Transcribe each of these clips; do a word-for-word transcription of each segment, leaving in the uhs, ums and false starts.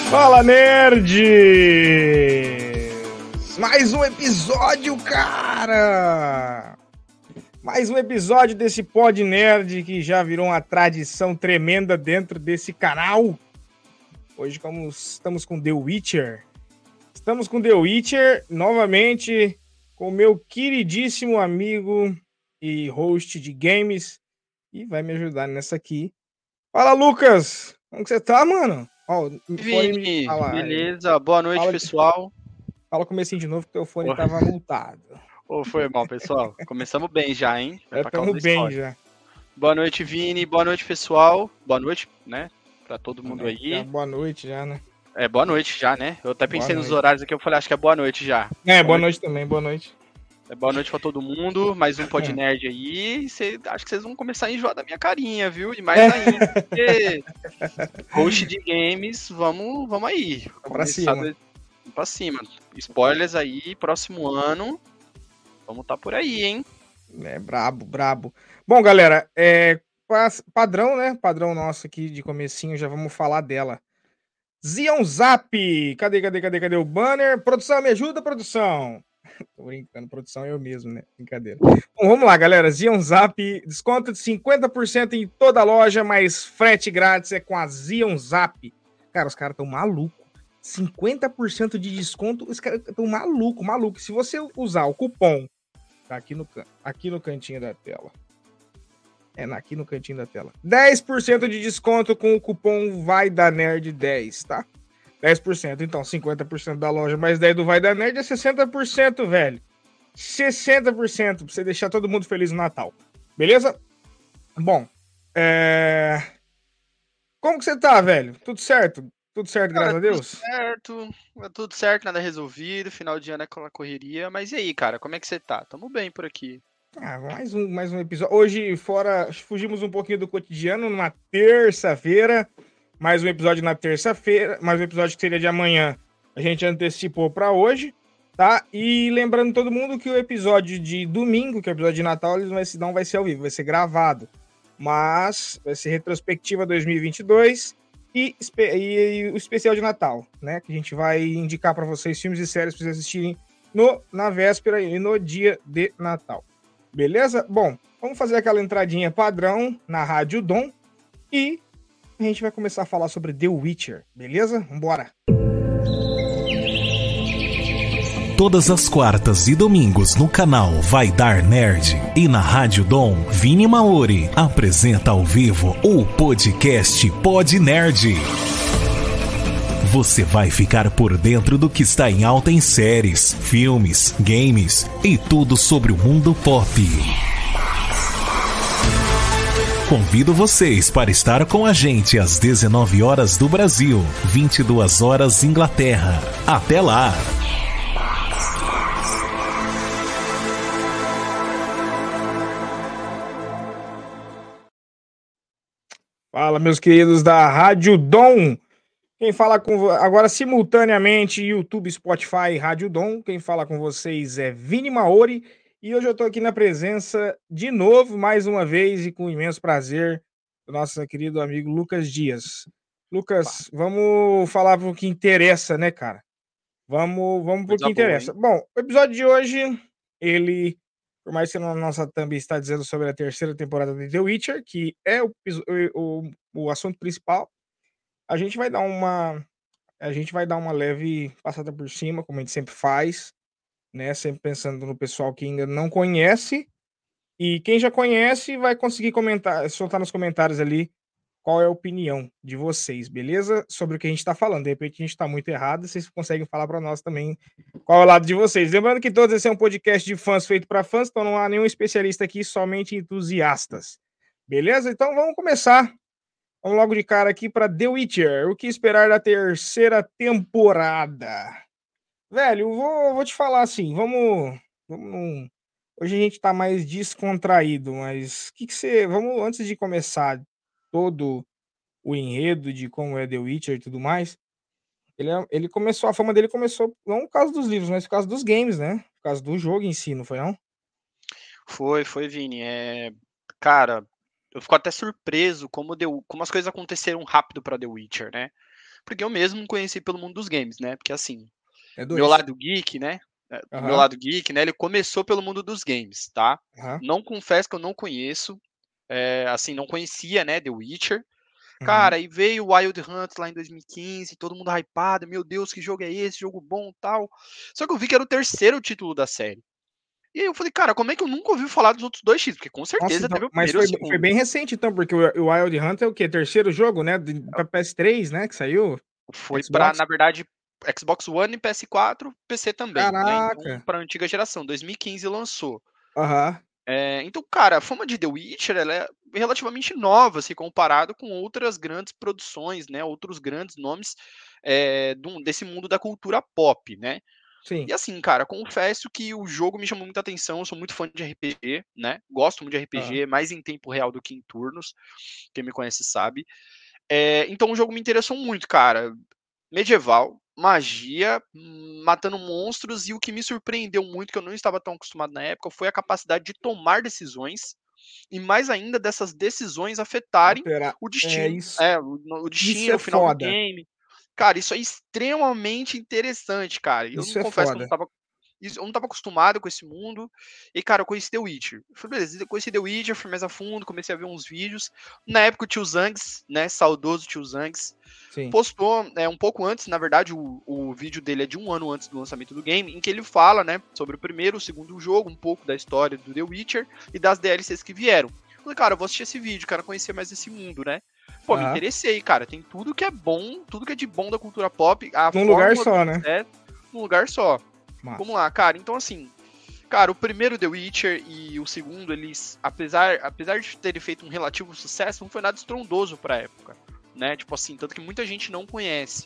Fala, nerds! Mais um episódio, cara! Mais um episódio desse Pod Nerd que já virou uma tradição tremenda dentro desse canal. Hoje como estamos com The Witcher. Estamos com The Witcher novamente com o meu queridíssimo amigo e host de games e vai me ajudar nessa aqui. Fala, Lucas! Como que você tá, mano? Ó, Vini, falar, beleza, boa noite, fala, pessoal. Fala comecinho de novo, porque o fone oh. tava multado. Ô, oh, foi mal, pessoal. Começamos bem já, hein? Já estamos bem história. já. Boa noite, Vini, boa noite, pessoal. Boa noite, né, pra todo mundo é, aí. É boa noite já, né? É, boa noite já, né? Eu até pensei nos horários aqui, eu falei, acho que é boa noite já. É, boa, boa noite. noite também, boa noite. É boa noite pra todo mundo, mais um Pod Nerd aí. Cê, acho que vocês vão começar a enjoar da minha carinha, viu? E mais ainda, porque host de games, vamos, vamos aí. Vamos pra cima. Do... Pra cima. Spoilers aí, próximo ano. Vamos tá por aí, hein? É, brabo, brabo. Bom, galera, é padrão, né? Padrão nosso aqui de comecinho, já vamos falar dela. Zion Zap! Cadê, cadê, cadê, cadê o banner? Produção, me ajuda, produção! Tô brincando, produção é eu mesmo, né? Brincadeira. Bom, vamos lá, galera. Zion Zap, desconto de cinquenta por cento em toda a loja, mas frete grátis é com a Zion Zap. Cara, os caras tão malucos. cinquenta por cento de desconto, os caras tão maluco, maluco. Se você usar o cupom, tá aqui no, aqui no cantinho da tela. É, aqui no cantinho da tela. dez por cento de desconto com o cupom Vai da Nerd dez, tá? dez por cento, então cinquenta por cento da loja mais dez do Vai da Nerd é sessenta por cento, velho. sessenta por cento pra você deixar todo mundo feliz no Natal. Beleza? Bom, é... Como que você tá, velho? Tudo certo? Tudo certo, cara, graças a Deus? Tudo certo, tudo certo, nada resolvido, final de ano é com a correria. Mas e aí, cara, como é que você tá? Tamo bem por aqui. Ah, mais um, mais um episódio. Hoje, fora, fugimos um pouquinho do cotidiano, numa terça-feira. Mais um episódio na terça-feira, mais um episódio que seria de amanhã, a gente antecipou para hoje, tá? E lembrando todo mundo que o episódio de domingo, que é o episódio de Natal, ele vai, não vai ser ao vivo, vai ser gravado. Mas vai ser retrospectiva dois mil e vinte e dois e, e, e o especial de Natal, né? Que a gente vai indicar para vocês filmes e séries para vocês assistirem no, na véspera e no dia de Natal. Beleza? Bom, vamos fazer aquela entradinha padrão na Rádio Dom e a gente vai começar a falar sobre The Witcher, beleza? Vambora! Todas as quartas e domingos no canal Vai Dar Nerd e na Rádio Dom, Vini Maori apresenta ao vivo o podcast Pod Nerd. Você vai ficar por dentro do que está em alta em séries, filmes, games e tudo sobre o mundo pop. Convido vocês para estar com a gente às dezenove horas do Brasil, vinte e duas horas Inglaterra. Até lá! Fala, meus queridos da Rádio Dom. Quem fala com agora simultaneamente YouTube, Spotify e Rádio Dom. Quem fala com vocês é Vini Maori. E hoje eu tô aqui na presença, de novo, mais uma vez, e com imenso prazer, do nosso querido amigo Lucas Dias. Lucas, vamos falar pro que interessa, né, cara? Vamos, vamos pro que interessa. Bom, o episódio de hoje, ele, por mais que a nossa thumb está dizendo sobre a terceira temporada de The Witcher, que é o, o, o assunto principal, a gente vai dar uma, a gente vai dar uma leve passada por cima, como a gente sempre faz, né, sempre pensando no pessoal que ainda não conhece, e quem já conhece vai conseguir comentar, soltar nos comentários ali qual é a opinião de vocês, beleza? Sobre o que a gente tá falando. De repente a gente tá muito errado, vocês conseguem falar para nós também qual é o lado de vocês. Lembrando que todos esse é um podcast de fãs feito para fãs, então não há nenhum especialista aqui, somente entusiastas. Beleza? Então vamos começar. Vamos logo de cara aqui para The Witcher. O que esperar da terceira temporada? Velho, eu vou, vou te falar assim, vamos, vamos... Hoje a gente tá mais descontraído, mas o que que você... Vamos, antes de começar todo o enredo de como é The Witcher e tudo mais, ele, é- ele começou, a fama dele começou não por causa dos livros, mas por causa dos games, né? Por causa do jogo em si, não foi não? Foi, foi, Vini. É... Cara, eu fico até surpreso como, deu, como as coisas aconteceram rápido pra The Witcher, né? porque eu mesmo conheci pelo mundo dos games, né? Porque assim, É meu dois. lado geek, né? O Aham. meu lado geek, né? Ele começou pelo mundo dos games, tá? Aham. Não confesso que eu não conheço, é, assim, não conhecia, né? The Witcher. Uhum. Cara, aí veio o Wild Hunt lá em dois mil e quinze, todo mundo hypado, meu Deus, que jogo é esse? Jogo bom, tal. Só que eu vi que era o terceiro título da série. E aí eu falei, cara, como é que eu nunca ouvi falar dos outros dois títulos? Porque com Nossa, certeza então, teve o mas primeiro e o foi, foi segundo. bem recente, então, porque o, o Wild Hunt é o quê? Terceiro jogo, né? De, pra P S três, né? Que saiu? Foi pra, Xbox? na verdade, Xbox One e P S quatro, P C também, né? Então, Caraca! pra antiga geração, dois mil e quinze lançou. Aham. É, então, cara, a fama de The Witcher ela é relativamente nova, se comparado com outras grandes produções, né? Outros grandes nomes é, do- desse mundo da cultura pop, né? Sim. E assim, cara, confesso que o jogo me chamou muita atenção. Eu sou muito fã de R P G, né? Gosto muito de Aham. R P G, mais em tempo real do que em turnos. Quem me conhece sabe. É, então o jogo me interessou muito, cara. Medieval, magia, hum, matando monstros, e o que me surpreendeu muito, que eu não estava tão acostumado na época, foi a capacidade de tomar decisões, e mais ainda dessas decisões afetarem Alterar. o É destino, isso. é, o, o Isso destino, é o final do foda. game. Cara, isso é extremamente interessante, cara. Eu não Isso é confesso que eu não foda. tava isso, eu não estava acostumado com esse mundo. E, cara, eu conheci The Witcher. Eu falei, beleza, eu conheci The Witcher, fui mais a fundo, comecei a ver uns vídeos. Na época, o tio Zangs, né? Saudoso tio Zangs, Sim. postou é, um pouco antes, na verdade, o, o vídeo dele é de um ano antes do lançamento do game, em que ele fala, né, sobre o primeiro, o segundo jogo, um pouco da história do The Witcher e das D L Cs que vieram. Eu falei, cara, eu vou assistir esse vídeo, quero conhecer mais esse mundo, né? Pô, me Aham. interessei, cara. Tem tudo que é bom, tudo que é de bom da cultura pop, a Num lugar fórmula só, do né? sucesso, num lugar só. Massa. Vamos lá, cara. Então, assim, cara, o primeiro The Witcher e o segundo, eles, apesar, apesar de terem feito um relativo sucesso, não foi nada estrondoso pra época, né? Tipo assim, tanto que muita gente não conhece.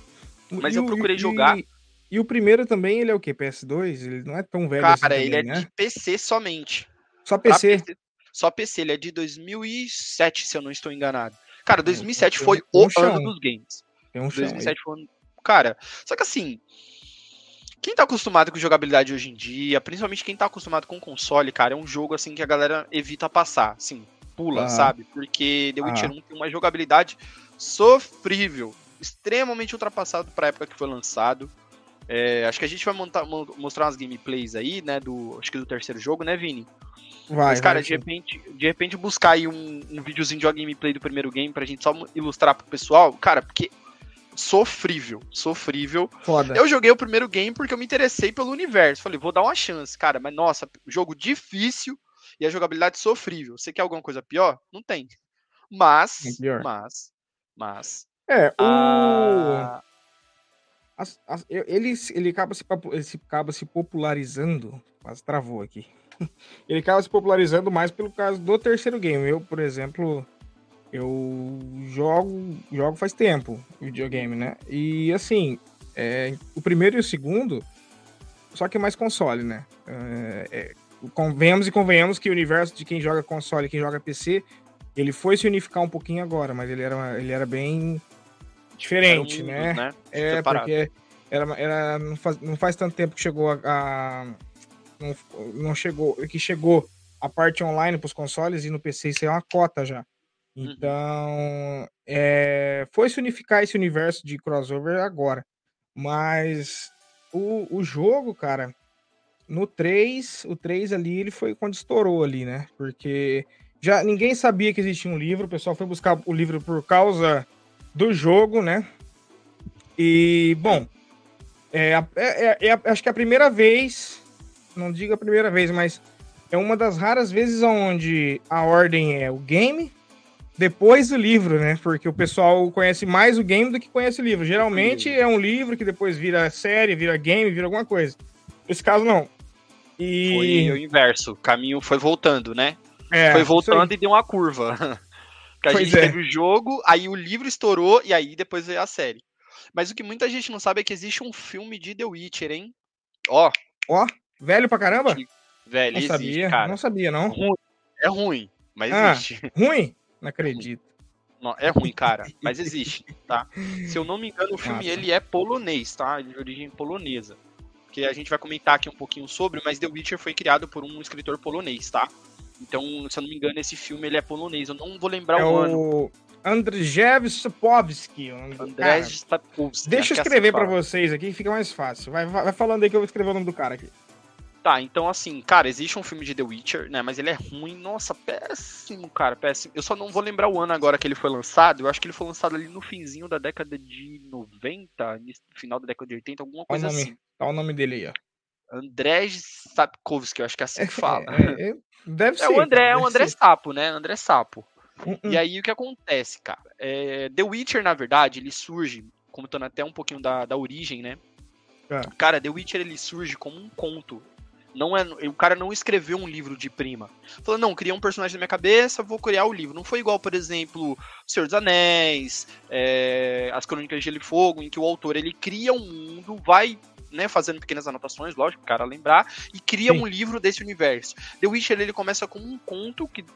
Mas E eu o- procurei e- jogar. E o primeiro também, ele é o quê? P S dois? Ele não é tão velho assim Cara, ele também, é de né? P C somente. Só Pra P C. P C, só P C, ele é de dois mil e sete, se eu não estou enganado. Cara, Ah, então dois mil e sete tem um, foi tem o um ano chão. dos games. Tem um chão aí. dois mil e sete foi o ano. Cara, só que assim, quem tá acostumado com jogabilidade hoje em dia, principalmente quem tá acostumado com console, cara, é um jogo assim que a galera evita passar, assim, pula, Aham. sabe? Porque The Witcher Aham. um tem uma jogabilidade sofrível, extremamente ultrapassado pra época que foi lançado. É, acho que a gente vai montar, mo- mostrar umas gameplays aí, né, do, acho que do terceiro jogo, né, Vini? Vai, Mas, cara, vai, de sim. repente, de repente buscar aí um, um videozinho de uma gameplay do primeiro game pra gente só ilustrar pro pessoal, cara, porque sofrível, sofrível. Foda. Eu joguei o primeiro game porque eu me interessei pelo universo. Falei, vou dar uma chance, cara. Mas, nossa, jogo difícil e a jogabilidade sofrível. Você quer alguma coisa pior? Não tem. É Mas, pior. mas, mas... É, o. A... as- as- eu- ele, se- ele, acaba se, papo- ele se acaba se popularizando. Quase travou aqui. Ele acaba se popularizando mais pelo caso do terceiro game. Eu, por exemplo, eu jogo, jogo faz tempo videogame, né? E assim, é, o primeiro e o segundo, só que é mais console, né? É, é, convenhamos e convenhamos que o universo de quem joga console e quem joga P C, ele foi se unificar um pouquinho agora, mas ele era, ele era bem diferente, Eram né? mundos, né? É, Separado. porque era, era, não, faz, não faz tanto tempo que chegou a. a- não, não chegou. Que chegou a parte online para os consoles e no P C isso é uma cota já. Então. É, foi se unificar esse universo de crossover agora. Mas o, o jogo, cara, no três, o três ali, ele foi quando estourou ali, né? Porque já ninguém sabia que existia um livro, o pessoal foi buscar o livro por causa do jogo, né? E, bom, é, a- é- é- é a- acho que é a primeira vez, não digo a primeira vez, mas é uma das raras vezes onde a ordem é o game, depois o livro, né? Porque o pessoal conhece mais o game do que conhece o livro. Geralmente é um livro que depois vira série, vira game, vira alguma coisa. Nesse caso, não. E... Foi o inverso. O caminho foi voltando, né? é, foi isso voltando aí. e deu uma curva. Que a Pois gente é. teve o jogo, aí o livro estourou e aí depois veio a série. Mas o que muita gente não sabe é que existe um filme de The Witcher, hein? Ó, Ó, velho pra caramba? que- velho, Não existe, sabia, cara. não sabia, não. Ruim. É ruim, mas Ah, existe. ruim? Não acredito. Não, é ruim, cara, mas existe, tá? Se eu não me engano, o filme Massa. ele é polonês, tá? Ele é de origem polonesa. Que a gente vai comentar aqui um pouquinho sobre, mas The Witcher foi criado por um escritor polonês, tá? Então, se eu não me engano, esse filme ele é polonês. Eu não vou lembrar É o ano. o... Andrzej Sapkowski. Andrzej Sapkowski. Deixa eu escrever pra vocês aqui, fica mais fácil. Vai, vai falando aí que eu vou escrever o nome do cara aqui. Tá, então assim, cara, existe um filme de The Witcher, né, mas ele é ruim, nossa, péssimo, cara, péssimo. Eu só não vou lembrar o ano agora que ele foi lançado, eu acho que ele foi lançado ali no finzinho da década de noventa, no final da década de oitenta, alguma coisa nome, assim. Tá o nome dele aí, ó. Andrzej Sapkowski, eu acho que é assim que fala. É, é, deve é ser. o André, cara, é o André ser. Sapo, né, André Sapo. Uh-uh. E aí o que acontece, cara? É, The Witcher, na verdade, ele surge, contando até um pouquinho da, da origem, né? É. Cara, The Witcher, ele surge como um conto. Não é, o cara não escreveu um livro de prima. Falou, não, criei um personagem na minha cabeça, vou criar o livro. Não foi igual, por exemplo, Senhor dos Anéis, é, As Crônicas de Gelo e Fogo, em que o autor, ele cria um mundo, vai, né, fazendo pequenas anotações, lógico, o cara lembrar, e cria Sim. um livro desse universo. The Witcher, ele começa como um conto que,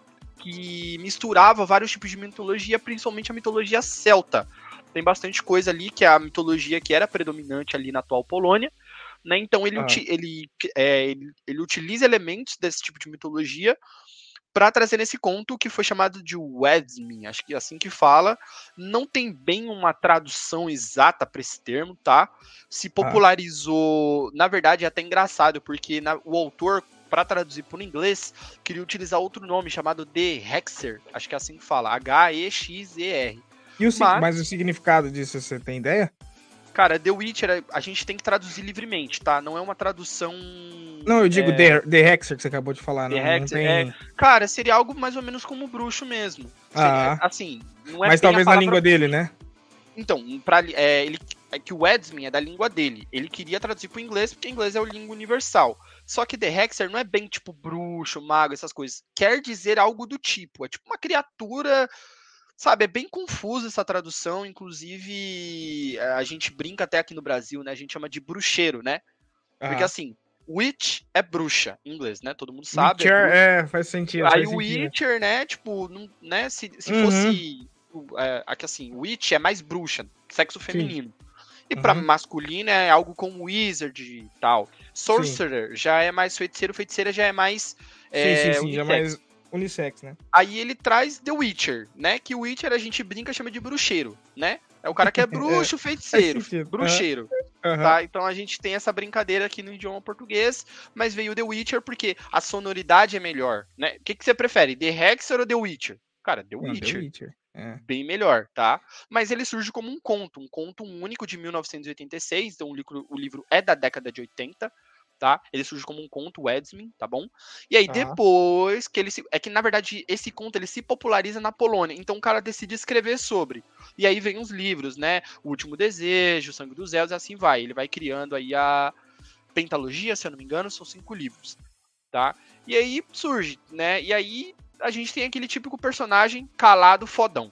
que misturava vários tipos de mitologia, principalmente a mitologia celta. Tem bastante coisa ali, que é a mitologia que era predominante ali na atual Polônia. Né? Então ele, Ah. uti- ele, é, ele, ele utiliza elementos desse tipo de mitologia para trazer nesse conto que foi chamado de Wiedźmin, acho que é assim que fala. Não tem bem uma tradução exata para esse termo, tá? Se popularizou, ah. na verdade é até engraçado, porque na, o autor, para traduzir para o inglês, queria utilizar outro nome chamado The Hexer, acho que é assim que fala, H E X E R. E o, mas... mas o significado disso, você tem ideia? Cara, The Witcher, a gente tem que traduzir livremente, tá? Não é uma tradução... Não, eu digo é... The, The Hexer, que você acabou de falar. The não, Hexer, não tem... é... Cara, seria algo mais ou menos como bruxo mesmo. Ah. Seria, assim, não é Mas bem talvez a na língua bruxo. dele, né? Então, pra, é, ele, é que o Wiedźmin é da língua dele. Ele queria traduzir pro inglês, porque inglês é a língua universal. Só que The Hexer não é bem tipo bruxo, mago, essas coisas. Quer dizer algo do tipo. É tipo uma criatura... Sabe, é bem confusa essa tradução, inclusive a gente brinca até aqui no Brasil, né? A gente chama de bruxeiro, né? Porque ah. assim, witch é bruxa, em inglês, né? Todo mundo sabe. Witcher, é, é, faz sentido. Aí faz o sentido. Witcher, né? Tipo, não, né? Se, se Uhum. fosse. É, aqui assim, witch é mais bruxa, sexo feminino. Sim. E pra uhum. masculino é algo como wizard e tal. Sorcerer sim. já é mais feiticeiro, feiticeira já é mais. É, sim, sim, sim, já é mais unissex, né? Aí ele traz The Witcher, né? Que o Witcher a gente brinca, chama de bruxeiro, né? É o cara que é bruxo, é, feiticeiro, bruxeiro, uhum. tá? Então a gente tem essa brincadeira aqui no idioma português, mas veio The Witcher porque a sonoridade é melhor, né? O que, que você prefere, The Hexer ou The Witcher? Cara, The Witcher. The Witcher. É. Bem melhor, tá? Mas ele surge como um conto, um conto único de mil novecentos e oitenta e seis, então o livro, o livro é da década de oitenta, tá? Ele surge como um conto, Wiedźmin, tá bom? E aí, ah. depois que ele se... É que, na verdade, esse conto, ele se populariza na Polônia. Então, o cara decide escrever sobre. E aí vem os livros, né? O Último Desejo, Sangue dos Elfos, e assim vai. Ele vai criando aí a pentalogia, se eu não me engano, são cinco livros, tá? E aí surge, né? E aí a gente tem aquele típico personagem calado, fodão.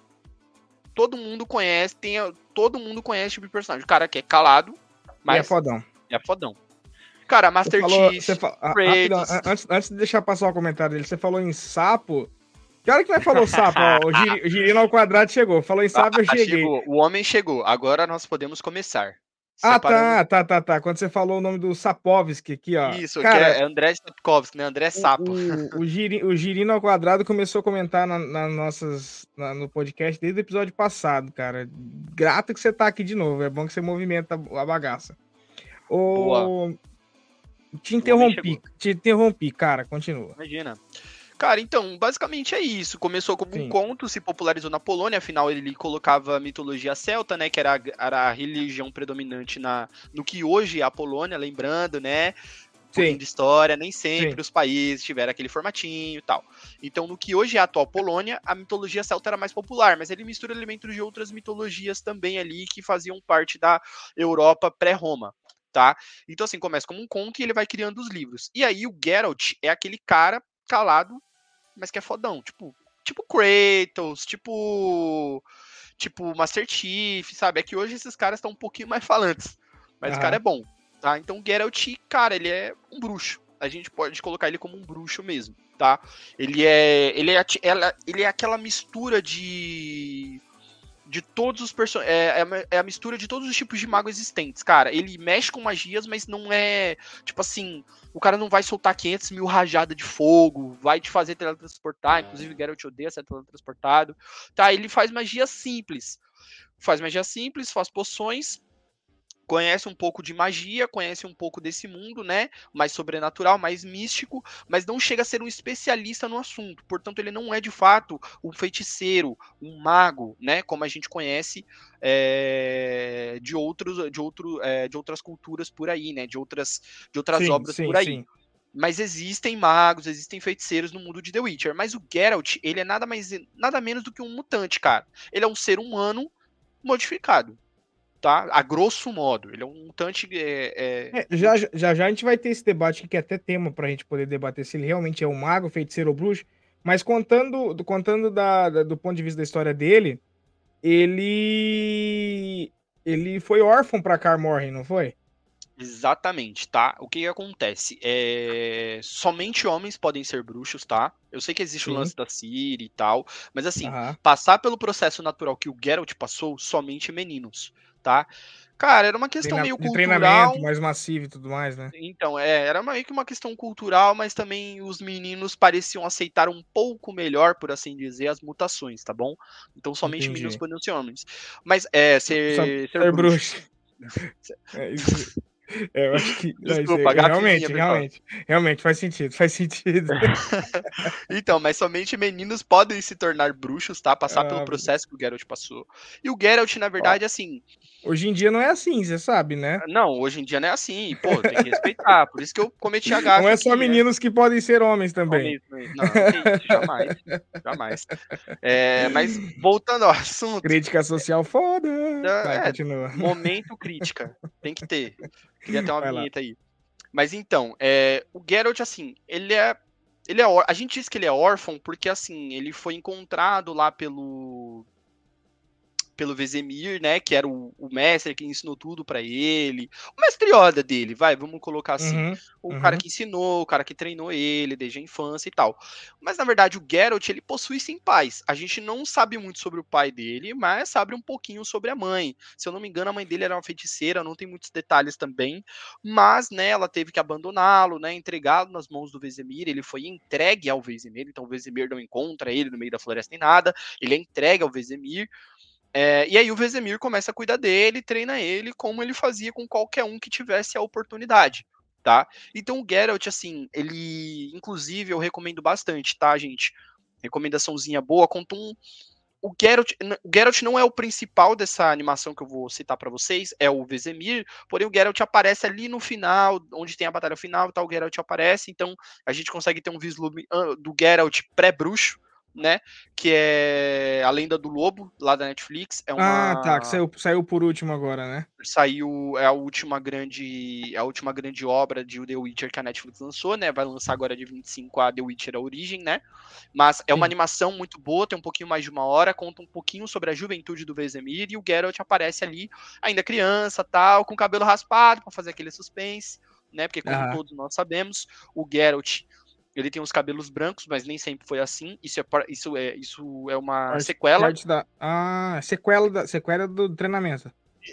Todo mundo conhece, tem... Todo mundo conhece esse tipo de personagem. O cara que é calado, mas... E é fodão. É fodão. Cara, Master Chief, fal... Rapidão, antes, antes de deixar passar o comentário dele, você falou em sapo. Que hora que vai falar o sapo? Ó, o, giri, o girino ao quadrado chegou. Falou em sapo, ah, eu cheguei. Chegou. O homem chegou. Agora nós podemos começar. Ah, tá, tá, tá, tá. Quando você falou o nome do Sapkowski aqui, ó. Isso, cara, que é André Sapkowski, né? André Sapo. O, o, o, giri, o girino ao quadrado começou a comentar na, na nossas, na, no podcast desde o episódio passado, cara. Grato que você tá aqui de novo. É bom que você movimenta a bagaça. O... Boa. Te interrompi, te interrompi, cara, continua. Imagina. Cara, então, basicamente é isso. Começou como Sim. um conto, se popularizou na Polônia, afinal ele colocava a mitologia celta, né, que era, era a religião predominante na, no que hoje é a Polônia, lembrando, né, um pouquinho de história, nem sempre Sim. os países tiveram aquele formatinho e tal. Então, no que hoje é a atual Polônia, a mitologia celta era mais popular, mas ele mistura elementos de outras mitologias também ali, que faziam parte da Europa pré-Roma. Tá? Então, assim, começa como um conto e ele vai criando os livros. E aí, o Geralt é aquele cara calado, mas que é fodão. Tipo, tipo Kratos, tipo... Tipo Master Chief, sabe? É que hoje esses caras estão um pouquinho mais falantes. Mas uhum. o cara é bom, tá? Então, o Geralt, cara, ele é um bruxo. A gente pode colocar ele como um bruxo mesmo, tá? Ele é... Ele é, ele é aquela mistura de... de todos os personagens. É, é, é a mistura de todos os tipos de mago existentes, cara. Ele mexe com magias, mas não é. Tipo assim, o cara não vai soltar quinhentos mil rajadas de fogo, vai te fazer teletransportar. Inclusive, Geralt odeia ser teletransportado. Tá, ele faz magia simples. Faz magia simples, faz poções. Conhece um pouco de magia, conhece um pouco desse mundo, né? Mais sobrenatural, mais místico, mas não chega a ser um especialista no assunto. Portanto, ele não é de fato um feiticeiro, um mago, né? Como a gente conhece é, de outros, de outro, é, de outras culturas por aí, né? De outras, de outras Sim, obras sim, por aí. sim. Mas existem magos, existem feiticeiros no mundo de The Witcher. Mas o Geralt, ele é nada mais, nada menos do que um mutante, cara. Ele é um ser humano modificado. Tá? A grosso modo, ele é um mutante. É, é, É, já, já já a gente vai ter esse debate aqui, que é até tema pra gente poder debater se ele realmente é um mago, feiticeiro ou bruxo. Mas contando, contando da, da- do ponto de vista da história dele, ele. Ele foi órfão pra Kaer Morhen, não foi? Exatamente, tá? O que, que acontece? É... Somente homens podem ser bruxos, tá? Eu sei que existe o Sim. lance da Ciri e tal, mas assim, Aham. passar pelo processo natural que o Geralt passou, somente meninos, tá? Cara, era uma questão Treina- meio De cultural. treinamento mais massivo e tudo mais, né? Então, é, era meio que uma questão cultural, mas também os meninos pareciam aceitar um pouco melhor, por assim dizer, as mutações, tá bom? Então, somente meninos Entendi. poderiam ser homens. Mas, é, Só ser, ser ser bruxo. bruxo. É, isso, é, eu acho que. Não, isso aí, Desculpa, gafe minha, realmente, pessoal. realmente. Realmente faz sentido, faz sentido. Então, mas somente meninos podem se tornar bruxos, tá? Passar pelo Ah, processo que o Geralt passou. E o Geralt, na ó, verdade, assim, hoje em dia não é assim, você sabe, né? não, hoje em dia não é assim, pô, tem que respeitar. Por isso que eu cometi a Não gafe é só aqui, né? meninos que podem ser homens também. Homem, não, que isso, jamais, jamais. É, mas voltando ao assunto, Crítica social foda. Vai, é, continua. momento crítica, tem que ter. Queria ter uma Vai lá. vinheta aí. Mas então, é, o Geralt, assim, ele é, ele é, a gente diz que ele é órfão porque, assim, ele foi encontrado lá pelo pelo Vesemir, né, que era o, o mestre que ensinou tudo pra ele, o mestre Yoda dele, vai, vamos colocar assim, Uhum, o cara uhum. que ensinou, o cara que treinou ele desde a infância e tal. Mas na verdade o Geralt, ele possui sim pais. A gente não sabe muito sobre o pai dele, mas sabe um pouquinho sobre a mãe. Se eu não me engano, a mãe dele era uma feiticeira, não tem muitos detalhes também, mas, né, ela teve que abandoná-lo, né, entregá-lo nas mãos do Vesemir, ele foi entregue ao Vesemir, então o Vesemir não encontra ele no meio da floresta nem nada, ele é entregue ao Vesemir. É, e aí o Vesemir começa a cuidar dele, treina ele como ele fazia com qualquer um que tivesse a oportunidade, tá? Então o Geralt, assim, ele, inclusive, eu recomendo bastante, tá, gente? Recomendaçãozinha boa, conta um... O Geralt, o Geralt não é o principal dessa animação que eu vou citar para vocês, é o Vesemir, porém o Geralt aparece ali no final, onde tem a batalha final, tá, o Geralt aparece, então a gente consegue ter um vislumbre do Geralt pré-bruxo, né, que é A Lenda do Lobo, lá da Netflix, é Ah, tá, que uma saiu, saiu por último agora, né? saiu, é a última grande a última grande obra de The Witcher que a Netflix lançou, né, vai lançar agora de vinte e cinco a The Witcher a Origem, né, mas é uma Sim. animação muito boa, tem um pouquinho mais de uma hora, conta um pouquinho sobre a juventude do Vesemir, e o Geralt aparece ali, ainda criança, tal, com cabelo raspado, para fazer aquele suspense, né, porque como Aham. todos nós sabemos, o Geralt, ele tem os cabelos brancos, mas nem sempre foi assim. Isso é, isso é, isso é uma Parte, sequela parte da. Ah, sequela, da, sequela do treinamento.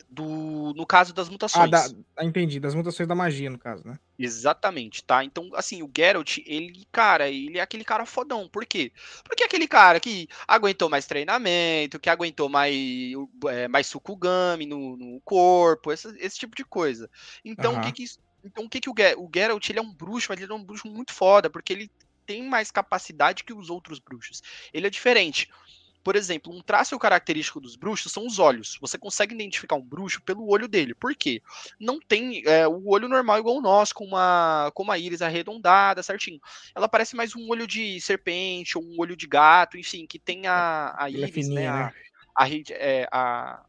do, no caso das Ah, da, mutações. ah, entendi. Das mutações da magia, no caso, né? Exatamente, tá? Então, assim, o Geralt, ele, cara, ele é aquele cara fodão. Por quê? Porque é aquele cara que aguentou mais treinamento, que aguentou mais, é, mais Sukugami no, no corpo, esse, esse tipo de coisa. Então, o que Aham. que, então, o, que que o, o Geralt, ele é um bruxo, mas ele é um bruxo muito foda, porque ele tem mais capacidade que os outros bruxos. Ele é diferente. Por exemplo, um traço característico dos bruxos são os olhos. Você consegue identificar um bruxo pelo olho dele. Por quê? Não tem é, o olho normal igual o nosso, com uma, com uma íris arredondada, certinho. Ela parece mais um olho de serpente ou um olho de gato, enfim, que tem a, a Ela é íris, né? fininha, A, né? a, é, a,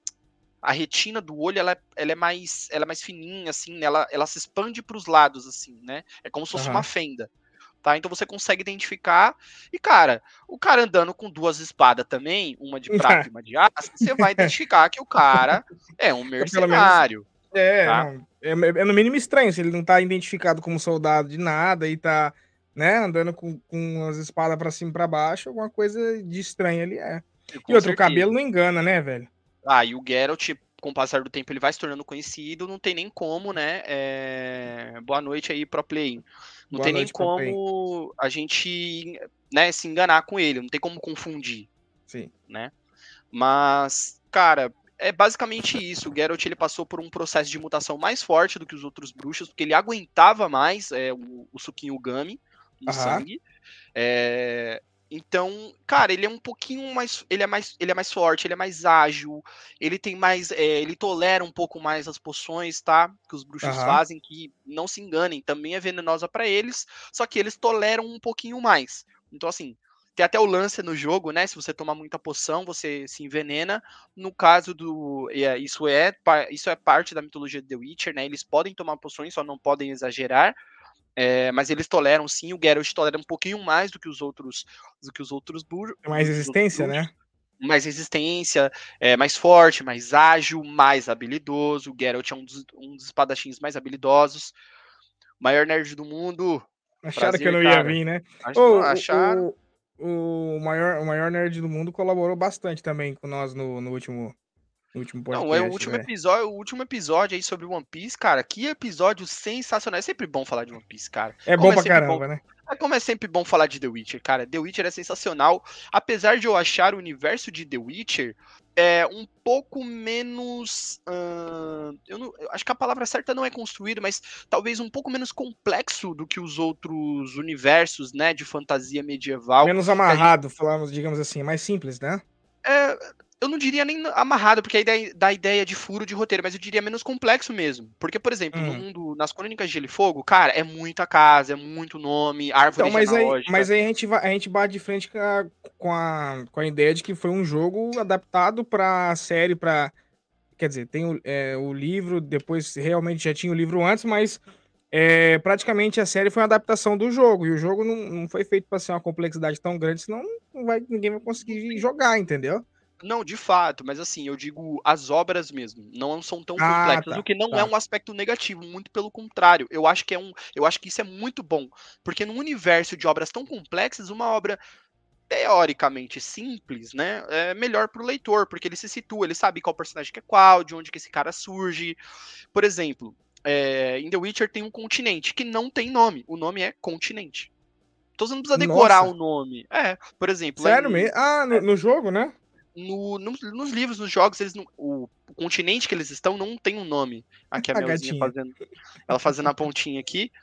a retina do olho ela, ela é mais ela é mais fininha, assim, né? ela, ela se expande para os lados, assim, né? É como se fosse uma Aham. fenda. Tá? Então você consegue identificar. E, cara, o cara andando com duas espadas também, uma de prata e uma de aço, você vai identificar que o cara é um Pelo menos. mercenário, É, tá? não. É, é no mínimo estranho se ele não tá identificado como soldado de nada e tá, né, andando com, com as espadas pra cima e pra baixo, alguma coisa de estranho ali é. E outro, o cabelo não engana, né, velho? Ah, e o Geralt, com o passar do tempo, ele vai se tornando conhecido, não tem nem como, né? É... Boa noite aí, pro play. Não Boa tem noite, nem como a gente, né, se enganar com ele, não tem como confundir. Sim. Né? Mas, cara, é basicamente isso. O Geralt ele passou por um processo de mutação mais forte do que os outros bruxos, porque ele aguentava mais é, o, o suquinho Gami no Aham. sangue. É, então, cara, ele é um pouquinho mais, ele é mais, ele é mais forte, ele é mais ágil, ele tem mais, é, ele tolera um pouco mais as poções, tá? Que os bruxos Aham. fazem, que não se enganem, também é venenosa pra eles, só que eles toleram um pouquinho mais. Então, assim, tem até o lance no jogo, né? Se você tomar muita poção, você se envenena. No caso do, é, isso é, pa- isso é parte da mitologia de The Witcher, né? Eles podem tomar poções, só não podem exagerar. É, mas eles toleram sim, o Geralt tolera um pouquinho mais do que os outros do que os outros bur- Tem mais do que os outros resistência, bruxos. né? Mais resistência, é, mais forte, mais ágil, mais habilidoso. O Geralt é um dos, um dos espadachins mais habilidosos. Maior nerd do mundo. Acharam que eu Prazer, não ia cara. vir, né? Ach- Ô, não, o, acharam. o, o, maior, o maior nerd do mundo colaborou bastante também com nós no, no último, no último Não, é o podcast, último velho. episódio, o último episódio aí sobre One Piece, cara. Que episódio sensacional. É sempre bom falar de One Piece, cara. É Como bom é pra sempre bom caramba, né? É como é sempre bom falar de The Witcher, cara. The Witcher é sensacional. Apesar de eu achar o universo de The Witcher é um pouco menos. ahn, eu, não- eu acho que a palavra certa não é construído, mas talvez um pouco menos complexo do que os outros universos, né, de fantasia medieval. Menos Que a gente, amarrado, falamos, digamos assim, mais simples, né? é, eu não diria nem amarrado, porque a ideia dá a ideia de furo de roteiro, mas eu diria menos complexo mesmo. Porque, por exemplo, no Hum. mundo, nas Crônicas de Gelo e Fogo, cara, é muita casa, é muito nome, árvore Então, mas aí, genealógica. mas aí a gente, vai, a gente bate de frente com a, com a, com a ideia de que foi um jogo adaptado pra série, pra. Quer dizer, tem o, é, o livro, depois realmente já tinha o livro antes, mas é, praticamente a série foi uma adaptação do jogo. E o jogo não, não foi feito pra ser uma complexidade tão grande, senão não vai, ninguém vai conseguir jogar, entendeu? Não, de fato, mas assim, eu digo as obras mesmo, não são tão Ah, complexas, o tá. que não é Tá. um aspecto negativo, muito pelo contrário. Eu acho que é um, eu acho que isso é muito bom, porque num universo de obras tão complexas, uma obra teoricamente simples, né, é melhor pro leitor, porque ele se situa, ele sabe qual personagem que é qual, de onde que esse cara surge. Por exemplo, é, em The Witcher tem um continente que não tem nome, o nome é continente. Então você não precisa decorar o Nossa, nome. É, por exemplo, lá sério em, mesmo? Ah, no, no jogo, né? no, no- nos livros, nos jogos, eles não, o, o continente que eles estão não tem um nome. Aqui a A Melzinha gatinha. fazendo, ela fazendo a pontinha aqui.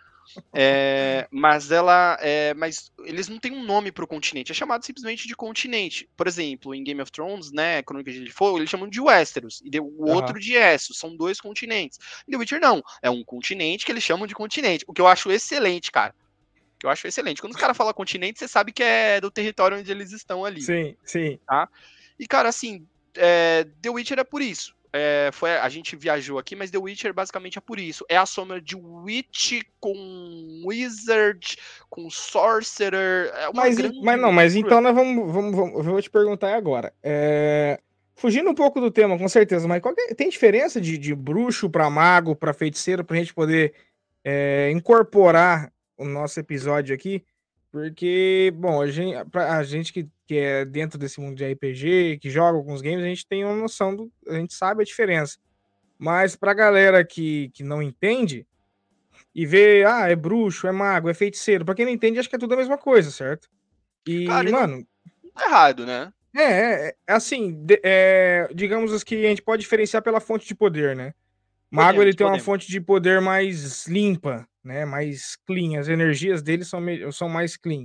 É, mas ela, é, mas eles não têm um nome para o continente. É chamado simplesmente de continente. Por exemplo, em Game of Thrones, né, Crônicas de Gelo e Fogo, eles chamam de Westeros e o outro Aham. de Essos. São dois continentes. Em The Witcher não, é um continente que eles chamam de continente. O que eu acho excelente, cara. O que eu acho excelente. Quando os caras falam continente, você sabe que é do território onde eles estão ali. Sim, sim. Tá? E, cara, assim, é, The Witcher é por isso. É, foi, a gente viajou aqui, mas The Witcher basicamente é por isso. É a soma de Witch com Wizard, com Sorcerer. É uma Mas, en- grande mas não, mas mistura. então nós vamos, vamos, vamos- eu vou te perguntar agora. É, fugindo um pouco do tema, com certeza, mas qual que é- tem diferença de, de bruxo pra mago, pra feiticeiro, pra gente poder é, incorporar o nosso episódio aqui? Porque, bom, a gente, pra, a gente que, que é dentro desse mundo de R P G, que joga alguns games, a gente tem uma noção do, a gente sabe a diferença. Mas pra galera que, que não entende e vê, ah, é bruxo, é mago, é feiticeiro, pra quem não entende, acho que é tudo a mesma coisa, certo? E, Cara, e não, mano, não tá errado, né? é, é, é assim, de- é, digamos que a gente pode diferenciar pela fonte de poder, né? Mago, ele Podemos, tem uma podemos. fonte de poder mais limpa, né? Mais clean. As energias dele são, me- são mais clean.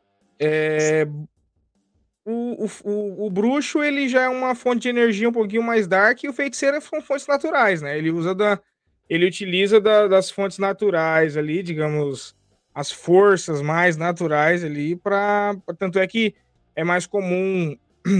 É, o, o, o, o bruxo, ele já é uma fonte de energia um pouquinho mais dark, e o feiticeiro são fontes naturais, né? Ele usa da, ele utiliza da- das fontes naturais ali, digamos, as forças mais naturais ali para, tanto é que é mais comum.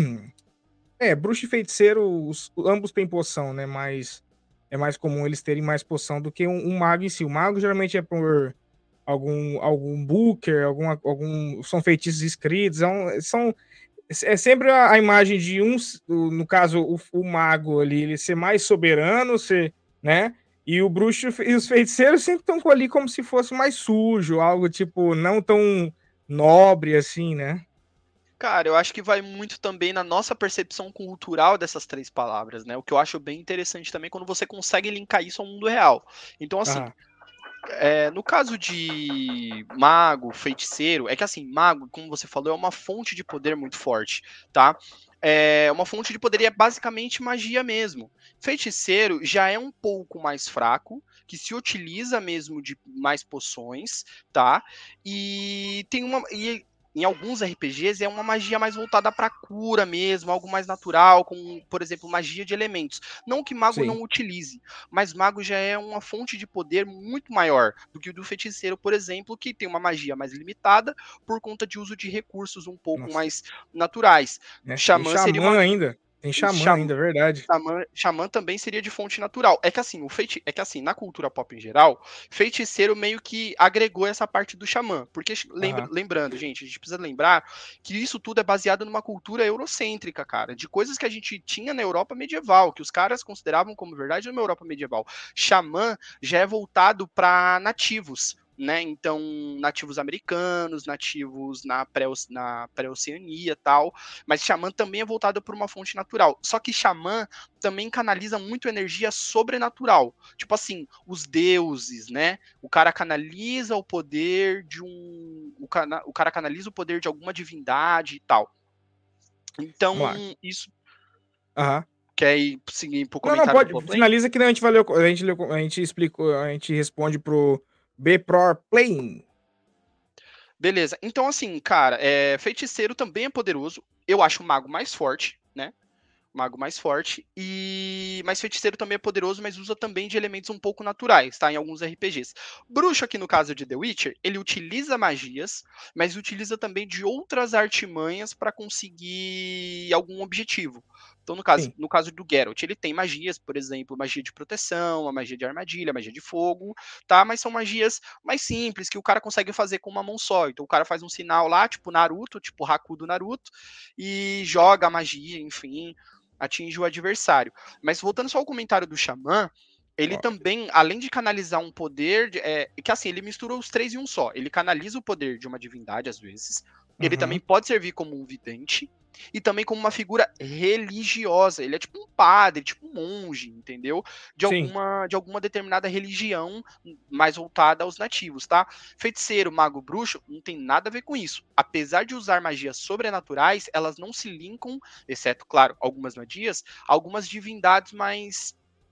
É, bruxo e feiticeiro, os- ambos têm poção, né? Mas é mais comum eles terem mais poção do que um, um mago em si. O mago geralmente é por algum, algum booker, alguma, algum, são feitiços escritos, é um- são, é sempre a, a imagem de um, no caso, o, o mago ali, ele ser mais soberano, ser, né? E o bruxo e os feiticeiros sempre estão ali como se fosse mais sujo, algo tipo, não tão nobre assim, né? Cara, eu acho que vai muito também na nossa percepção cultural dessas três palavras, né? O que eu acho bem interessante também quando você consegue linkar isso ao mundo real. Então, assim, Ah, é, no caso de mago, feiticeiro, é que assim, mago, como você falou, é uma fonte de poder muito forte, tá? É uma fonte de poder e é basicamente magia mesmo. Feiticeiro já é um pouco mais fraco, que se utiliza mesmo de mais poções, tá? E tem uma. E em alguns R P Gs é uma magia mais voltada para cura mesmo, algo mais natural, como, por exemplo, magia de elementos. Não que mago sim. não utilize, mas mago já é uma fonte de poder muito maior do que o do feiticeiro, por exemplo, que tem uma magia mais limitada por conta de uso de recursos um pouco Nossa, mais naturais. né? Tem Xamã seria xamã uma ainda. Tem xamã Xamã, ainda, é verdade. Xamã, Xamã também seria de fonte natural. É que assim, o feiti... é que assim, na cultura pop em geral, feiticeiro meio que agregou essa parte do xamã. Porque lembra... Aham. lembrando, gente, a gente precisa lembrar que isso tudo é baseado numa cultura eurocêntrica, cara, de coisas que a gente tinha na Europa medieval, que os caras consideravam como verdade numa Europa medieval. Xamã já é voltado para nativos. Né? Então, nativos americanos, nativos na pré-Oceania na pré-Oceania tal, mas Xamã também é voltado por uma fonte natural. Só que Xamã também canaliza muito energia sobrenatural. Tipo assim, os deuses, né? O cara canaliza o poder de um. O cara, o cara canaliza o poder de alguma divindade e tal. Então, Vamos lá. isso. Aham. Quer ir seguir pro Não, não, comentário do pode. Plotplane? Finaliza que daí a gente vai ler, o- a gente, leu- a gente explicou, a gente responde pro B Pro Play. Beleza. Então, assim, cara, é, feiticeiro também é poderoso. Eu acho o mago mais forte, né? Mago mais forte. E mas feiticeiro também é poderoso, mas usa também de elementos um pouco naturais, tá? Em alguns R P Gs. Bruxo aqui no caso de The Witcher, ele utiliza magias, mas utiliza também de outras artimanhas para conseguir algum objetivo. Então, no caso, Sim. no caso do Geralt, ele tem magias, por exemplo, magia de proteção, a magia de armadilha, magia de fogo, tá? Mas são magias mais simples que o cara consegue fazer com uma mão só. Então, o cara faz um sinal lá, tipo Naruto, tipo Haku do Naruto, e joga a magia, enfim, atinge o adversário. Mas voltando só ao comentário do Xamã, ele Ó, também, além de canalizar um poder, de- é, que assim, ele mistura os três em um só. Ele canaliza o poder de uma divindade, às vezes. Ele também uhum. pode servir como um vidente. E também como uma figura religiosa. Ele é tipo um padre, tipo um monge, entendeu? De Sim. alguma, de alguma determinada religião mais voltada aos nativos, tá? Feiticeiro, mago, bruxo, não tem nada a ver com isso. Apesar de usar magias sobrenaturais, elas não se linkam, exceto, claro, algumas magias, algumas divindades mais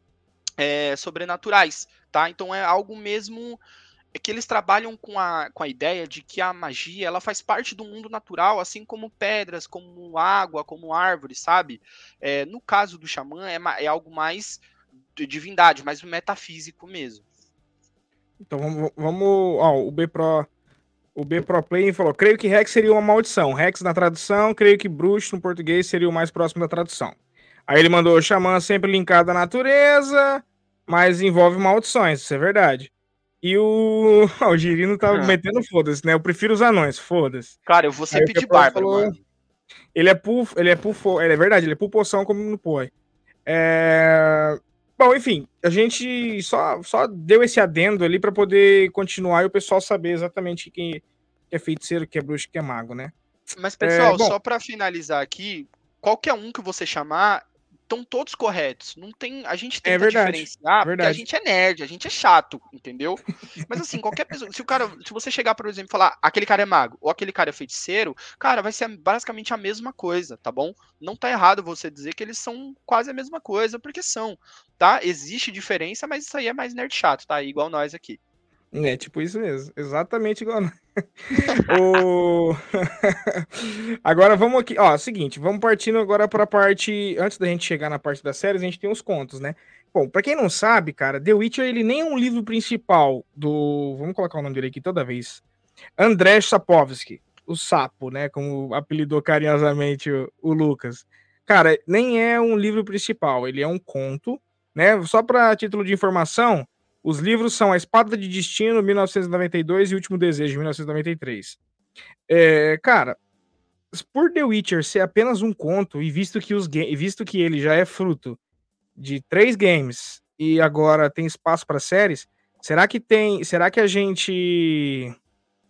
é, sobrenaturais, tá? Então é algo mesmo é que eles trabalham com a, com a ideia de que a magia ela faz parte do mundo natural, assim como pedras, como água, como árvores, sabe? É, no caso do xamã é, é algo mais de divindade, mais metafísico mesmo. Então vamos, vamos, ó, o B Pro, o B Pro Play falou: creio que Rex seria uma maldição. Rex na tradução, creio que bruxo no português seria o mais próximo da tradução. Aí ele mandou: xamã sempre linkado à natureza, mas envolve maldições, isso é verdade. E o, o Girino tá metendo foda-se, né? Eu prefiro os anões, foda-se. Cara, eu vou ser Aí o pedir Pepro bárbaro, falou: mano. ele é pull, ele é pull, fo- ele é verdade, ele é pull poção como no Poi. É... Bom, enfim, a gente só, só deu esse adendo ali pra poder continuar e o pessoal saber exatamente quem é feiticeiro, que é bruxo, que é mago, né? Mas, É, pessoal, bom, só pra finalizar aqui, qualquer um que você chamar, estão todos corretos. Não tem, a gente é tenta verdade, diferenciar porque a verdade. gente é nerd, a gente é chato, entendeu? Mas assim, qualquer pessoa, se o cara, se você chegar, por exemplo, e falar, aquele cara é mago ou aquele cara é feiticeiro, cara, vai ser basicamente a mesma coisa, tá bom? Não tá errado você dizer que eles são quase a mesma coisa, porque são, tá? Existe diferença, mas isso aí é mais nerd chato, tá? Igual nós aqui. É tipo isso mesmo, exatamente igual. o... Agora vamos aqui, ó, seguinte, vamos partindo agora para a parte, antes da gente chegar na parte das séries, a gente tem os contos, né? Bom, para quem não sabe, cara, The Witcher ele nem é um livro principal do, vamos colocar o nome dele aqui toda vez, Andrzej Sapkowski, o Sapo, né, como apelidou carinhosamente o, o Lucas. Cara, nem é um livro principal, ele é um conto, né? Só para título de informação, os livros são A Espada de Destino, mil novecentos e noventa e dois, e O Último Desejo, mil novecentos e noventa e três. É, cara, por The Witcher ser apenas um conto, e visto que, os visto que ele já é fruto de três games e agora tem espaço para séries, será que tem. Será que a gente.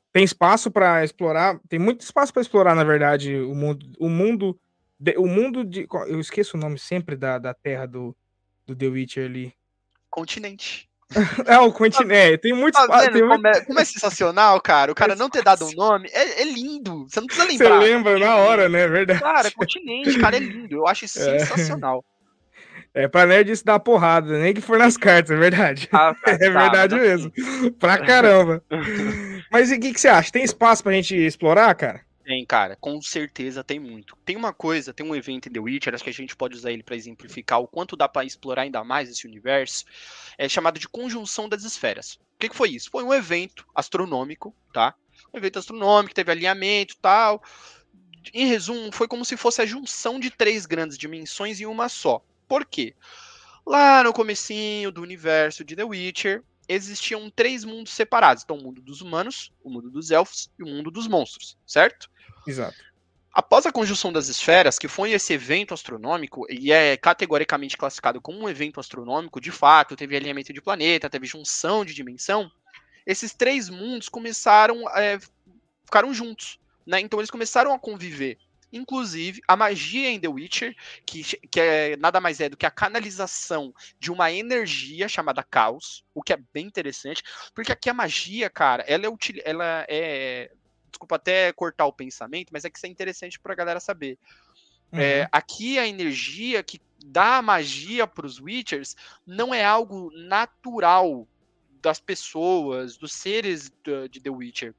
tem espaço pra explorar, tem muito espaço pra explorar, na verdade, o mundo, o mundo, de, o mundo de, eu esqueço o nome sempre da, da terra do, do The Witcher ali. Continente. É, o continente, tem muito Tá espaço, vendo tem como, muito... é, como é sensacional, cara? O cara É não ter dado um nome é, é lindo. Você não precisa Você lembrar. lembra na hora, né? É verdade. Cara, continente, cara, é lindo. Eu acho É. sensacional. É pra nerd isso dar porrada, nem que for nas cartas, é verdade. Ah, tá, É tá, verdade mas assim- mesmo. Pra caramba. Mas e o que, que você acha? Tem espaço pra gente explorar, cara? Tem, cara, com certeza tem muito. Tem uma coisa, tem um evento em The Witcher, acho que a gente pode usar ele pra exemplificar o quanto dá pra explorar ainda mais esse universo, é chamado de Conjunção das Esferas. O que, que foi isso? Foi um evento astronômico, tá? Um evento astronômico, teve alinhamento e tal. Em resumo, foi como se fosse a junção de três grandes dimensões em uma só. Por quê? Lá no comecinho do universo de The Witcher, existiam três mundos separados. Então, o mundo dos humanos, o mundo dos elfos e o mundo dos monstros, certo? Exato. Após a conjunção das esferas, que foi esse evento astronômico, e é categoricamente classificado como um evento astronômico, de fato, teve alinhamento de planeta, teve junção de dimensão, esses três mundos começaram, é, ficaram juntos, né? Então eles começaram a conviver. Inclusive, a magia em The Witcher, que, que é nada mais é do que a canalização de uma energia chamada caos, o que é bem interessante, porque aqui a magia, cara, ela é, util, ela é desculpa até cortar o pensamento, mas é que isso é interessante pra galera saber. Uhum. É, aqui a energia que dá a magia pros Witchers não é algo natural das pessoas, dos seres de The Witcher.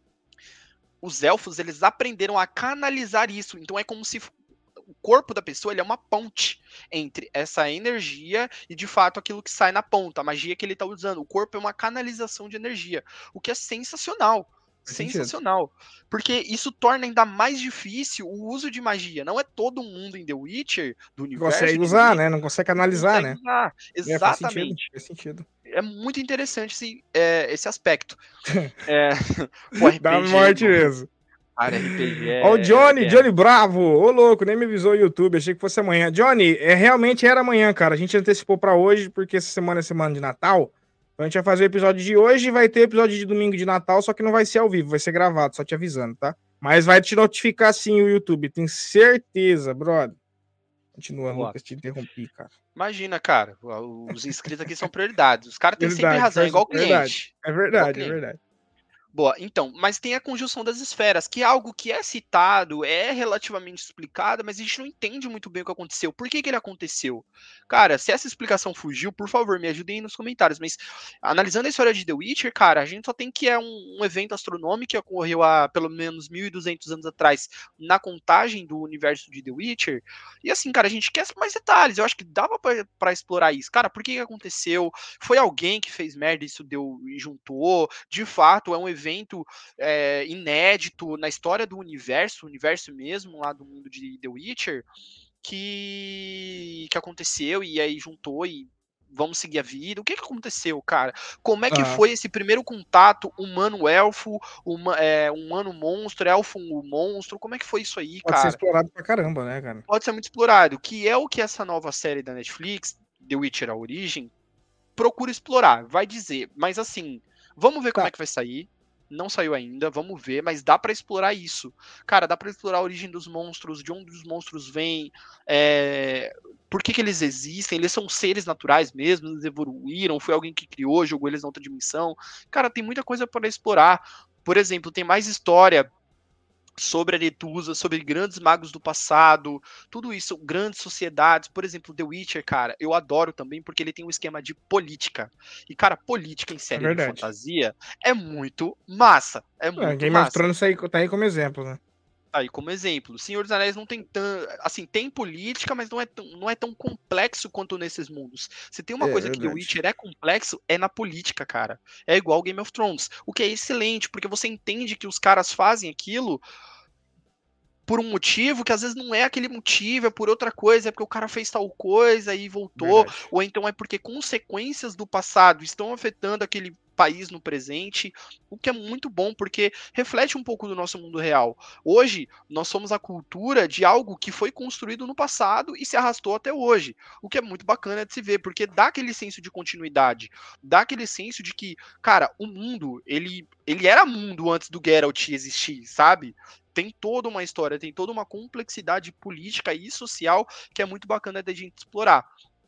Os elfos, eles aprenderam a canalizar isso, então é como se o corpo da pessoa ele é uma ponte entre essa energia e, de fato, aquilo que sai na ponta, a magia que ele tá usando. O corpo é uma canalização de energia, o que é sensacional. Sensacional. Porque isso torna ainda mais difícil o uso de magia. Não é todo mundo em The Witcher, do universo. Consegue usar, né? Não consegue analisar, né? Usar. Exatamente. É, faz sentido, faz sentido. É muito interessante esse, é, esse aspecto. É, o R P G, dá morte mesmo. Cara, R P G é... Ó, o Johnny, é... Johnny Bravo. Ô, louco, nem me avisou o YouTube, achei que fosse amanhã. Johnny, é, realmente era amanhã, cara. A gente antecipou pra hoje, porque essa semana é semana de Natal. Então a gente vai fazer o episódio de hoje e vai ter episódio de domingo de Natal, só que não vai ser ao vivo, vai ser gravado, só te avisando, tá? Mas vai te notificar sim o YouTube, tenho certeza, brother. Continua, Boa. Lucas, te interrompi, cara. Imagina, cara, os inscritos aqui são prioridades. Os caras têm verdade, sempre razão, é igual o cliente. cliente. É verdade, cliente. é verdade. Boa, então, mas tem a conjunção das esferas, que é algo que é citado, é relativamente explicado, mas a gente não entende muito bem o que aconteceu. Por que que ele aconteceu? Cara, se essa explicação fugiu, por favor, me ajudem aí nos comentários. Mas, analisando a história de The Witcher, cara, a gente só tem que é um, um evento astronômico que ocorreu há pelo menos mil e duzentos anos atrás, na contagem do universo de The Witcher. E assim, cara, a gente quer mais detalhes. Eu acho que dava pra, pra explorar isso. Cara, por que que aconteceu? Foi alguém que fez merda e isso deu e juntou? De fato, é um evento evento é, inédito na história do universo, o universo mesmo lá do mundo de The Witcher, que, que aconteceu e aí juntou e vamos seguir a vida. O que que aconteceu, cara? Como é que ah. foi esse primeiro contato humano-elfo, uma, é, humano-monstro, elfo-monstro? Como é que foi isso aí, Pode cara? Pode ser explorado pra caramba, né, cara? Pode ser muito explorado, que é o que essa nova série da Netflix, The Witcher: A Origem, procura explorar, vai dizer. Mas assim, vamos ver tá. como é que vai sair. Não saiu ainda, vamos ver, mas dá pra explorar isso. Cara, dá pra explorar a origem dos monstros, de onde os monstros vêm, é... por que que eles existem, eles são seres naturais mesmo, eles evoluíram, foi alguém que criou, jogou eles na outra dimensão. Cara, tem muita coisa para explorar. Por exemplo, tem mais história sobre a Aretusa, sobre grandes magos do passado, tudo isso, grandes sociedades, por exemplo, The Witcher, cara, eu adoro também porque ele tem um esquema de política, e cara, política em série é de fantasia é muito massa, é muito é, Game massa. of Thrones tá aí como exemplo, né? Tá aí como exemplo, Senhor dos Anéis não tem tão, assim, tem política, mas não é tão, não é tão complexo quanto nesses mundos. Se tem uma é, coisa verdade. que The Witcher é complexo, é na política, cara, é igual Game of Thrones, o que é excelente, porque você entende que os caras fazem aquilo por um motivo que às vezes não é aquele motivo, é por outra coisa, é porque o cara fez tal coisa e voltou, verdade. Ou então é porque consequências do passado estão afetando aquele país no presente, o que é muito bom, porque reflete um pouco do nosso mundo real. Hoje, nós somos a cultura de algo que foi construído no passado e se arrastou até hoje, o que é muito bacana de se ver, porque dá aquele senso de continuidade, dá aquele senso de que, cara, o mundo, ele, ele era mundo antes do Geralt existir, sabe? Tem toda uma história, tem toda uma complexidade política e social que é muito bacana da gente explorar.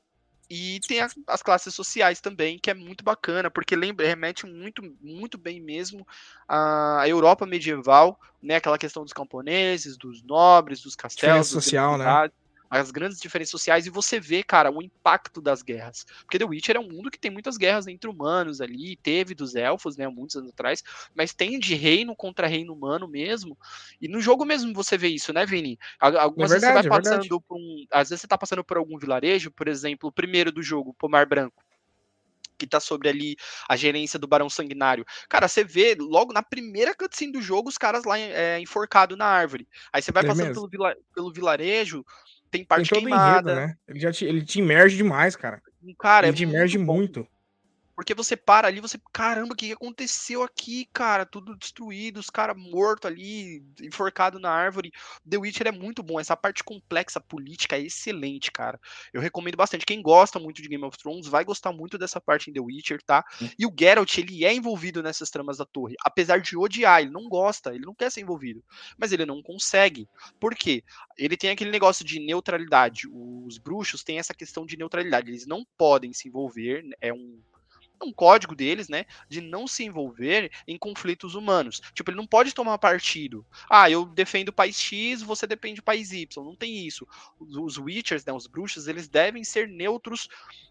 E tem as, as classes sociais também, que é muito bacana, porque lembra, remete muito, muito bem mesmo à Europa medieval, né? Aquela questão dos camponeses, dos nobres, dos castelos, Diferença dos social, né? cidades, as grandes diferenças sociais, e você vê, cara, o impacto das guerras. Porque The Witcher é um mundo que tem muitas guerras entre humanos ali, teve dos elfos, né, muitos anos atrás, mas tem de reino contra reino humano mesmo. E no jogo mesmo você vê isso, né, Vini? Algumas É vezes você vai verdade, é passando verdade. por um. Às vezes você tá passando por algum vilarejo, por exemplo, o primeiro do jogo, Pomar Branco, que tá sobre ali a gerência do Barão Sanguinário. Cara, você vê logo na primeira cutscene do jogo os caras lá é, enforcados na árvore. Aí você vai É passando mesmo. pelo, vila, pelo vilarejo, tem Tem parte todo o enredo, queimada. né? Ele já te, ele te imerge demais, cara. Cara, é Ele te imerge muito bom. muito. Porque você para ali, você, caramba, o que aconteceu aqui, cara? Tudo destruído, os caras mortos ali, enforcado na árvore. The Witcher é muito bom, essa parte complexa política é excelente, cara. Eu recomendo bastante. Quem gosta muito de Game of Thrones vai gostar muito dessa parte em The Witcher, tá? E o Geralt, ele é envolvido nessas tramas da torre, apesar de odiar, ele não gosta, ele não quer ser envolvido, mas ele não consegue. Por quê? Ele tem aquele negócio de neutralidade. Os bruxos têm essa questão de neutralidade, eles não podem se envolver, é um um código deles, né, de não se envolver em conflitos humanos. Tipo, ele não pode tomar partido. Ah, eu defendo o país X, você defende o país Y. Não tem isso. Os Witchers, né, os bruxos, eles devem ser neutros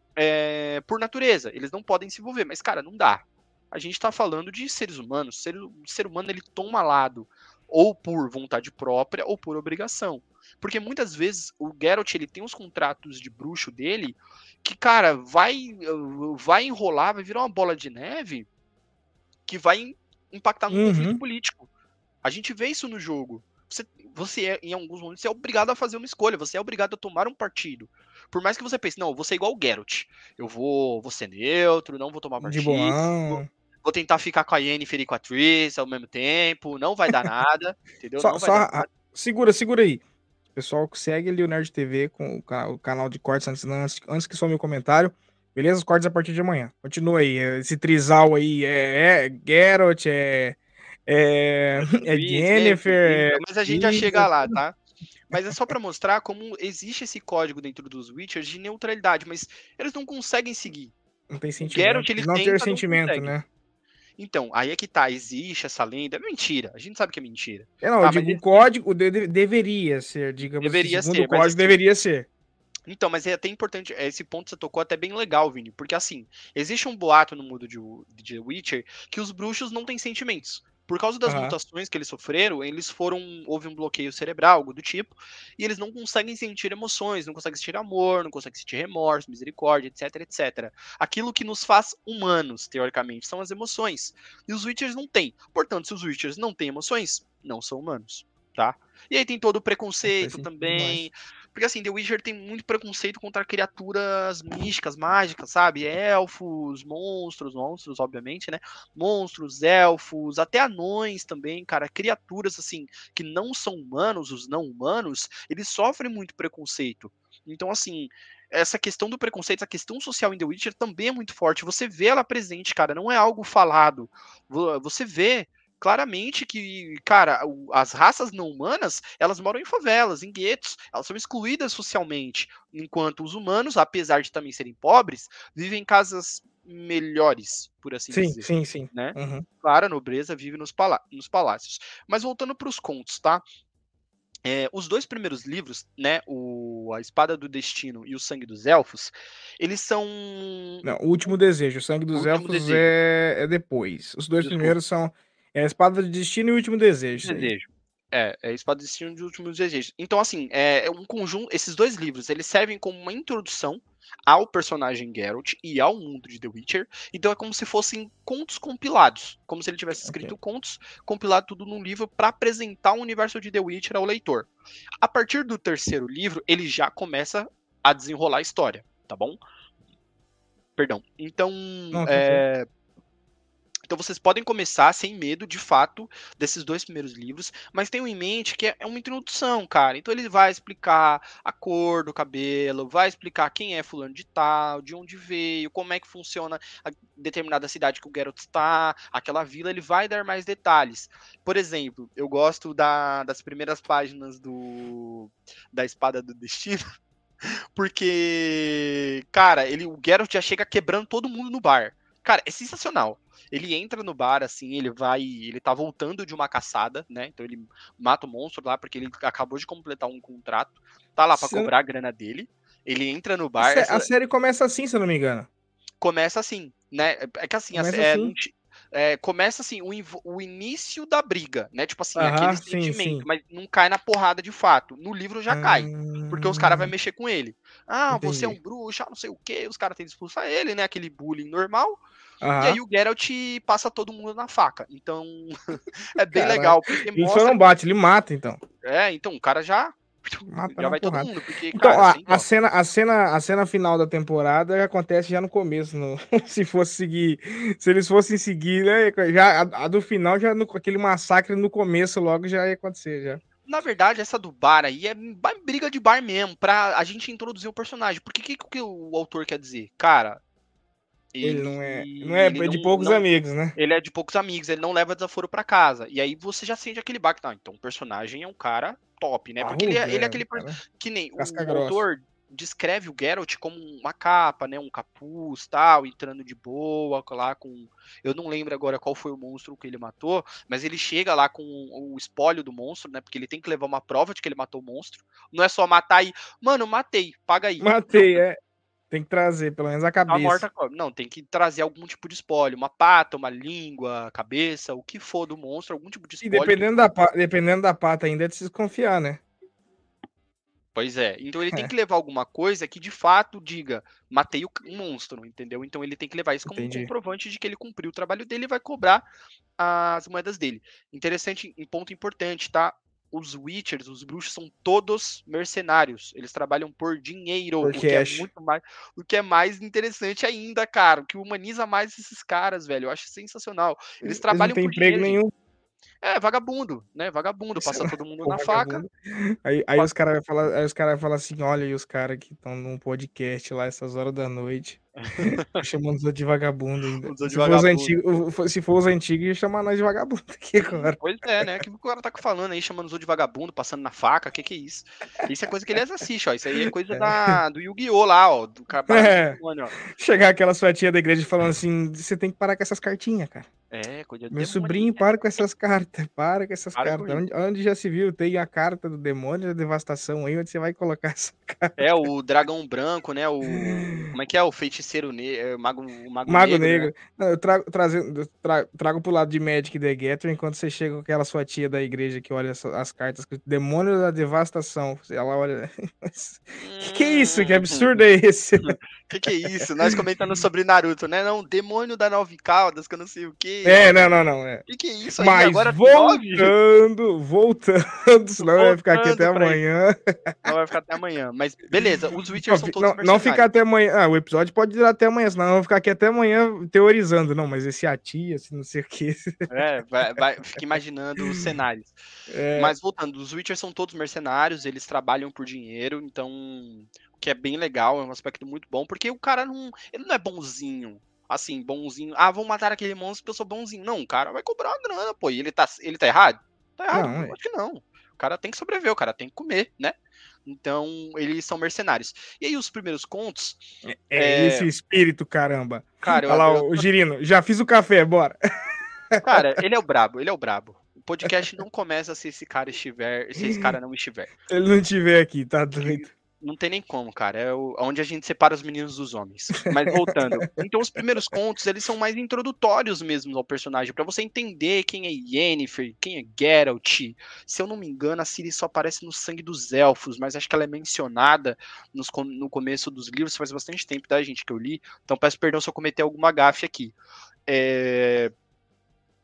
é, por natureza. Eles não podem se envolver. Mas, cara, não dá. A gente tá falando de seres humanos. O ser, o ser humano, ele toma lado. Ou por vontade própria, ou por obrigação. Porque muitas vezes o Geralt, ele tem os contratos de bruxo dele que, cara, vai, vai enrolar, vai virar uma bola de neve que vai impactar num Uhum. conflito político. A gente vê isso no jogo. Você, você é, em alguns momentos, você é obrigado a fazer uma escolha, você é obrigado a tomar um partido. Por mais que você pense, não, eu vou ser igual o Geralt. Eu vou, vou ser neutro, não vou tomar De partido. boão. Vou tentar ficar com a Yennefer e com a Triss ao mesmo tempo. Não vai dar nada, entendeu? Só, Não vai só dar a- nada. segura, segura aí. Pessoal, segue ali o Nerd T V com o, ca- o canal de cortes antes, antes, antes que some o comentário. Beleza? Os cortes a partir de amanhã. Continua aí. Esse trisal aí é, é Geralt, é. É, é Triss, Yennefer, Yennefer, é mas a gente já Triss, chega lá, tá? Mas é só pra mostrar como existe esse código dentro dos Witchers de neutralidade, mas eles não conseguem seguir. não tem O Geralt, sentimento. ele De não ter tenta, não sentimento, consegue. né? Então, aí é que tá, existe essa lenda, é mentira, a gente sabe que é mentira. É, não, eu Tá, mas digo, o existe, código de- de- deveria ser, digamos assim, deveria segundo o ser, mas código, assim, deveria ser. então, mas é até importante, esse ponto que você tocou até bem legal, Vini, porque assim, existe um boato no mundo de, de The Witcher que os bruxos não têm sentimentos. Por causa das Aham. mutações que eles sofreram, eles foram. Houve um bloqueio cerebral, algo do tipo, e eles não conseguem sentir emoções, não conseguem sentir amor, não conseguem sentir remorso, misericórdia, etc, etcétera. Aquilo que nos faz humanos, teoricamente, são as emoções. E os Witchers não têm. Portanto, se os Witchers não têm emoções, não são humanos, tá? E aí tem todo o preconceito Faz também. sentido. Porque assim, The Witcher tem muito preconceito contra criaturas místicas, mágicas, sabe? Elfos, monstros, monstros, obviamente, né? Monstros, elfos, até anões também, cara. Criaturas, assim, que não são humanos, os não humanos, eles sofrem muito preconceito. Então, assim, essa questão do preconceito, essa questão social em The Witcher também é muito forte. Você vê ela presente, cara, não é algo falado. Você vê claramente que, cara, as raças não humanas, elas moram em favelas, em guetos, elas são excluídas socialmente, enquanto os humanos, apesar de também serem pobres, vivem em casas melhores, por assim Sim, dizer, sim, sim. né? Uhum. Claro, a nobreza vive nos, palá nos palácios. Mas voltando para os contos, tá? É, os dois primeiros livros, né, o A Espada do Destino e O Sangue dos Elfos, eles são Não, o último desejo. O sangue o dos último elfos desejo. é, é depois. Os dois Desculpa, primeiros são é a Espada do Destino e o Último Desejo. Isso aí. desejo. É, é Espada do Destino de Últimos Desejos. Então, assim, é é um conjunto. Esses dois livros, eles servem como uma introdução ao personagem Geralt e ao mundo de The Witcher. Então é como se fossem contos compilados, como se ele tivesse escrito Ok. contos, compilado tudo num livro para apresentar o universo de The Witcher ao leitor. A partir do terceiro livro, ele já começa a desenrolar a história, tá bom? Perdão. Então, Não, tranquilo. é, Então vocês podem começar sem medo, de fato, desses dois primeiros livros, mas tenham em mente que é uma introdução, cara. Então ele vai explicar a cor do cabelo, vai explicar quem é fulano de tal, de onde veio, como é que funciona a determinada cidade que o Geralt está, aquela vila, ele vai dar mais detalhes. Por exemplo, eu gosto da, das primeiras páginas do da Espada do Destino, porque, cara, ele, o Geralt já chega quebrando todo mundo no bar. Cara, é sensacional. Ele entra no bar, assim, ele vai... Ele tá voltando de uma caçada, né? Então ele mata o monstro lá, porque ele acabou de completar um contrato. Tá lá pra Se- cobrar a grana dele. Ele entra no A, bar... sé- essa- a série começa assim, se eu não me engano. Começa assim, né? É que assim, Começa é, assim. não ti- é, começa assim, o, invo- o início da briga, né? Tipo assim, Aham, aquele sim, sentimento, sim. mas não cai na porrada de fato. No livro já cai. Porque os caras vão Hum, mexer com ele. Ah, você é um entendi. bruxo, ah, não sei o quê. Os caras tentam expulsar ele, né? Aquele bullying normal. E Aham. aí o Geralt passa todo mundo na faca. Então, é bem Caraca. legal, porque Ele só mostra não bate, ele mata, então. que... É, então o cara já... Mata Já na vai todo porrada. mundo, porque, Então, cara, a, sem a dó. cena, a, cena, a cena final da temporada acontece já no começo. no- se fosse seguir. Se eles fossem seguir, né? Já, a, a do final, já no, aquele massacre no começo logo já ia acontecer. Já. Na verdade, essa do bar aí é ba- briga de bar mesmo, pra a gente introduzir o personagem. Porque o que, que o autor quer dizer? Cara, Ele ele, não é. Não é ele de não, poucos não, amigos, né? ele é de poucos amigos, ele não leva desaforo pra casa. E aí você já sente aquele bar que, não, então o personagem é um cara top, né? Porque ele Parrudo, é, ele é é. aquele, per- Cara, que nem casca o grossa. autor descreve o Geralt como uma capa, né? Um capuz, tal, entrando de boa, lá com... Eu não lembro agora qual foi o monstro que ele matou, mas ele chega lá com o espólio do monstro, né? Porque ele tem que levar uma prova de que ele matou o monstro. Não é só matar e, mano, matei, paga aí. Não, Matei, é. Tem que trazer, pelo menos a tá cabeça. morta. Não, tem que trazer algum tipo de espólio, uma pata, uma língua, cabeça, o que for do monstro, algum tipo de E espólio que... dependendo da, pa- dependendo da pata ainda, é de se desconfiar, né? Pois é, então ele tem que levar alguma coisa que de fato diga, matei o c- um monstro, entendeu? Então ele tem que levar isso como um Entendi. comprovante de que ele cumpriu o trabalho dele e vai cobrar as moedas dele. Interessante, um ponto importante, tá? Os Witchers, os bruxos são todos mercenários. Eles trabalham por dinheiro, Por o que é cash. muito mais, o que é mais interessante ainda, cara, o que humaniza mais esses caras, velho. Eu acho sensacional. Eles Eles não trabalham têm por emprego dinheiro, gente. nenhum. É, vagabundo, né? Vagabundo, Sei passa lá, todo mundo pô, na faca. vagabundo. Aí, aí pa- os caras vão falar, aí os cara falam assim, olha aí os caras que estão num podcast lá essas horas da noite, chamando os outros de vagabundo ainda. Usou de Se for os vagabundo. antigos, se for os antigos, ia chamar nós de vagabundo aqui Hum, agora. pois é, né? O que o cara tá falando aí, chamando os outros de vagabundo, passando na faca, que que é isso? Isso é coisa que eles assistem, ó. Isso aí é coisa da, do Yu-Gi-Oh! Lá, ó. Do Baralho do É, Demônio, ó. chegar aquela sua tia da igreja falando assim, você tem que parar com essas cartinhas, cara. É, coisa do Meu demônio. sobrinho, para com essas cartas, para com essas Para com cartas. isso. Onde, onde já se viu, tem a carta do demônio da devastação aí, onde você vai colocar essa carta. É, o dragão branco, né? O. Como é que é? O feiticeiro negro. Mago, o mago, Mago negro, Negro. né? Não, eu trago, trazendo, eu tra- trago pro lado de Magic the Gathering enquanto você chega com aquela sua tia da igreja que olha essa- as cartas, escrito Demônio da Devastação. Ela olha. Que que é isso? Que Hum, absurdo é esse? que que é isso? Nós comentando sobre Naruto, né? Não, demônio da nove caudas, que eu não sei o quê. É, não, não, não. É. Que que é isso aí? Mas Agora tem nove? voltando, voltando, senão vai ficar aqui até Voltando pra isso. amanhã. Não vai ficar até amanhã. Mas beleza, os Não, Witchers são fi- todos não, não mercenários. ficar até amanhã. Ah, o episódio pode durar até amanhã, senão eu vou ficar aqui até amanhã teorizando. Não, mas esse a tia, esse não sei o que. É, vai, vai, fica imaginando os cenários. É, Mas voltando, os Witchers são todos mercenários, eles trabalham por dinheiro, então o que é bem legal, é um aspecto muito bom, porque o cara não, ele não é bonzinho, assim, bonzinho. Ah, vão matar aquele monstro porque eu sou bonzinho. Não, o cara vai cobrar uma grana, pô. E ele tá, ele tá errado? Tá errado, Não, é. acho que não. O cara tem que sobreviver, o cara tem que comer, né? Então, eles são mercenários. E aí, os primeiros contos, é É, esse espírito, caramba. cara, eu, Olha lá, eu- o Girino, já fiz o café, bora. cara, ele é o brabo, ele é o brabo. O podcast não começa se esse cara estiver, se esse cara não estiver. Se ele não estiver aqui, tá doido. Não tem nem como, cara. É o- onde a gente separa os meninos dos homens. Mas voltando. Então, os primeiros contos, eles são mais introdutórios mesmo ao personagem, pra você entender quem é Yennefer, quem é Geralt. Se eu não me engano, a Ciri só aparece no Sangue dos Elfos, mas acho que ela é mencionada nos com- no começo dos livros, faz bastante tempo, tá, gente, que eu li. Então, peço perdão se eu cometer alguma gafe aqui. É...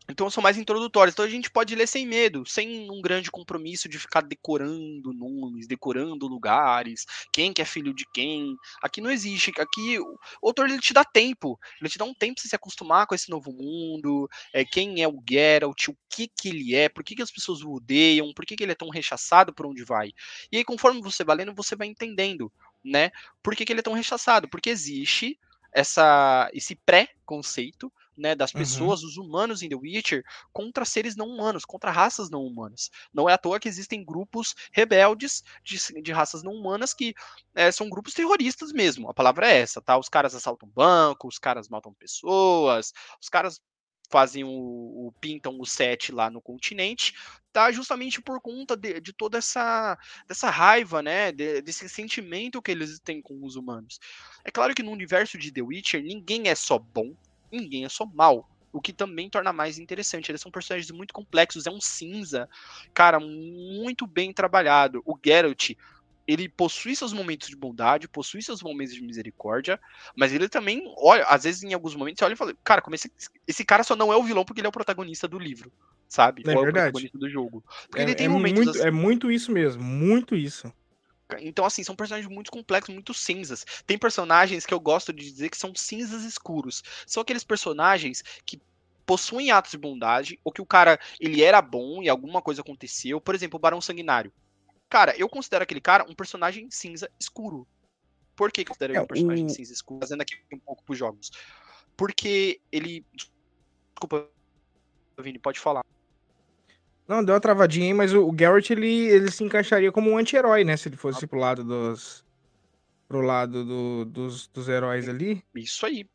Então são mais introdutórias. Então a gente pode ler sem medo, sem um grande compromisso de ficar decorando nomes, decorando lugares, quem que é filho de quem. Aqui não existe. Aqui o autor ele te dá tempo. Ele te dá um tempo pra você se acostumar com esse novo mundo, é, quem é o Geralt, o que que ele é, por que, que as pessoas o odeiam, por que, que ele é tão rechaçado, por onde vai. E aí conforme você vai lendo, você vai entendendo, né? Por que, que ele é tão rechaçado? Porque existe essa, esse pré-conceito, né, das Uhum. pessoas, os humanos em The Witcher, contra seres não humanos, contra raças não humanas. Não é à toa que existem grupos rebeldes de, de raças não humanas que é, são grupos terroristas mesmo. A palavra é essa, tá? Os caras assaltam bancos, os caras matam pessoas, os caras fazem o, o pintam o set lá no continente, tá? Justamente por conta de, de toda essa dessa raiva, né? De, desse sentimento que eles têm com os humanos. É claro que no universo de The Witcher ninguém é só bom, ninguém é só mal. O que também torna mais interessante. Eles são personagens muito complexos, é um cinza, cara, muito bem trabalhado. O Geralt, ele possui seus momentos de bondade, possui seus momentos de misericórdia, mas ele também, olha, às vezes em alguns momentos você olha e fala, cara, como esse, esse cara só não é o vilão porque ele é o protagonista do livro, sabe? É Ou é o verdade. protagonista do jogo. Porque ele É, tem é momentos muito, é assim. muito isso mesmo, muito isso. Então, assim, são personagens muito complexos, muito cinzas. Tem personagens que eu gosto de dizer que são cinzas escuros. São aqueles personagens que possuem atos de bondade, ou que o cara, ele era bom e alguma coisa aconteceu. Por exemplo, o Barão Sanguinário. Cara, eu considero aquele cara um personagem cinza escuro. Por que eu considero É, ele um personagem o... cinza escuro? Fazendo aqui um pouco pros jogos. Porque ele... Desculpa, Vini, pode falar. Não, deu uma travadinha aí, mas o, o Geralt, ele, ele se encaixaria como um anti-herói, né? Se ele fosse pro lado dos... Pro lado do, dos, dos heróis ali. Isso aí.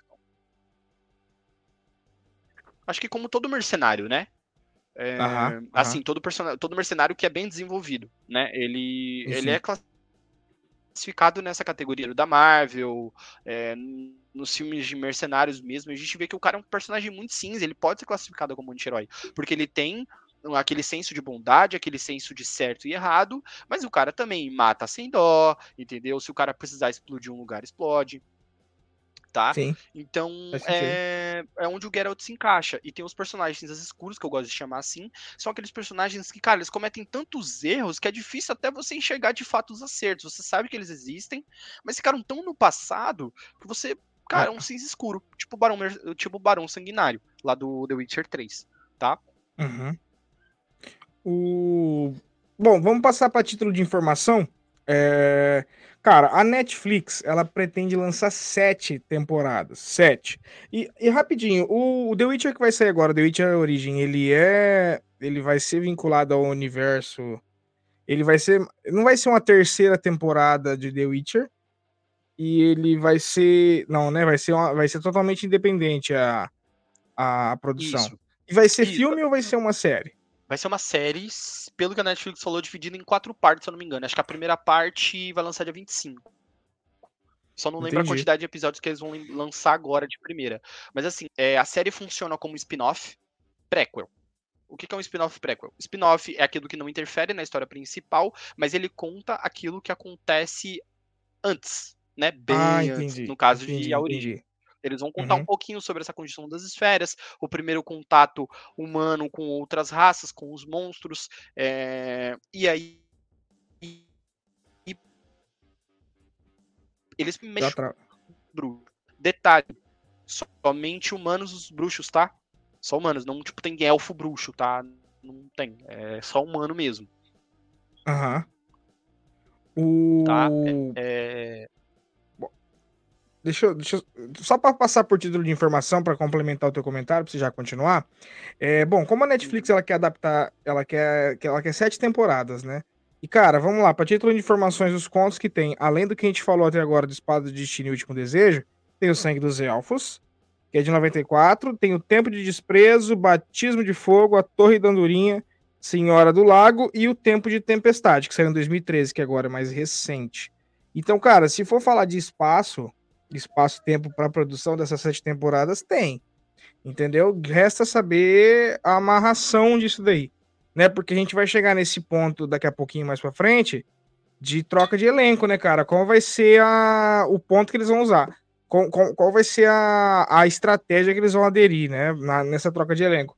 Acho que como todo mercenário, né? Aham, É, aham. assim, todo, person... todo mercenário que é bem desenvolvido, né? Ele, Sim, ele sim. é classificado nessa categoria da Marvel, é, nos filmes de mercenários mesmo, a gente vê que o cara é um personagem muito cinza, ele pode ser classificado como anti-herói, porque ele tem aquele senso de bondade, aquele senso de certo e errado, mas o cara também mata sem dó, entendeu? Se o cara precisar explodir um lugar, explode. Tá? Sim, Então faz sentido. é, é onde o Geralt se encaixa. E tem os personagens cinzas escuros, que eu gosto de chamar assim, são aqueles personagens que, cara, eles cometem tantos erros que é difícil até você enxergar de fato os acertos. Você sabe que eles existem, mas ficaram tão no passado que você, cara, é um É. cinza escuro. Tipo o Barão, tipo o Barão Sanguinário, lá do The Witcher três, tá? Uhum. O... Bom, vamos passar para título de informação. É... Cara, a Netflix, ela pretende lançar sete temporadas. Sete. E, e rapidinho, o, o The Witcher que vai sair agora, The Witcher Origin, ele é... Ele vai ser vinculado ao universo... Ele vai ser... Não vai ser uma terceira temporada de The Witcher. E ele vai ser... Não, né? Vai ser, uma... vai ser totalmente independente a, a produção. Isso. E vai ser Isso. filme ou vai ser uma série? Vai ser uma série, pelo que a Netflix falou, dividida em quatro partes, se eu não me engano. Acho que a primeira parte vai lançar dia vinte e cinco. Só não lembro a Entendi. quantidade de episódios que eles vão lançar agora de primeira. Mas assim, é, a série funciona como spin-off prequel. O que é um spin-off prequel? Spin-off é aquilo que não interfere na história principal, mas ele conta aquilo que acontece antes, né? Ah, Bem antes, entendi, no caso de entendi, A Origem. entendi. Eles vão contar um Uhum. pouquinho sobre essa condição das esferas, o primeiro contato humano com outras raças, com os monstros, é, e aí eles Dá mexem tra... com o bruxo. Detalhe, somente humanos os bruxos, tá? Só humanos, não tipo tem elfo bruxo, tá? Não tem, é só humano mesmo. Aham. Tá? O... É... Bom, deixa eu, deixa eu... Só para passar por título de informação, para complementar o teu comentário, para você já continuar. É, bom, como a Netflix Uhum. ela quer adaptar, ela quer, ela quer sete temporadas, né? E cara, vamos lá, para título de informações, os contos que tem, além do que a gente falou até agora do Espada do Destino e Último Desejo, tem o Sangue dos Elfos, que é de noventa e quatro, tem o Tempo de Desprezo, Batismo de Fogo, a Torre da Andorinha, Senhora do Lago e o Tempo de Tempestade, que saiu em dois mil e treze, que agora é mais recente. Então, cara, se for falar de espaço, espaço-tempo para a produção dessas sete temporadas, tem. Entendeu? Resta saber a amarração disso daí, né? Porque a gente vai chegar nesse ponto daqui a pouquinho mais para frente de troca de elenco, né, cara? Qual vai ser a, o ponto que eles vão usar? Qual, qual, qual vai ser a, a estratégia que eles vão aderir, né? Na, nessa troca de elenco?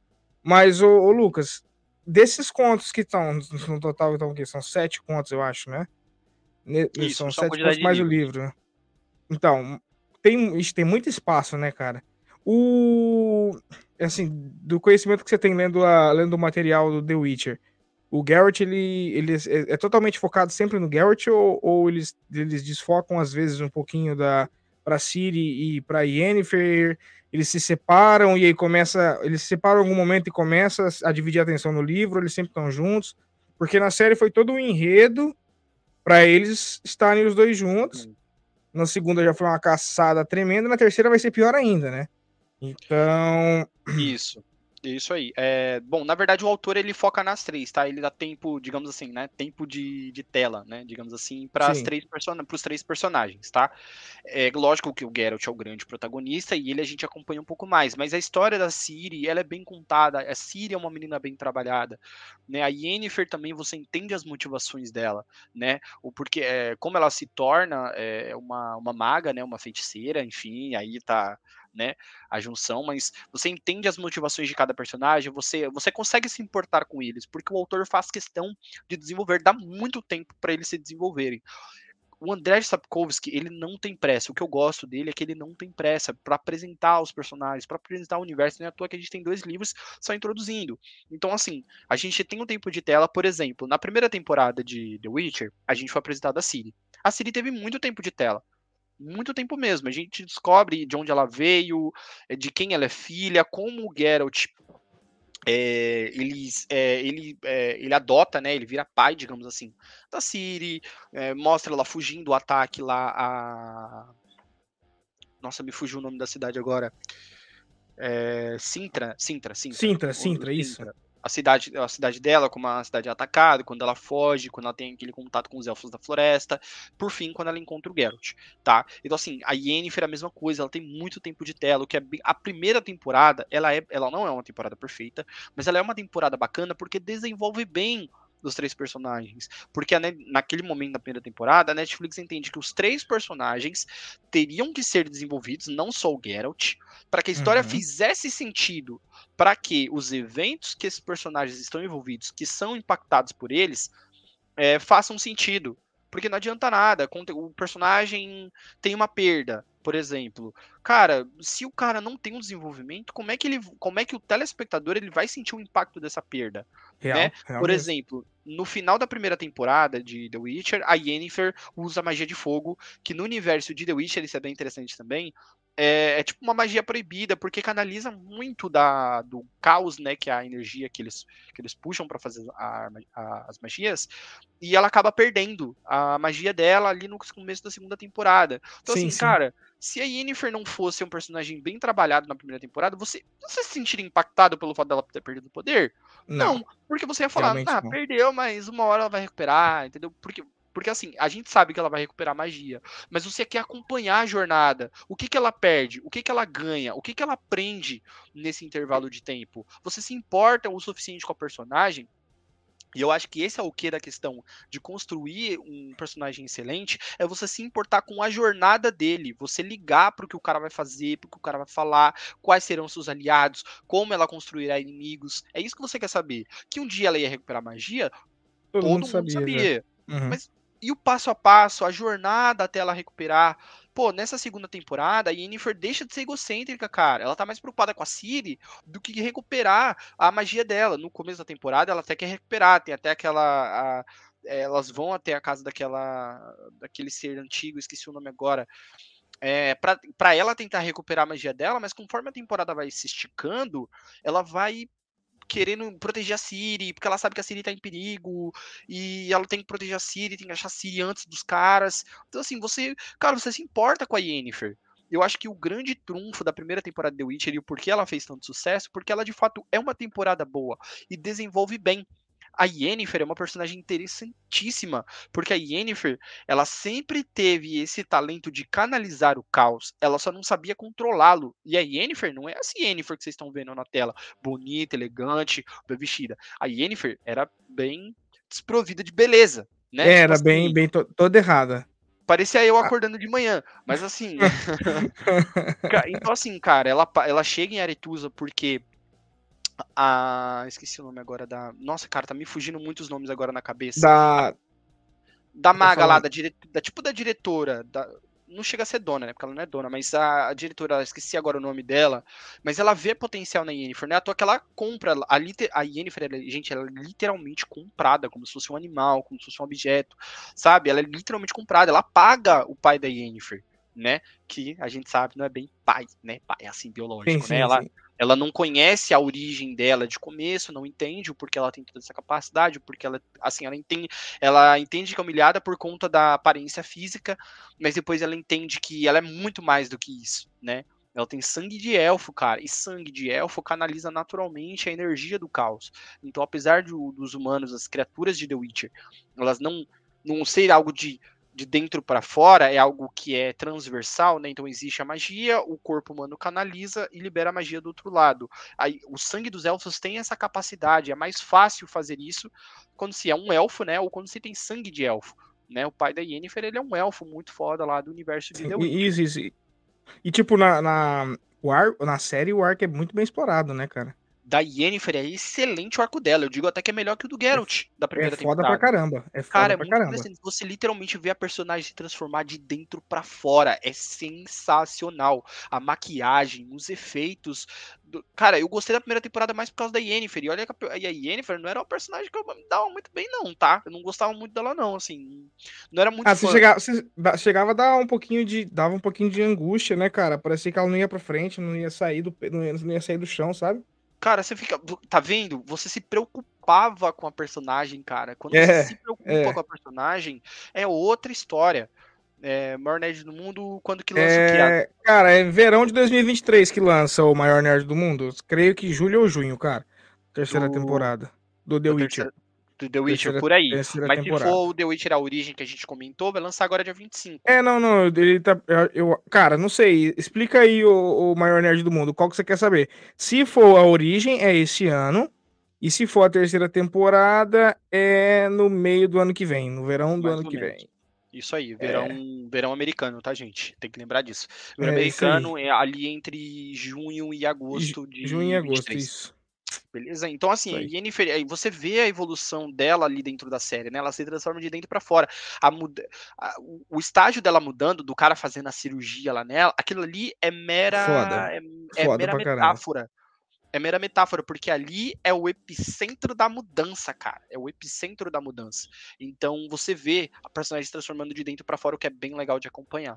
Mas, ô, ô, Lucas, desses contos que estão, no total, então, o quê? São sete contos, eu acho, né? Ne- Isso, São só a sete contos quantidade de mais o livros. livro, né? Então, tem, ixi, tem muito espaço, né, cara? O. Assim, do conhecimento que você tem lendo, a, lendo o material do The Witcher, o Geralt, ele, ele é, é totalmente focado sempre no Geralt ou, ou eles, eles desfocam, às vezes, um pouquinho da pra Ciri e pra Yennefer? Eles se separam e aí começa. Eles se separam em algum momento e começa a dividir a atenção no livro, eles sempre estão juntos. Porque na série foi todo um enredo pra eles estarem os dois juntos. Hum. Na segunda já foi uma caçada tremenda, na terceira vai ser pior ainda, né? Então. Isso, isso aí. É, bom, na verdade o autor ele foca nas três, tá? Ele dá tempo, digamos assim, né? Tempo de, de tela, né? Digamos assim, para as Sim. três persona, pros três personagens, tá? É lógico que o Geralt é o grande protagonista e ele a gente acompanha um pouco mais, mas a história da Ciri, ela é bem contada. A Ciri é uma menina bem trabalhada, né? A Yennefer também você entende as motivações dela, né? O porquê, é, como ela se torna é, uma, uma maga, né? Uma feiticeira, enfim, aí tá, né, a junção, mas você entende as motivações de cada personagem, você, você consegue se importar com eles, porque o autor faz questão de desenvolver, dá muito tempo para eles se desenvolverem. O Andrzej Sapkowski, ele não tem pressa. O que eu gosto dele é que ele não tem pressa para apresentar os personagens, para apresentar o universo. Não é à toa que a gente tem dois livros só introduzindo. Então, assim, a gente tem um tempo de tela, por exemplo, na primeira temporada de The Witcher, a gente foi apresentado a Ciri. A Ciri teve muito tempo de tela. Muito tempo mesmo. A gente descobre de onde ela veio, de quem ela é filha, como o Geralt é, ele, é, ele, é, ele adota, né? Ele vira pai, digamos assim, da Ciri, é, mostra ela fugindo do ataque lá a. Nossa, me fugiu o nome da cidade agora. É, Sintra, Sintra, Sintra. Sintra, O, o Sintra, isso. Sintra. A cidade, a cidade dela, como uma cidade atacada, quando ela foge, quando ela tem aquele contato com os elfos da floresta, por fim, quando ela encontra o Geralt, tá? Então, assim, a Yennefer é a mesma coisa, ela tem muito tempo de tela, o que é bem... A primeira temporada, ela, é, ela não é uma temporada perfeita, mas ela é uma temporada bacana porque desenvolve bem dos três personagens. Porque naquele momento da primeira temporada, a Netflix entende que os três personagens teriam que ser desenvolvidos, não só o Geralt, para que a história Uhum. fizesse sentido, para que os eventos que esses personagens estão envolvidos, que são impactados por eles, é, façam sentido. Porque não adianta nada, o personagem tem uma perda, por exemplo. Cara, se o cara não tem um desenvolvimento, como é que ele, como é que o telespectador ele vai sentir o impacto dessa perda, Real, né? real Por mesmo. exemplo, no final da primeira temporada de The Witcher, a Yennefer usa magia de fogo, que no universo de The Witcher isso é bem interessante também. É, é tipo uma magia proibida, porque canaliza muito da, do caos, né, que é a energia que eles, que eles puxam para fazer a, a, as magias, e ela acaba perdendo a magia dela ali no começo da segunda temporada. Então, Sim, assim, sim. cara, se a Yennefer não fosse um personagem bem trabalhado na primeira temporada, você, você se sentiria impactado pelo fato dela ter perdido o poder? Não, Não, porque você ia falar, realmente ah, não. perdeu, mas uma hora ela vai recuperar, entendeu? Porque, porque assim, a gente sabe que ela vai recuperar magia, mas você quer acompanhar a jornada, o que que ela perde, o que que ela ganha, o que que ela aprende nesse intervalo de tempo. Você se importa o suficiente com a personagem? E eu acho que esse é o que da questão de construir um personagem excelente, é você se importar com a jornada dele, você ligar para o que o cara vai fazer, para o que o cara vai falar, quais serão seus aliados, como ela construirá inimigos. É isso que você quer saber. Que um dia ela ia recuperar magia, Todo mundo todo mundo sabia já. sabia. Uhum. Mas e o passo a passo, a jornada até ela recuperar? Pô, nessa segunda temporada, a Yennefer deixa de ser egocêntrica, cara. Ela tá mais preocupada com a Ciri do que recuperar a magia dela. No começo da temporada, ela até quer recuperar. Tem até aquela. A, elas vão até a casa daquela. Daquele ser antigo, esqueci o nome agora. É, pra, pra ela tentar recuperar a magia dela, mas conforme a temporada vai se esticando, ela vai querendo proteger a Ciri, porque ela sabe que a Ciri tá em perigo, e ela tem que proteger a Ciri, tem que achar a Ciri antes dos caras. Então, assim, você, cara, você se importa com a Yennefer. Eu acho que o grande trunfo da primeira temporada de The Witcher e o porquê ela fez tanto sucesso, porque ela de fato é uma temporada boa e desenvolve bem. A Yennefer é uma personagem interessantíssima, porque a Yennefer, ela sempre teve esse talento de canalizar o caos, ela só não sabia controlá-lo. E a Yennefer não é essa Yennefer que vocês estão vendo na tela, bonita, elegante, bem vestida. A Yennefer era bem desprovida de beleza, né? É, Tipo era bem, assim, bem to- toda errada. parecia eu Ah. acordando de manhã, mas assim, então assim, cara, ela, ela chega em Aretusa porque A... Esqueci o nome agora da... Nossa, cara, tá me fugindo muitos nomes agora na cabeça. Da... Da Tá maga lá, falando. da, dire... da tipo da diretora, da... não chega a ser dona, né, porque ela não é dona, mas a, a diretora, esqueci agora o nome dela, mas ela vê potencial na Yennefer, né, à toa que ela compra, a, liter... a Yennefer, ela, gente, ela é literalmente comprada, como se fosse um animal, como se fosse um objeto, sabe, ela é literalmente comprada, ela paga o pai da Yennefer, né, que a gente sabe não é bem pai, né, pai assim, Sim, biológico, né, sim, ela... sim. Ela não conhece a origem dela de começo, não entende o porquê ela tem toda essa capacidade, porque ela, assim, ela entende, ela entende que é humilhada por conta da aparência física, mas depois ela entende que ela é muito mais do que isso, né? Ela tem sangue de elfo, cara, e sangue de elfo canaliza naturalmente a energia do caos. Então, apesar de, dos humanos, as criaturas de The Witcher, elas não, não ser algo de de dentro para fora, é algo que é transversal, né? Então existe a magia, o corpo humano canaliza e libera a magia do outro lado. Aí, o sangue dos elfos tem essa capacidade, é mais fácil fazer isso quando se é um elfo, né? Ou quando se tem sangue de elfo, né? O pai da Yennefer, ele é um elfo muito foda lá do universo de Sim, The e- Witcher. isso, isso. E, e, tipo, na, na, o ar, na série, o arco é muito bem explorado, né, cara? Da Yennefer é excelente o arco dela, eu digo até que é melhor que o do É, Geralt, da é primeira foda pra temporada. caramba. É Cara, foda é pra muito caramba. interessante. Você literalmente vê a personagem se transformar de dentro pra fora. É sensacional. A maquiagem, os efeitos. do- Cara, eu gostei da primeira temporada mais por causa da Yennefer. E olha que a pe- e a Yennefer não era uma personagem que eu me dava muito bem, não, tá? Eu não gostava muito dela, não. Assim, não era muito Ah, você fã. chegava, você da- chegava a dar um pouquinho de. Dava um pouquinho de angústia, né, cara? Parecia que ela não ia pra frente, não ia sair do, pe- não ia, não ia sair do chão, sabe? Cara, você fica. Tá vendo? Você se preocupava com a personagem, cara. Quando você se É, preocupa com é. a personagem, é outra história. É, maior nerd do mundo, quando que lança o quê? É, cara, é verão de dois mil e vinte e três que lança o maior nerd do mundo. Creio que julho ou junho, cara. Terceira Do, temporada do The da Witcher. terceira, do The Witcher, Terceira, por aí. terceira Mas se temporada. for o The Witcher a origem que a gente comentou, vai lançar agora dia vinte e cinco. É, não, não, ele tá. Eu, eu- cara, não sei. Explica aí o, o maior nerd do mundo. Qual que você quer saber? Se for a origem, é esse ano. E se for a terceira temporada, é no meio do ano que vem, no verão do Mais ano ou que menos. vem. Isso aí, verão, É, verão americano, tá, gente? Tem que lembrar disso. Verão é isso aí. americano é ali entre junho e Ju- agosto Junho e de vinte e agosto, três. isso. Beleza? Então, assim, Isso a aí. Yennefer, aí você vê a evolução dela ali dentro da série, né? Ela se transforma de dentro pra fora. A muda... a- o o estágio dela mudando, do cara fazendo a cirurgia lá nela, aquilo ali é mera, Foda. é, é Foda mera pra caramba. metáfora. É mera metáfora, porque ali é o epicentro da mudança, cara. É o epicentro da mudança. Então você vê a personagem se transformando de dentro pra fora, o que é bem legal de acompanhar.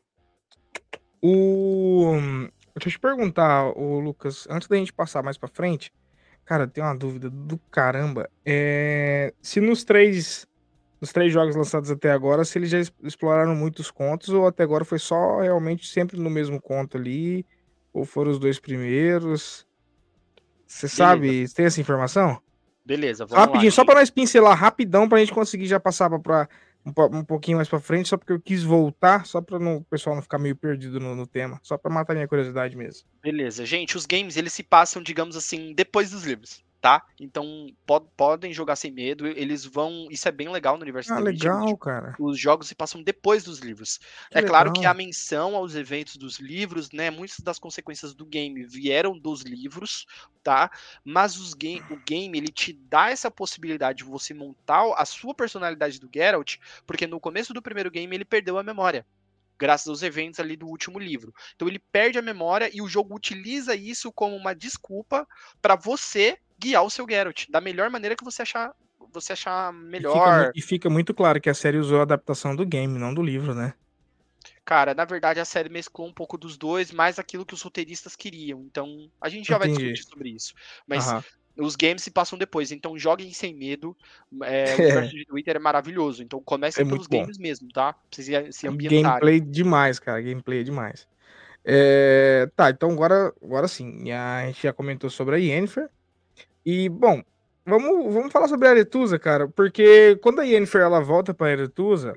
O... Deixa eu te perguntar, o Lucas, antes da gente passar mais pra frente, cara, tem uma dúvida do caramba. É... Se nos três, nos três jogos lançados até agora, se eles já es- exploraram muitos contos, ou até agora foi só realmente sempre no mesmo conto ali, ou foram os dois primeiros? Você Beleza, sabe? Você tem essa informação? beleza, Só vamos lá, rapidinho, só pra gente. nós pincelar rapidão, pra gente conseguir já passar pra, pra um, po- um pouquinho mais pra frente, só porque eu quis voltar, só pra não, o pessoal não ficar meio perdido no, no tema, só pra matar minha curiosidade mesmo. Beleza, gente, os games eles se passam, digamos assim, depois dos livros, tá? Então po- podem jogar sem medo, eles vão. Isso é bem legal no universo Ah, The Witcher. Os, legal, cara. os jogos se passam depois dos livros. Que É claro que a legal. menção aos eventos dos livros, né? Muitas das consequências do game vieram dos livros, tá? Mas os game, o game ele te dá essa possibilidade de você montar a sua personalidade do Geralt, porque no começo do primeiro game ele perdeu a memória graças aos eventos ali do último livro. Então ele perde a memória e o jogo utiliza isso como uma desculpa para você guiar o seu Geralt da melhor maneira que você achar, você achar E fica, mui- melhor. e fica muito claro que a série usou a adaptação do game, não do livro, né? Cara, na verdade a série mesclou um pouco dos dois, mais aquilo que os roteiristas queriam. Então a gente já vai Entendi. discutir sobre isso. Mas Aham. os games se passam depois, então joguem sem medo. É, o universo de Twitter é maravilhoso, então É, comecem é muito pelos bom. games mesmo, tá? Pra vocês se se ambientarem. Gameplay demais, cara. Gameplay é demais. É, tá, então agora, agora sim. A gente já comentou sobre a Yennefer. E, bom, vamos, vamos falar sobre a Aretusa, cara. Porque quando a Yennefer ela volta pra Aretusa,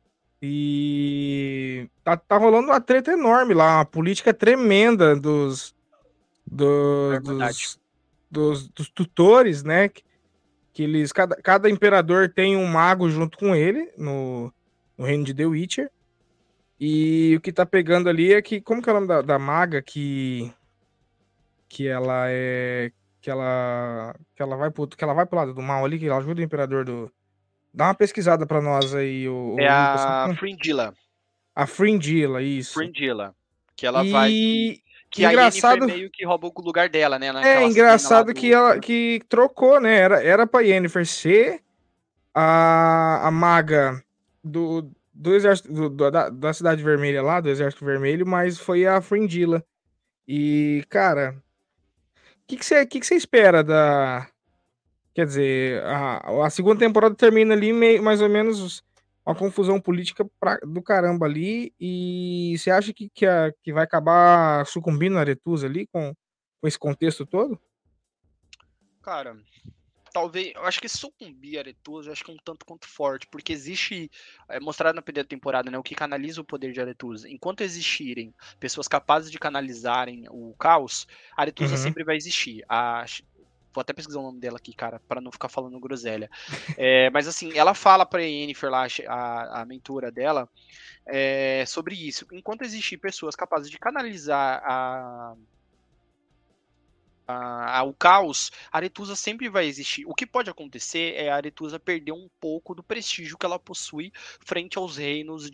e tá, tá rolando uma treta enorme lá, uma política tremenda dos, É dos, verdade. dos, dos, dos tutores, né? Que, que eles, cada, cada imperador tem um mago junto com ele no, no reino de The Witcher. E o que tá pegando ali é que, como que é o nome da, da maga que, que ela é que ela que ela vai pro que ela vai pro lado do mal ali, que ela ajuda o imperador do dá uma pesquisada pra nós aí, o É o Lucas, só a pra Fringilla. a Fringilla, isso. Fringilla. Que ela vai que E que a Yennefer engraçado meio que rouba o lugar dela, né, é, naquela cena lá engraçado que do ela que trocou, né, era era pra Yennefer ser a a maga do do exército do do da da Cidade Vermelha lá, do Exército Vermelho, mas foi a Fringilla. E, cara, que que você que que você espera da quer dizer, a a segunda temporada termina ali meio mais ou menos uma confusão política pra do caramba ali, e você acha que que a que vai acabar sucumbindo a Aretusa ali com com esse contexto todo? Cara, talvez, eu acho que sucumbir a Aretusa, eu acho que é um tanto quanto forte, porque existe, é mostrado na primeira temporada, né, o que canaliza o poder de Aretusa. Enquanto existirem pessoas capazes de canalizarem o caos, a Aretusa Uhum. sempre vai existir. A, vou até pesquisar o nome dela aqui, cara, para não ficar falando groselha. É, mas assim, ela fala pra Yennefer lá, a, a mentora dela, é, sobre isso. Enquanto existir pessoas capazes de canalizar a a, o caos, a Aretusa sempre vai existir. O que pode acontecer é a Aretusa perder um pouco do prestígio que ela possui frente aos reinos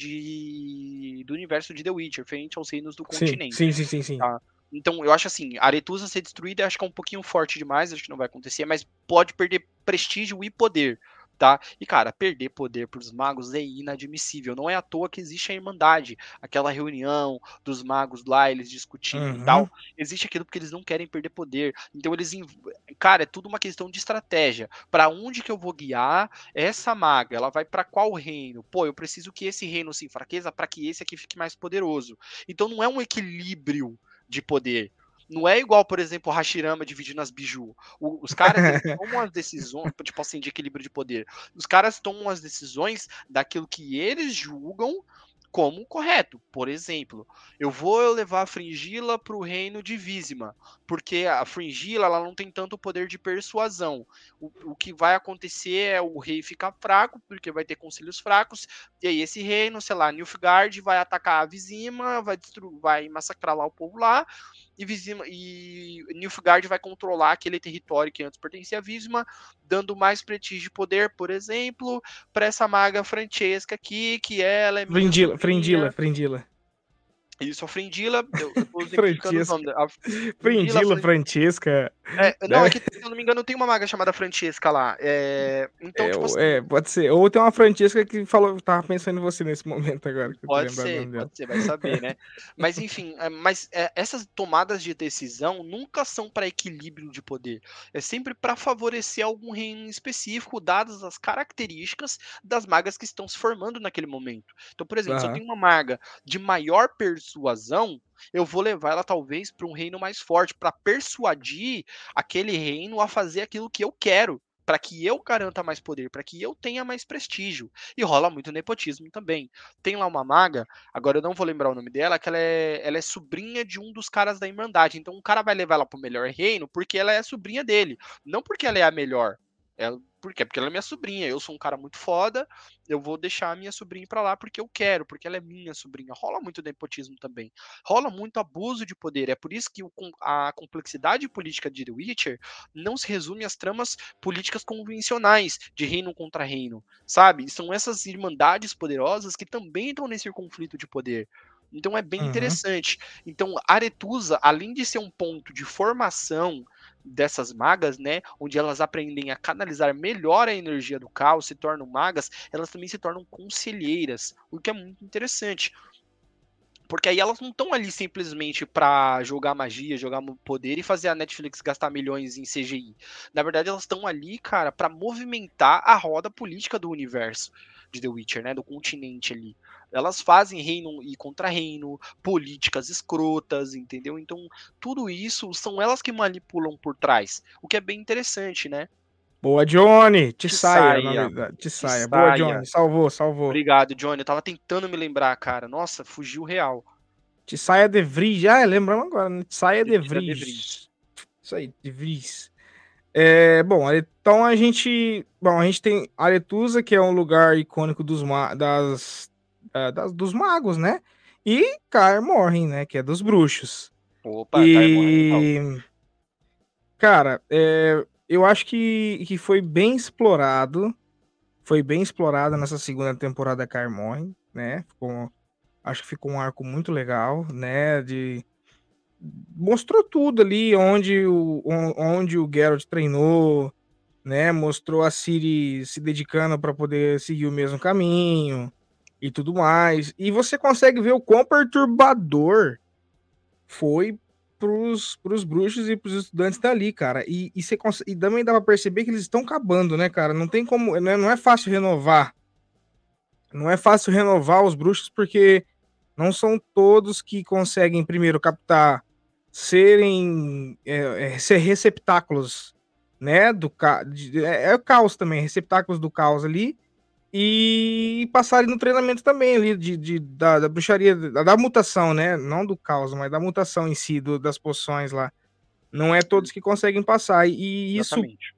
de, do universo de The Witcher, frente aos reinos do Sim, continente. sim, sim, sim, sim. Tá? Então, eu acho assim, a Aretusa ser destruída, acho que é um pouquinho forte demais, acho que não vai acontecer, mas pode perder prestígio e poder. Tá? E, cara, perder poder para os magos é inadmissível. Não é à toa que existe a Irmandade, aquela reunião dos magos lá, eles discutindo e Uhum. tal. Existe aquilo porque eles não querem perder poder. Então, eles. Cara, é tudo uma questão de estratégia. Para onde que eu vou guiar essa maga? Ela vai para qual reino? Pô, eu preciso que esse reino se enfraqueça para que esse aqui fique mais poderoso. Então, não é um equilíbrio de poder. Não é igual, por exemplo, o Hashirama dividindo as biju. O, os caras, eles tomam as decisões, tipo assim, de equilíbrio de poder. Os caras tomam as decisões daquilo que eles julgam como correto. Por exemplo, eu vou levar a Fringilla para o reino de Vizima, porque a Fringilla ela não tem tanto poder de persuasão. O, o que vai acontecer é o rei ficar fraco, porque vai ter conselhos fracos, e aí esse reino, sei lá, Nilfgaard vai atacar a Vizima, vai, destruir, vai massacrar lá o povo lá, e, Vizima, e Nilfgaard vai controlar aquele território que antes pertencia a Vizima, dando mais prestígio e poder, por exemplo, para essa maga Francesca aqui, que ela é minha Frindila, Frindila, sobrinha. Frindila. Isso, a Frindila, eu, eu tô exemplificando os nomes. Francesca. A Frindila, Frindila, Fran- Francesca. é, não, é Deve que, se eu não me engano, tem uma maga chamada Francesca lá. É, então, é, tipo o- assim, é, pode ser. Ou tem uma Francesca que falou, tava pensando em você nesse momento agora, que eu tô pode lembrando o ser, nome dela. pode ser, vai saber, né? Mas enfim, é, mas é, essas tomadas de decisão nunca são para equilíbrio de poder. É sempre para favorecer algum reino específico, dadas as características das magas que estão se formando naquele momento. Então, por exemplo, se eu Aham. tenho uma maga de maior persuasão, eu vou levar ela talvez para um reino mais forte, para persuadir aquele reino a fazer aquilo que eu quero. Para que eu garanta mais poder, para que eu tenha mais prestígio. E rola muito nepotismo também. Tem lá uma maga, agora eu não vou lembrar o nome dela, que ela é, ela é sobrinha de um dos caras da Irmandade. Então o cara vai levar ela pro melhor reino porque ela é sobrinha dele, não porque ela é a melhor. Ela, por quê? Porque ela é minha sobrinha. Eu sou um cara muito foda, eu vou deixar a minha sobrinha pra lá porque eu quero, porque ela é minha sobrinha. Rola muito nepotismo também. Rola muito abuso de poder. É por isso que o, a complexidade política de The Witcher não se resume às tramas políticas convencionais de reino contra reino, sabe? São essas irmandades poderosas que também estão nesse conflito de poder. Então é bem Uhum. interessante. Então, Aretusa, além de ser um ponto de formação dessas magas, né, onde elas aprendem a canalizar melhor a energia do caos, se tornam magas, elas também se tornam conselheiras, o que é muito interessante. Porque aí elas não estão ali simplesmente para jogar magia, jogar poder e fazer a Netflix gastar milhões em C G I. Na verdade, elas estão ali, cara, para movimentar a roda política do universo de The Witcher, né, do continente ali. Elas fazem reino e contra reino, políticas escrotas, entendeu? Então, tudo isso são elas que manipulam por trás, o que é bem interessante, né? Boa, Johnny. Que Tissaia é o saia, nome da que Tissaia. Boa, saia. Johnny. Salvou, salvou. Obrigado, Johnny. Eu tava tentando me lembrar, cara. Nossa, fugiu real. Tissaia de Vries. Ah, lembramos agora, né? Tissaia de Cecília De Vries. Vries. Isso aí, de Vries. É, bom, então a gente. Bom, a gente tem Aretusa, que é um lugar icônico dos, ma das, ah, das- dos magos, né? E Kaer Morhen, né? Que é dos bruxos. Opa, Kaer Morhen, legal. E Cara, é, eu acho que, que foi bem explorado. Foi bem explorado nessa segunda temporada Kaer Morhen, né? Ficou, acho que ficou um arco muito legal, né? De, mostrou tudo ali, onde o, on- onde o Geralt treinou, né? Mostrou a Ciri se dedicando para poder seguir o mesmo caminho e tudo mais. E você consegue ver o quão perturbador foi pros, pros bruxos e pros estudantes dali, cara. E, e, você cons- e também dá pra perceber que eles estão acabando, né, cara? Não tem como. Não é, não é fácil renovar. Não é fácil renovar os bruxos porque não são todos que conseguem, primeiro, captar, serem. É, é, ser receptáculos, né? Do ca... de- é, é o caos também, receptáculos do caos ali e passarem no treinamento também ali de, de- da, da bruxaria, da, da mutação, né? Não do caos, mas da mutação em si, do- das poções lá. Não é todos que conseguem passar. E isso, Exatamente.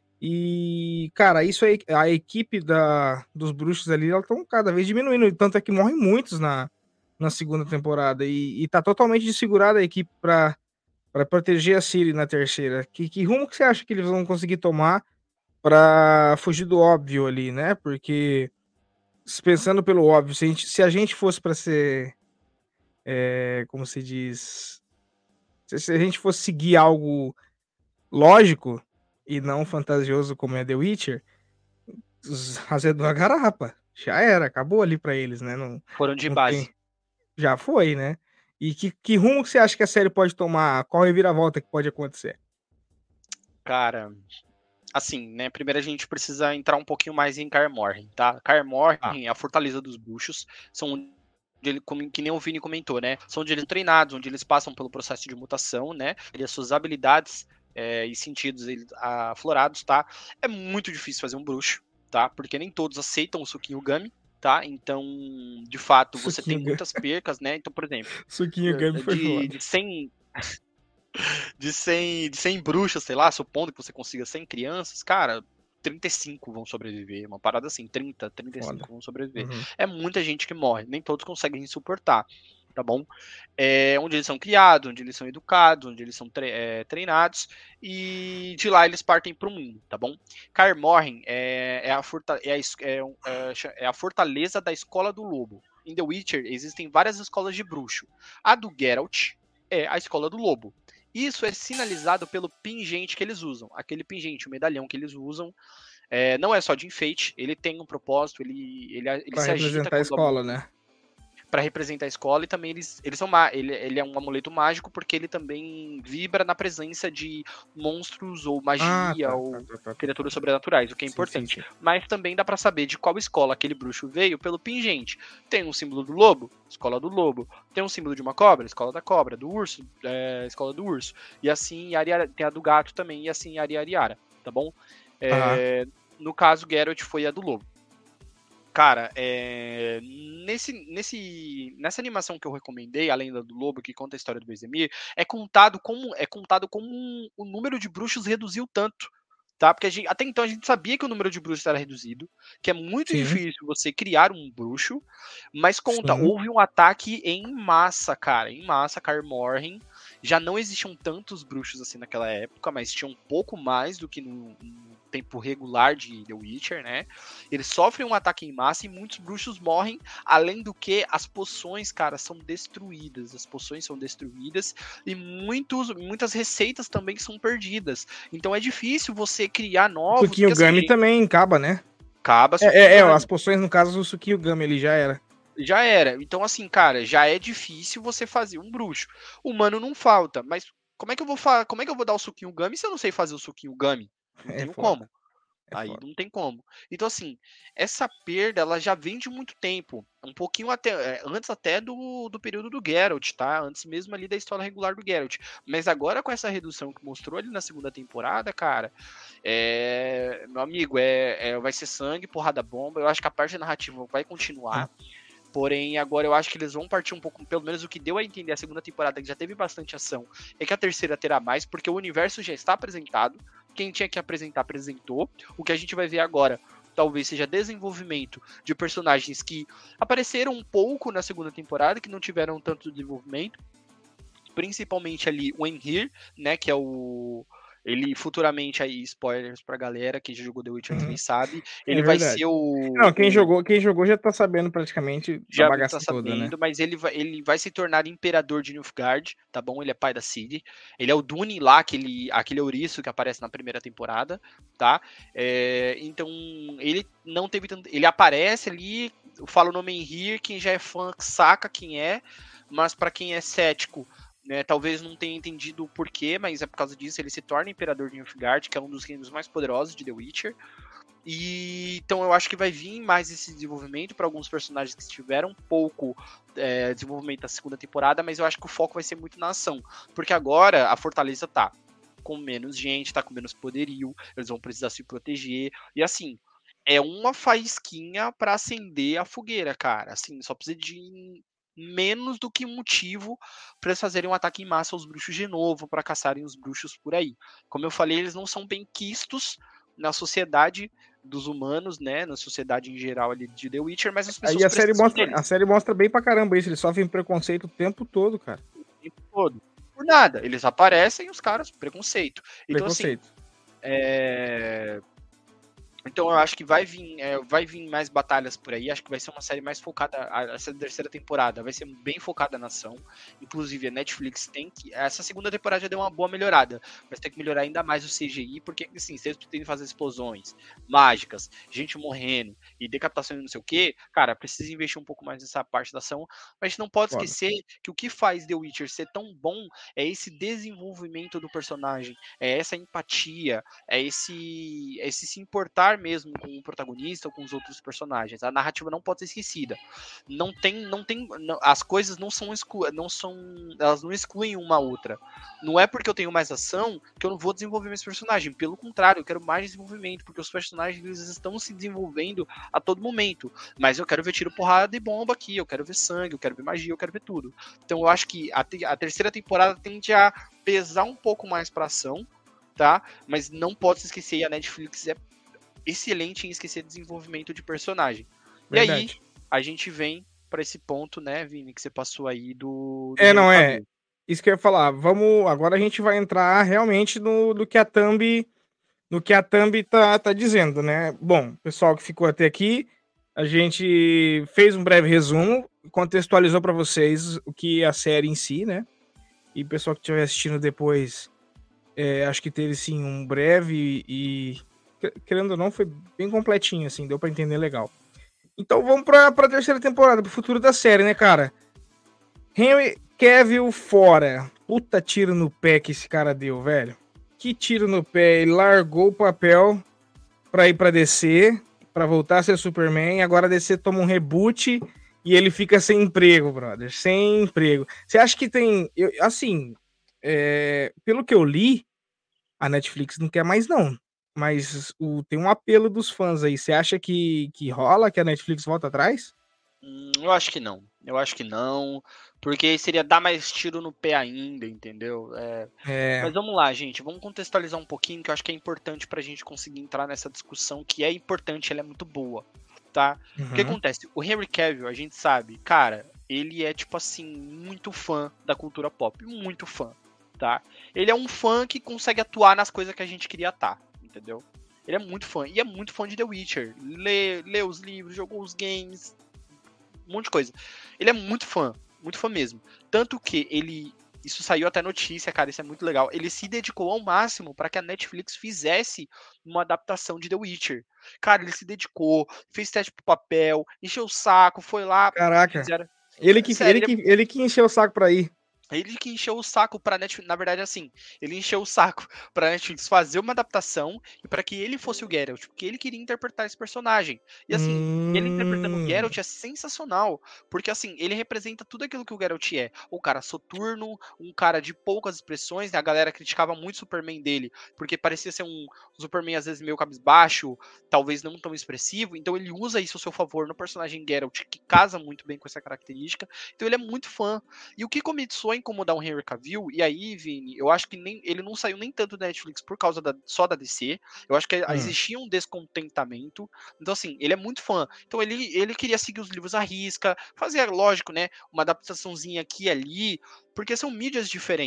e cara, isso aí, a equipe da, dos bruxos ali, elas estão cada vez diminuindo. Tanto é que morrem muitos na, na segunda temporada. E, e tá totalmente desfigurada a equipe para para proteger a Ciri na terceira. Que, que rumo que você acha que eles vão conseguir tomar para fugir do óbvio ali, né? Porque pensando pelo óbvio, se a gente, se a gente fosse para ser, é, como se diz, se, se a gente fosse seguir algo lógico e não fantasioso como é The Witcher, os azedou a garapa. Já era, acabou ali para eles, né? Não, Foram de não base. tem, já foi, né? E que, que rumo que você acha que a série pode tomar? Qual reviravolta que pode acontecer? Cara, assim, né? Primeiro a gente precisa entrar um pouquinho mais em Kaer Morhen, tá? Kaer Ah, Morhen é a fortaleza dos bruxos, são onde ele, como, que nem o Vini comentou, né? São onde eles são treinados, onde eles passam pelo processo de mutação, né? E as suas habilidades é, e sentidos eles, aflorados, tá? É muito difícil fazer um bruxo, tá? Porque nem todos aceitam o Sukinho Gami, tá? Então, de fato, você tem suquinho, Ga- muitas percas, né? Então, por exemplo, suquinho Gami foi de, foda. de cem de cem, de cem bruxas, sei lá, supondo que você consiga cem crianças, cara, trinta e cinco vão sobreviver. Uma parada assim, trinta, trinta e cinco Foda. vão sobreviver. Uhum. É muita gente que morre, nem todos conseguem suportar, tá bom? É onde eles são criados, onde eles são educados, onde eles são tre é, treinados, e de lá eles partem para o mundo, tá bom? Kaer Morhen é, é, a é, a, é, é a fortaleza da escola do lobo. Em The Witcher existem várias escolas de bruxo. A do Geralt é a escola do lobo. Isso é sinalizado pelo pingente que eles usam. Aquele pingente, o medalhão que eles usam, é, não é só de enfeite, ele tem um propósito, ele, ele, ele Pra se agita representar a quando escola, né? para representar a escola e também eles, eles são ele, ele é um amuleto mágico porque ele também vibra na presença de monstros ou Ah, magia tá, tá, ou tá, tá, tá, tá. criaturas sobrenaturais, o que é Sim, sim, importante. sim. Mas também dá para saber de qual escola aquele bruxo veio pelo pingente. Tem um símbolo do lobo, escola do lobo. Tem um símbolo de uma cobra, escola da cobra. Do urso, é, escola do urso. E assim, Yari, tem a do gato também, e assim, Yari Yariara, tá bom? Ah, É, no caso, Geralt foi a do lobo. Cara, é, nesse, nesse, nessa animação que eu recomendei, A Lenda do Lobo, que conta a história do Vesemir, é contado como, é contado como um, o número de bruxos reduziu tanto, tá? Porque a gente, até então a gente sabia que o número de bruxos era reduzido, que é muito sim, difícil você criar um bruxo, mas conta, sim. houve um ataque em massa, cara, em massa, Kaer Morhen. Já não existiam tantos bruxos assim naquela época, mas tinha um pouco mais do que no, no tempo regular de The Witcher, né? Eles sofrem um ataque em massa e muitos bruxos morrem, além do que as poções, cara, são destruídas. As poções são destruídas e muitos, muitas receitas também são perdidas. Então é difícil você criar O novos, suquinho porque assim, Gami também acaba, né? acaba É, é, é, suquinho, as poções, no caso, o suquinho Gami ele já era. já era. Então assim, cara, já é difícil você fazer um bruxo. Humano não falta, mas como é que eu vou fa como é que eu vou dar o suquinho Gami se eu não sei fazer o suquinho Gami? Não É tenho foda, como. é Aí foda. não tem como. Então, assim, essa perda ela já vem de muito tempo. Um pouquinho até. É, antes até do, do período do Geralt, tá? Antes mesmo ali da história regular do Geralt. Mas agora com essa redução que mostrou ali na segunda temporada, cara. É, meu amigo, é, é, vai ser sangue, porrada bomba. Eu acho que a parte narrativa vai continuar. Porém, agora eu acho que eles vão partir um pouco, pelo menos o que deu a entender a segunda temporada, que já teve bastante ação, é que a terceira terá mais, porque o universo já está apresentado. Quem tinha que apresentar, apresentou. O que a gente vai ver agora talvez seja desenvolvimento de personagens que apareceram um pouco na segunda temporada, que não tiveram tanto desenvolvimento. Principalmente ali o Emhyr, né, que é o Ele futuramente, aí, spoilers pra galera, quem já jogou The Witcher Uhum. três sabe, É ele vai verdade. ser o Não, quem o jogou quem jogou já tá sabendo praticamente da já bagaça tá toda, né. sabendo, mas ele vai ele vai se tornar imperador de Nilfgaard, tá bom, ele é pai da Ciri, ele é o Durin lá, aquele aquele ouriço que aparece na primeira temporada, tá. Eh, então ele não teve tanto ele aparece ali, fala o nome Menhir, quem já é fã saca quem é, mas pra quem é cético, né, talvez não tenha entendido o porquê, mas é por causa disso, ele se torna imperador de Nilfgaard, que é um dos reinos mais poderosos de The Witcher. E então eu acho que vai vir mais esse desenvolvimento para alguns personagens que tiveram pouco é, desenvolvimento na segunda temporada, mas eu acho que o foco vai ser muito na ação, porque agora a Fortaleza tá com menos gente, tá com menos poderio, eles vão precisar se proteger, e assim, é uma faísquinha para acender a fogueira, cara, assim, só precisa de menos do que um motivo para eles fazerem um ataque em massa aos bruxos de novo, para caçarem os bruxos por aí. Como eu falei, eles não são bem quistos na sociedade dos humanos, né, na sociedade em geral ali de The Witcher, mas as pessoas Aí a série precisam mostra deles a série mostra bem pra caramba isso, eles sofrem preconceito o tempo todo, cara. o tempo todo. Por nada, eles aparecem e os caras, preconceito. Então assim, Preconceito. é... Então eu acho que vai vir, é, vai vir mais batalhas por aí, acho que vai ser uma série mais focada, a- essa terceira temporada vai ser bem focada na ação, inclusive a Netflix tem que, essa segunda temporada já deu uma boa melhorada, mas tem que melhorar ainda mais o C G I, porque assim, se eles pretendem fazer explosões mágicas, gente morrendo e decapitação e não sei o que, cara, precisa investir um pouco mais nessa parte da ação, mas a gente não pode Foda. esquecer que o que faz The Witcher ser tão bom é esse desenvolvimento do personagem, é essa empatia, é esse, é esse se importar mesmo com o protagonista ou com os outros personagens. A narrativa não pode ser esquecida. Não tem, não tem, não, as coisas não são, exclu, não são, elas não excluem uma outra. Não é porque eu tenho mais ação que eu não vou desenvolver meus personagens. Pelo contrário, eu quero mais desenvolvimento, porque os personagens eles estão se desenvolvendo a todo momento. Mas eu quero ver tiro, porrada e bomba aqui, eu quero ver sangue, eu quero ver magia, eu quero ver tudo. Então eu acho que a, te, a terceira temporada tende a pesar um pouco mais pra ação, tá? Mas não pode se esquecer, a Netflix é excelente em esquecer desenvolvimento de personagem. Verdade. E aí, a gente vem pra esse ponto, né, Vini, que você passou aí do, do É, Henry não, é. Cavill. Isso que eu ia falar. Vamos, agora a gente vai entrar realmente no, do que a Thumb, no que a Thumb tá, tá dizendo, né? Bom, pessoal que ficou até aqui, a gente fez um breve resumo, contextualizou pra vocês o que é a série em si, né? E o pessoal que estiver assistindo depois, é, acho que teve sim um breve e, querendo ou não, foi bem completinho, assim, deu pra entender legal. Então vamos pra, pra terceira temporada, pro futuro da série, né, cara? Henry Cavill fora. Puta tiro no pé que esse cara deu, velho. Que tiro no pé. Ele largou o papel pra ir pra D C, pra voltar a ser Superman, e agora a D C toma um reboot e ele fica sem emprego, brother. Sem emprego. Você acha que tem... Eu, assim, é, pelo que eu li, a Netflix não quer mais, não. Mas o, tem um apelo dos fãs aí. Você acha que, que rola, que a Netflix volta atrás? Hum, eu acho que não. Eu acho que não. Porque seria dar mais tiro no pé ainda, entendeu? É, É. Mas vamos lá, gente. Vamos contextualizar um pouquinho, que eu acho que é importante pra gente conseguir entrar nessa discussão, que é importante, ela é muito boa, tá? O que Uhum. acontece? O Henry Cavill, a gente sabe, cara, ele é, tipo assim, muito fã da cultura pop. Muito fã, tá? Ele é um fã que consegue atuar nas coisas que a gente queria estar, entendeu? Ele é muito fã. E é muito fã de The Witcher. Lê, lê os livros, jogou os games, um monte de coisa. Ele é muito fã, muito fã mesmo. Tanto que ele, isso saiu até notícia, cara, isso é muito legal. Ele se dedicou ao máximo para que a Netflix fizesse uma adaptação de The Witcher. Cara, ele se dedicou, fez teste pro papel, encheu o saco, foi lá, Caraca. fizeram... Ele que, Sério, ele, ele é que, ele que encheu o saco pra ir. Ele que encheu o saco pra Netflix, na verdade assim, ele encheu o saco pra Netflix fazer uma adaptação e pra que ele fosse o Geralt, porque ele queria interpretar esse personagem. E assim, ele interpretando o Hum, Geralt é sensacional, porque assim, ele representa tudo aquilo que o Geralt é. Um cara soturno, um cara de poucas expressões, né? A galera criticava muito o Superman dele, porque parecia ser um Superman às vezes meio cabisbaixo, talvez não tão expressivo, então ele usa isso a seu favor no personagem Geralt, que casa muito bem com essa característica. Então ele é muito fã. E o que começou a incomodar o Henry Cavill, e aí, Vini, eu acho que nem, ele não saiu nem tanto da Netflix por causa da, só da D C, eu acho que hum. existia um descontentamento, então assim, ele é muito fã, então ele, ele queria seguir os livros à risca, fazer, lógico, né, uma adaptaçãozinha aqui e ali, porque são mídias diferentes,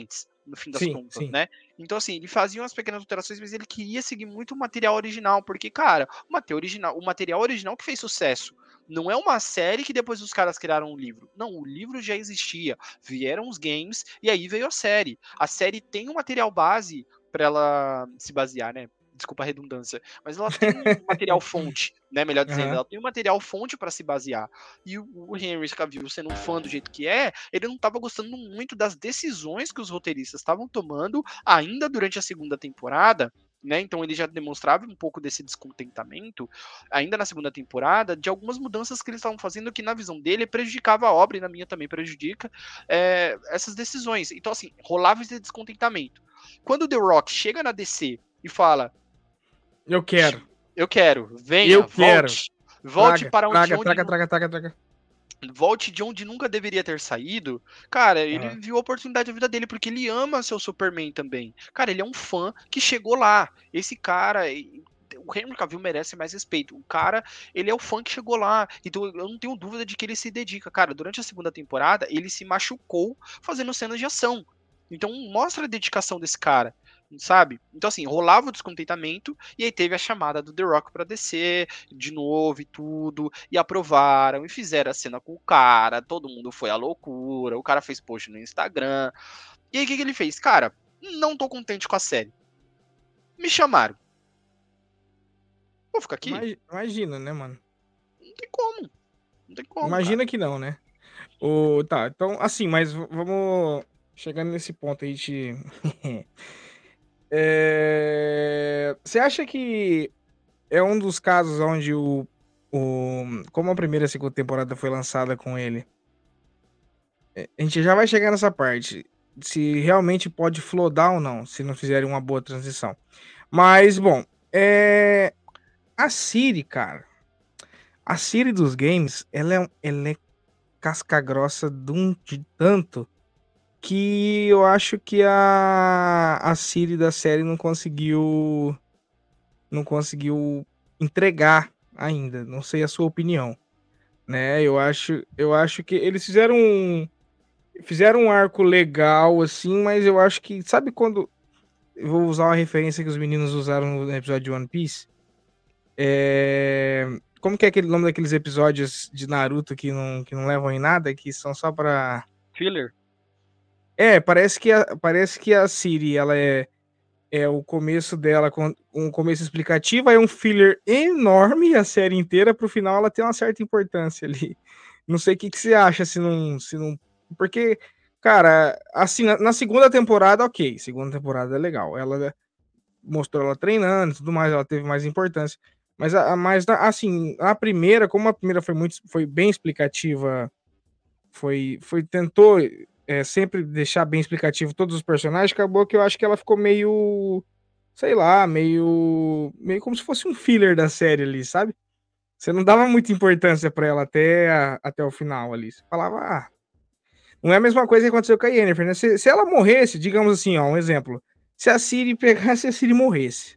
no fim das Sim, contas, sim. né? Então, assim, ele fazia umas pequenas alterações, mas ele queria seguir muito o material original, porque, cara, o material original, o material original que fez sucesso. Não é uma série que depois os caras criaram um livro. Não, o livro já existia. Vieram os games e aí veio a série. A série tem um material base pra ela se basear, né? Desculpa a redundância, mas ela tem um material fonte, né? Melhor dizendo, Aham. ela tem um material fonte pra se basear. E o o Henry Cavill, sendo um fã do jeito que é, ele não tava gostando muito das decisões que os roteiristas estavam tomando ainda durante a segunda temporada, né? Então ele já demonstrava um pouco desse descontentamento, ainda na segunda temporada, de algumas mudanças que eles estavam fazendo que, na visão dele, prejudicava a obra, e na minha também prejudica, é, essas decisões. Então, assim, rolava esse descontentamento. Quando o The Rock chega na D C e fala: Eu quero. eu quero, venha, Eu quero. volte, volte Traga, para onde, traga, onde traga, nu- traga, traga, traga. volte de onde nunca deveria ter saído, cara, ele Aham. viu a oportunidade da vida dele, porque ele ama seu Superman também. Cara, ele é um fã que chegou lá. Esse cara, e- o Henry Cavill merece mais respeito. O cara, ele é o fã que chegou lá. Então eu não tenho dúvida de que ele se dedica. Cara, durante a segunda temporada, ele se machucou fazendo cenas de ação. Então mostra a dedicação desse cara, sabe? Então assim, rolava o descontentamento e aí teve a chamada do The Rock pra descer de novo e tudo, e aprovaram e fizeram a cena com o cara, todo mundo foi à loucura, o cara fez post no Instagram. E aí o que, que ele fez? Cara, não tô contente com a série. Me chamaram. Vou ficar aqui? Imagi- Imagina, né, mano? Não tem como. Não tem como, cara. Imagina que não, né? O, tá, então, assim, mas v- vamos chegando nesse ponto aí de. É, Você acha que é um dos casos onde o, o. Como a primeira e a segunda temporada foi lançada com ele? é, A gente já vai chegar nessa parte. Se realmente pode flodar ou não, se não fizerem uma boa transição. Mas, bom, é. A Siri, cara. A Siri dos games, ela é, um- ela é casca grossa de um de tanto que eu acho que a, a Siri da série não conseguiu não conseguiu entregar ainda. Não sei a sua opinião, né? Eu acho, eu acho que eles fizeram um, fizeram um arco legal assim, mas eu acho que sabe quando eu vou usar uma referência que os meninos usaram no episódio de One Piece? É, como que é aquele nome daqueles episódios de Naruto que não, que não levam em nada, que são só pra. Filler? É, parece que a, parece que a Siri, ela é, é o começo dela com um começo explicativo, aí um filler enorme a série inteira, pro final ela tem uma certa importância ali. Não sei o que, que você acha, se não, se não. Porque, cara, assim, na, na segunda temporada, ok, segunda temporada é legal. Ela mostrou ela treinando e tudo mais, ela teve mais importância. Mas, a, a- mas na- assim, a primeira, como a primeira foi muito, foi bem explicativa, foi, foi tentou é, sempre deixar bem explicativo todos os personagens, acabou que eu acho que ela ficou meio, sei lá, meio, meio como se fosse um filler da série ali, sabe? Você não dava muita importância pra ela até, a- até o final ali. Você falava, ah, não é a mesma coisa que aconteceu com a Yennefer, né? Se, se ela morresse, digamos assim, ó, um exemplo. Se a Ciri pegasse e a Ciri morresse,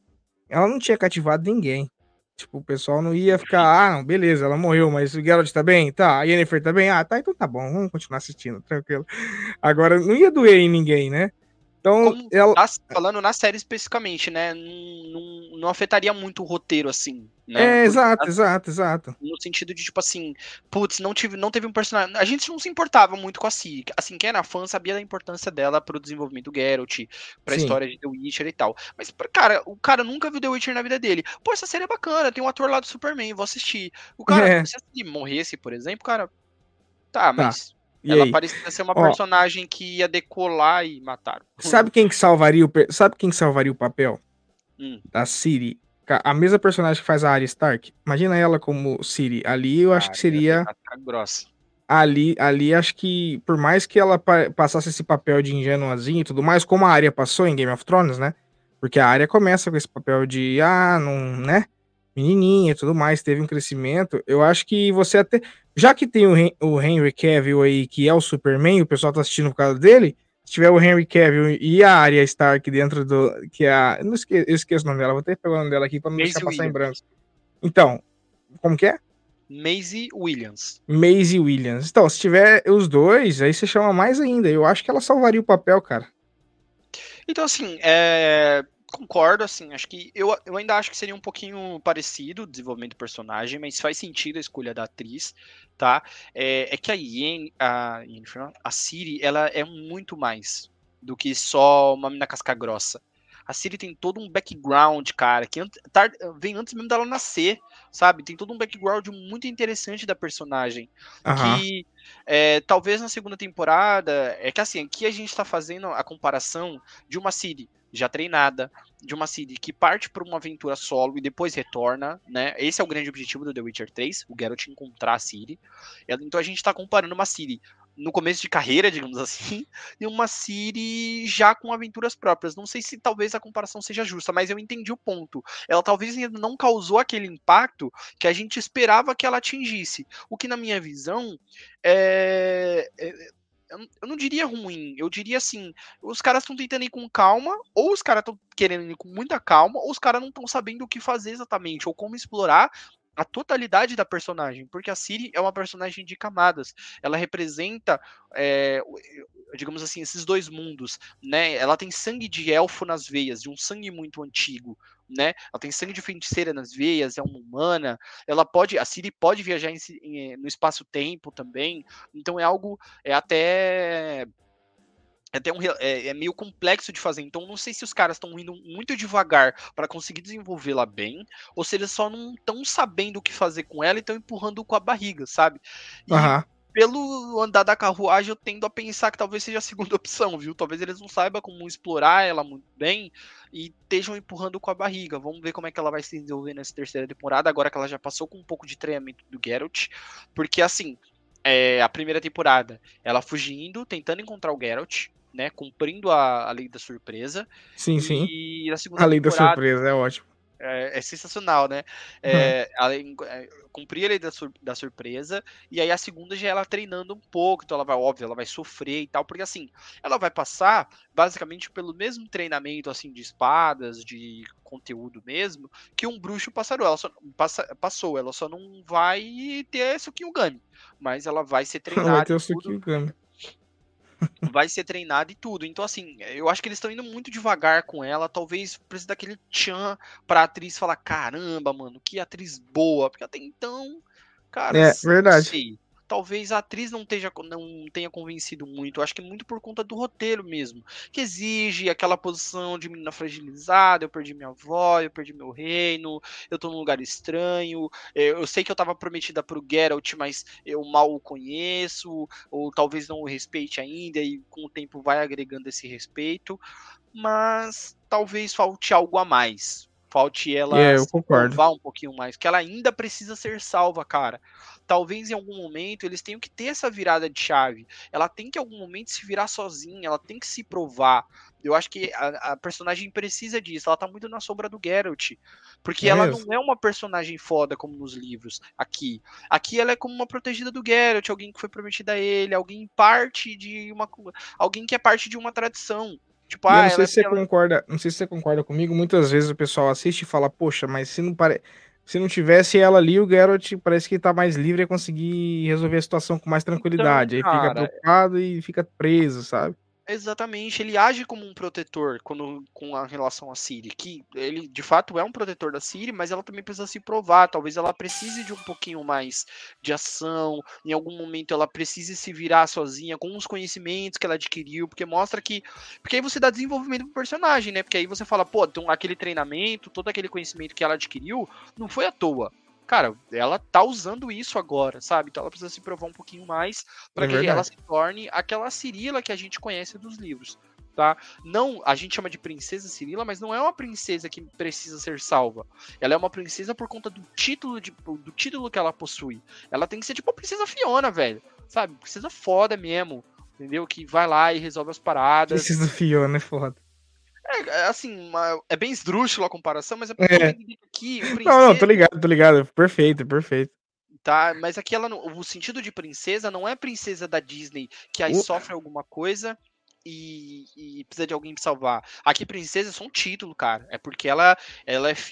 ela não tinha cativado ninguém. Tipo, o pessoal não ia ficar, ah, não, beleza, ela morreu, mas o Geralt tá bem? Tá. A Yennefer tá bem? Ah, tá, então tá bom, vamos continuar assistindo, tranquilo. Agora, não ia doer em ninguém, né? Então, Como ela. nas- falando na série especificamente, né? Não, não, não afetaria muito o roteiro, assim, né? É, Porque exato, exato, exato. no sentido de, tipo assim, putz, não, tive, não teve um personagem. A gente não se importava muito com a Ciri. Assim, quem era fã sabia da importância dela pro desenvolvimento do Geralt, pra Sim. história de The Witcher e tal. Mas, cara, o cara nunca viu The Witcher na vida dele. Pô, essa série é bacana, tem um ator lá do Superman, vou assistir. O cara, É, se a Ciri morresse, por exemplo, cara, tá, tá. mas E ela aí? parecia ser uma Ó, personagem que ia decolar e mataram. sabe quem que salvaria o, per- sabe quem que salvaria o papel Hum, da Ciri? Ca- A mesma personagem que faz a Arya Stark. Imagina ela como Ciri. Ali eu acho que cara, ia ser seria. casca grossa. Ali, ali acho que, por mais que ela pa- passasse esse papel de ingenuazinha e tudo mais, como a Arya passou em Game of Thrones, né? Porque a Arya começa com esse papel de, ah, não, né? Menininha e tudo mais, teve um crescimento. Eu acho que você até. Já que tem o, Hen- o Henry Cavill aí, que é o Superman, o pessoal tá assistindo por causa dele. Se tiver o Henry Cavill e a Arya Stark dentro do. Que é a. Eu, não esque, eu esqueço o nome dela, vou até pegar o nome dela aqui pra não deixar Maisie passar em branco. Williams. Então, como que é? Maisie Williams. Maisie Williams. Então, se tiver os dois, aí você chama mais ainda. Eu acho que ela salvaria o papel, cara. Então, assim, é... concordo, assim, acho que eu, eu ainda acho que seria um pouquinho parecido o desenvolvimento do personagem, mas faz sentido a escolha da atriz, tá? É, é que a Yen, a, a Ciri, ela é muito mais do que só uma mina casca grossa. A Ciri tem todo um background, cara, que tá, vem antes mesmo dela nascer, sabe? Tem todo um background muito interessante da personagem. Aham. Que é, talvez na segunda temporada. É que assim, aqui a gente tá fazendo a comparação de uma Ciri já treinada, de uma Ciri que parte por uma aventura solo e depois retorna, né? Esse é o grande objetivo do The Witcher três, o Geralt encontrar a Ciri. Então a gente tá comparando uma Ciri no começo de carreira, digamos assim, e uma Ciri já com aventuras próprias. Não sei se talvez a comparação seja justa, mas eu entendi o ponto. Ela talvez ainda não causou aquele impacto que a gente esperava que ela atingisse. O que, na minha visão, é... é eu não diria ruim, eu diria assim, os caras estão tentando ir com calma, ou os caras estão querendo ir com muita calma, ou os caras não estão sabendo o que fazer exatamente, ou como explorar a totalidade da personagem, porque a Ciri é uma personagem de camadas, ela representa, é, digamos assim, esses dois mundos, né? Ela tem sangue de elfo nas veias, de um sangue muito antigo, né? Ela tem sangue de feiticeira nas veias, é uma humana, ela pode, a Ciri pode viajar em, em, no espaço-tempo também, então é algo, é até... É, até um, é, é meio complexo de fazer, então não sei se os caras estão indo muito devagar para conseguir desenvolvê-la bem, ou se eles só não estão sabendo o que fazer com ela e estão empurrando com a barriga, sabe? E Aham. pelo andar da carruagem, eu tendo a pensar que talvez seja a segunda opção, viu? Talvez eles não saibam como explorar ela muito bem e estejam empurrando com a barriga. Vamos ver como é que ela vai se desenvolver nessa terceira temporada, agora que ela já passou com um pouco de treinamento do Geralt, porque assim, é, a primeira temporada, ela fugindo, tentando encontrar o Geralt, né, cumprindo a, a lei da surpresa. Sim, sim. E na segunda A lei da temporada surpresa é ótimo. é, é sensacional, né? É, além, é, cumprir a lei da, sur, da surpresa, e aí a segunda já é ela treinando um pouco, então ela vai, óbvio, ela vai sofrer e tal, porque assim, ela vai passar basicamente pelo mesmo treinamento, assim, de espadas, de conteúdo mesmo, que um bruxo passou, ela só, passa, passou, ela só não vai ter Sukiugami, mas ela vai ser Vai treinada ter o e tudo. Sukiugami. Vai ser treinado e tudo. Então, assim, eu acho que eles estão indo muito devagar com ela. Talvez precise daquele tchan pra atriz falar: caramba, mano, que atriz boa. Porque até então, cara, É, não verdade. sei. Talvez a atriz não, esteja, não tenha convencido muito. Eu acho que é muito por conta do roteiro mesmo. Que exige aquela posição de menina fragilizada. Eu perdi minha avó, eu perdi meu reino, eu tô num lugar estranho. Eu sei que eu tava prometida pro Geralt, mas eu mal o conheço. Ou talvez não o respeite ainda. E com o tempo vai agregando esse respeito. Mas talvez falte algo a mais. Falte ela É, eu se concordo. provar um pouquinho mais. Que ela ainda precisa ser salva, cara. Talvez em algum momento eles tenham que ter essa virada de chave. Ela tem que em algum momento se virar sozinha, ela tem que se provar. Eu acho que a, a personagem precisa disso. Ela tá muito na sombra do Geralt. Porque É ela mesmo. não é uma personagem foda como nos livros aqui. Aqui ela é como uma protegida do Geralt, alguém que foi prometida a ele, alguém parte de uma. Alguém que é parte de uma tradição. Tipo, E eu ah, não ela sei é se você ela... concorda, não sei se você concorda comigo, muitas vezes o pessoal assiste e fala, poxa, mas se não pare... se não tivesse ela ali, o Geralt parece que tá mais livre a conseguir resolver a situação com mais Então, tranquilidade. Aí fica cara, preocupado e fica preso, sabe? exatamente, ele age como um protetor quando, com a relação a Ciri, que ele de fato é um protetor da Ciri, mas ela também precisa se provar, talvez ela precise de um pouquinho mais de ação, em algum momento ela precise se virar sozinha com os conhecimentos que ela adquiriu, porque mostra que, porque aí você dá desenvolvimento pro personagem, né, porque aí você fala, pô, então aquele treinamento, todo aquele conhecimento que ela adquiriu, não foi à toa. Cara, ela tá usando isso agora, sabe? Então ela precisa se provar um pouquinho mais para É que ela verdade. se torne aquela Cirila que a gente conhece dos livros, tá? Não, a gente chama de princesa Cirila, mas não é uma princesa que precisa ser salva. Ela é uma princesa por conta do título de, do título que ela possui. Ela tem que ser tipo a princesa Fiona, velho. Sabe? Princesa foda mesmo, entendeu? Que vai lá e resolve as paradas. Precisa Fiona, é foda. É, assim, uma, é bem esdrúxula a comparação, mas é porque É. eu entendi que aqui, princesa... Não, não, tô ligado, tô ligado. Perfeito, perfeito. Tá, mas aqui ela, o sentido de princesa não é princesa da Disney que aí O- sofre alguma coisa e, e precisa de alguém pra salvar. Aqui princesa é só um título, cara. É porque ela, ela é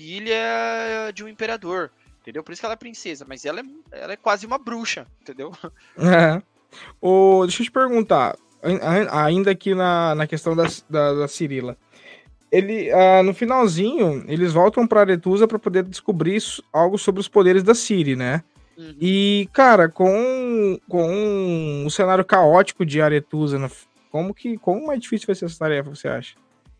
filha de um imperador, entendeu? Por isso que ela é princesa, mas ela é, ela é quase uma bruxa, entendeu? É. Ô, deixa eu te perguntar, ai- ai- ainda aqui na, na questão da, da, da Cirila. ele, ah, no finalzinho, eles voltam pra Aretusa pra poder descobrir s- algo sobre os poderes da Ciri, né? Uhum. E, cara, com, com o cenário caótico de Aretusa, no- como que, como mais difícil vai ser essa tarefa, você acha?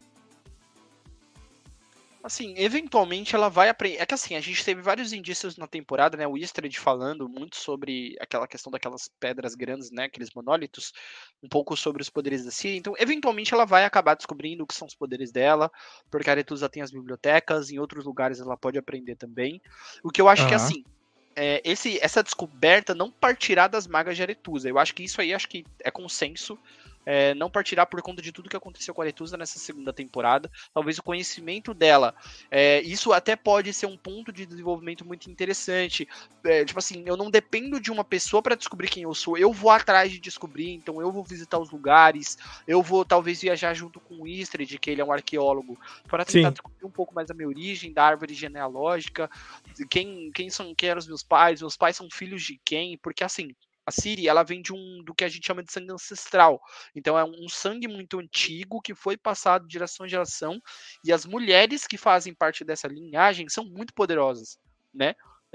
Assim, eventualmente ela vai aprender. É que assim, a gente teve vários indícios na temporada, né? O Istred falando muito sobre aquela questão daquelas pedras grandes, né? Aqueles monólitos, um pouco sobre os poderes da Ciri. Então, eventualmente ela vai acabar descobrindo o que são os poderes dela, porque a Aretusa tem as bibliotecas, em outros lugares ela pode aprender também. O que eu acho que Aham. assim. É, esse, essa descoberta não partirá das magas de Aretusa. Eu acho que isso aí acho que é consenso. É, não partirá por conta de tudo que aconteceu com a Aretusa nessa segunda temporada. Talvez o conhecimento dela. É, isso até pode ser um ponto de desenvolvimento muito interessante. É, tipo assim, eu não dependo de uma pessoa para descobrir quem eu sou. Eu vou atrás de descobrir, então eu vou visitar os lugares. Eu vou talvez viajar junto com o Istred, que ele é um arqueólogo, para tentar Sim. descobrir um pouco mais da minha origem, da árvore genealógica. Quem, quem são quem eram os meus pais, meus pais são filhos de quem, porque assim, a Ciri, ela vem de um do que a gente chama de sangue ancestral. Então é um sangue muito antigo que foi passado de geração em geração, e as mulheres que fazem parte dessa linhagem são muito poderosas, né?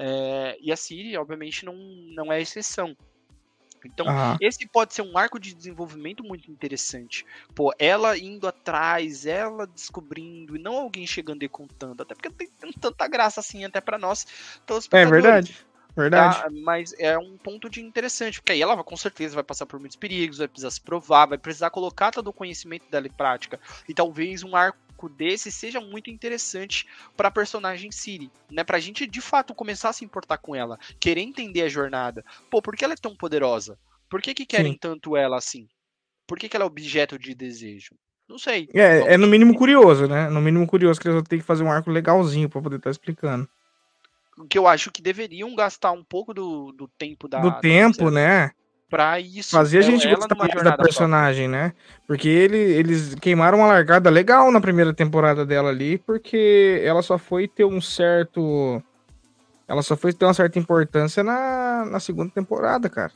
É, e a Ciri, obviamente, não, não é exceção. Então, Aham. esse pode ser um arco de desenvolvimento muito interessante. Pô, ela indo atrás, ela descobrindo, e não alguém chegando e contando. Até porque tem, tem tanta graça assim, até pra nós, É telespectadores. verdade. Verdade. Tá? Mas é um ponto de interessante, porque aí ela com certeza vai passar por muitos perigos, vai precisar se provar, vai precisar colocar todo o conhecimento dela em prática. E talvez um arco desse seja muito interessante para a personagem Ciri, né? Pra gente de fato começar a se importar com ela, querer entender a jornada. Pô, por que ela é tão poderosa? Por que, que querem Sim. tanto ela assim? Por que, que ela é objeto de desejo? Não sei. É, é Vamos no mínimo descobrir. curioso, né? No mínimo curioso que eles vão ter que fazer um arco legalzinho pra poder estar explicando. O que eu acho que deveriam gastar um pouco do, do tempo Do da, da tempo, terceira né? pra isso. Fazer a Ela, gente ela gostar numa mais da jornada própria. personagem, né? Porque ele, eles queimaram uma largada legal na primeira temporada dela ali, porque ela só foi ter um certo. Ela só foi ter uma certa importância na, na segunda temporada, cara.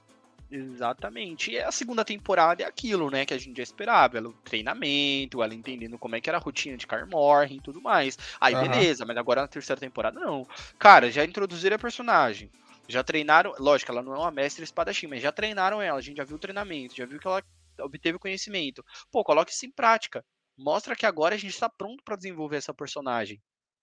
Exatamente. E a segunda temporada é aquilo, né, que a gente já esperava. Ela, o treinamento, ela entendendo como é que era a rotina de Kaer Morhen e tudo mais. Aí, Aham. beleza, mas agora na terceira temporada, não. Cara, já introduziram a personagem. Já treinaram. Lógico, ela não é uma mestre espadachim, mas já treinaram ela. A gente já viu o treinamento, já viu que ela obteve conhecimento. Pô, coloque isso em prática. Mostra que agora a gente tá pronto pra desenvolver essa personagem.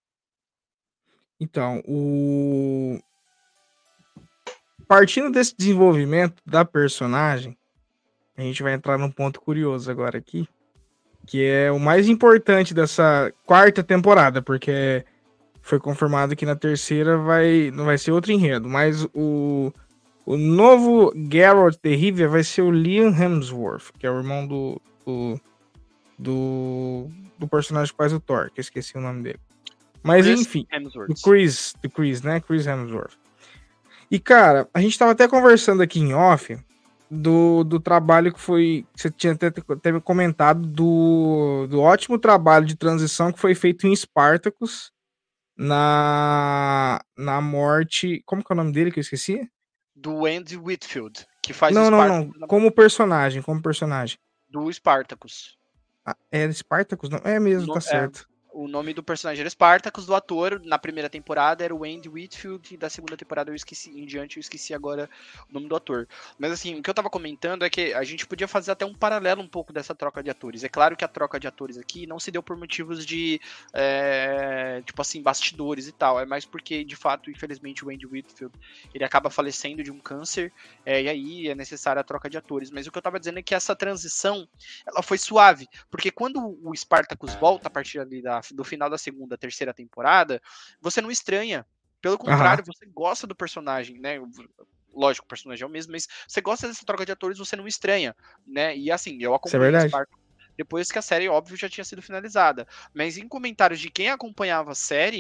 Então, o. Partindo desse desenvolvimento da personagem, a gente vai entrar num ponto curioso agora aqui, que é o mais importante dessa quarta temporada, porque foi confirmado que na terceira vai, não vai ser outro enredo, mas o, o novo Geralt de Rivia vai ser o Liam Hemsworth, que é o irmão do, do, do, do personagem que faz o Thor, que eu esqueci o nome dele. Mas Chris enfim, do Hemsworth. Chris, do Chris, né? Chris Hemsworth. E cara, a gente tava até conversando aqui em off do, do trabalho que foi. Você tinha até teve comentado do, do ótimo trabalho de transição que foi feito em Spartacus na, na morte. Como que é o nome dele que eu esqueci? Do Andy Whitfield, que faz o Não, não, não. Spartacus na- Como personagem, como personagem. do Spartacus. Ah, é Spartacus? Não, é mesmo, No- tá é, certo. o nome do personagem era Spartacus, do ator, na primeira temporada era o Andy Whitfield, e da segunda temporada eu esqueci, em diante eu esqueci agora o nome do ator. Mas assim, o que eu tava comentando é que a gente podia fazer até um paralelo um pouco dessa troca de atores. É claro que a troca de atores aqui não se deu por motivos de, é, tipo assim, bastidores e tal, é mais porque, de fato, infelizmente, o Andy Whitfield, ele acaba falecendo de um câncer, é, e aí é necessária a troca de atores. Mas o que eu tava dizendo é que essa transição, ela foi suave, porque quando o Spartacus volta a partir ali da do final da segunda, terceira temporada, você não estranha. Pelo Aham. contrário, você gosta do personagem, né? Lógico, o personagem é o mesmo, mas você gosta dessa troca de atores, você não estranha, né? E assim, eu Isso é acompanhei verdade. Spartacus depois que a série, óbvio, já tinha sido finalizada. Mas em comentários de quem acompanhava a série,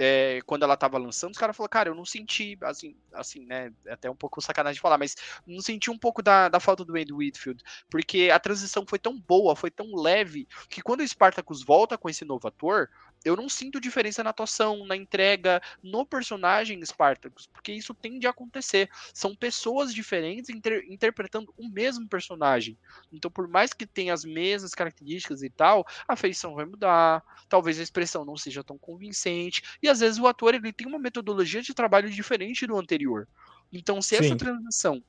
é, quando ela tava lançando, os caras falaram, cara, eu não senti, assim, assim, né, é até um pouco sacanagem de falar, mas não senti um pouco da, da falta do Andy Whitfield, porque a transição foi tão boa, foi tão leve, que quando o Spartacus volta com esse novo ator, eu não sinto diferença na atuação, na entrega, no personagem Spartacus, porque isso tende a acontecer. São pessoas diferentes inter interpretando o mesmo personagem. Então, por mais que tenha as mesmas características e tal, a feição vai mudar, talvez a expressão não seja tão convincente, e às vezes o ator ele tem uma metodologia de trabalho diferente do anterior. Então, se essa Sim. transição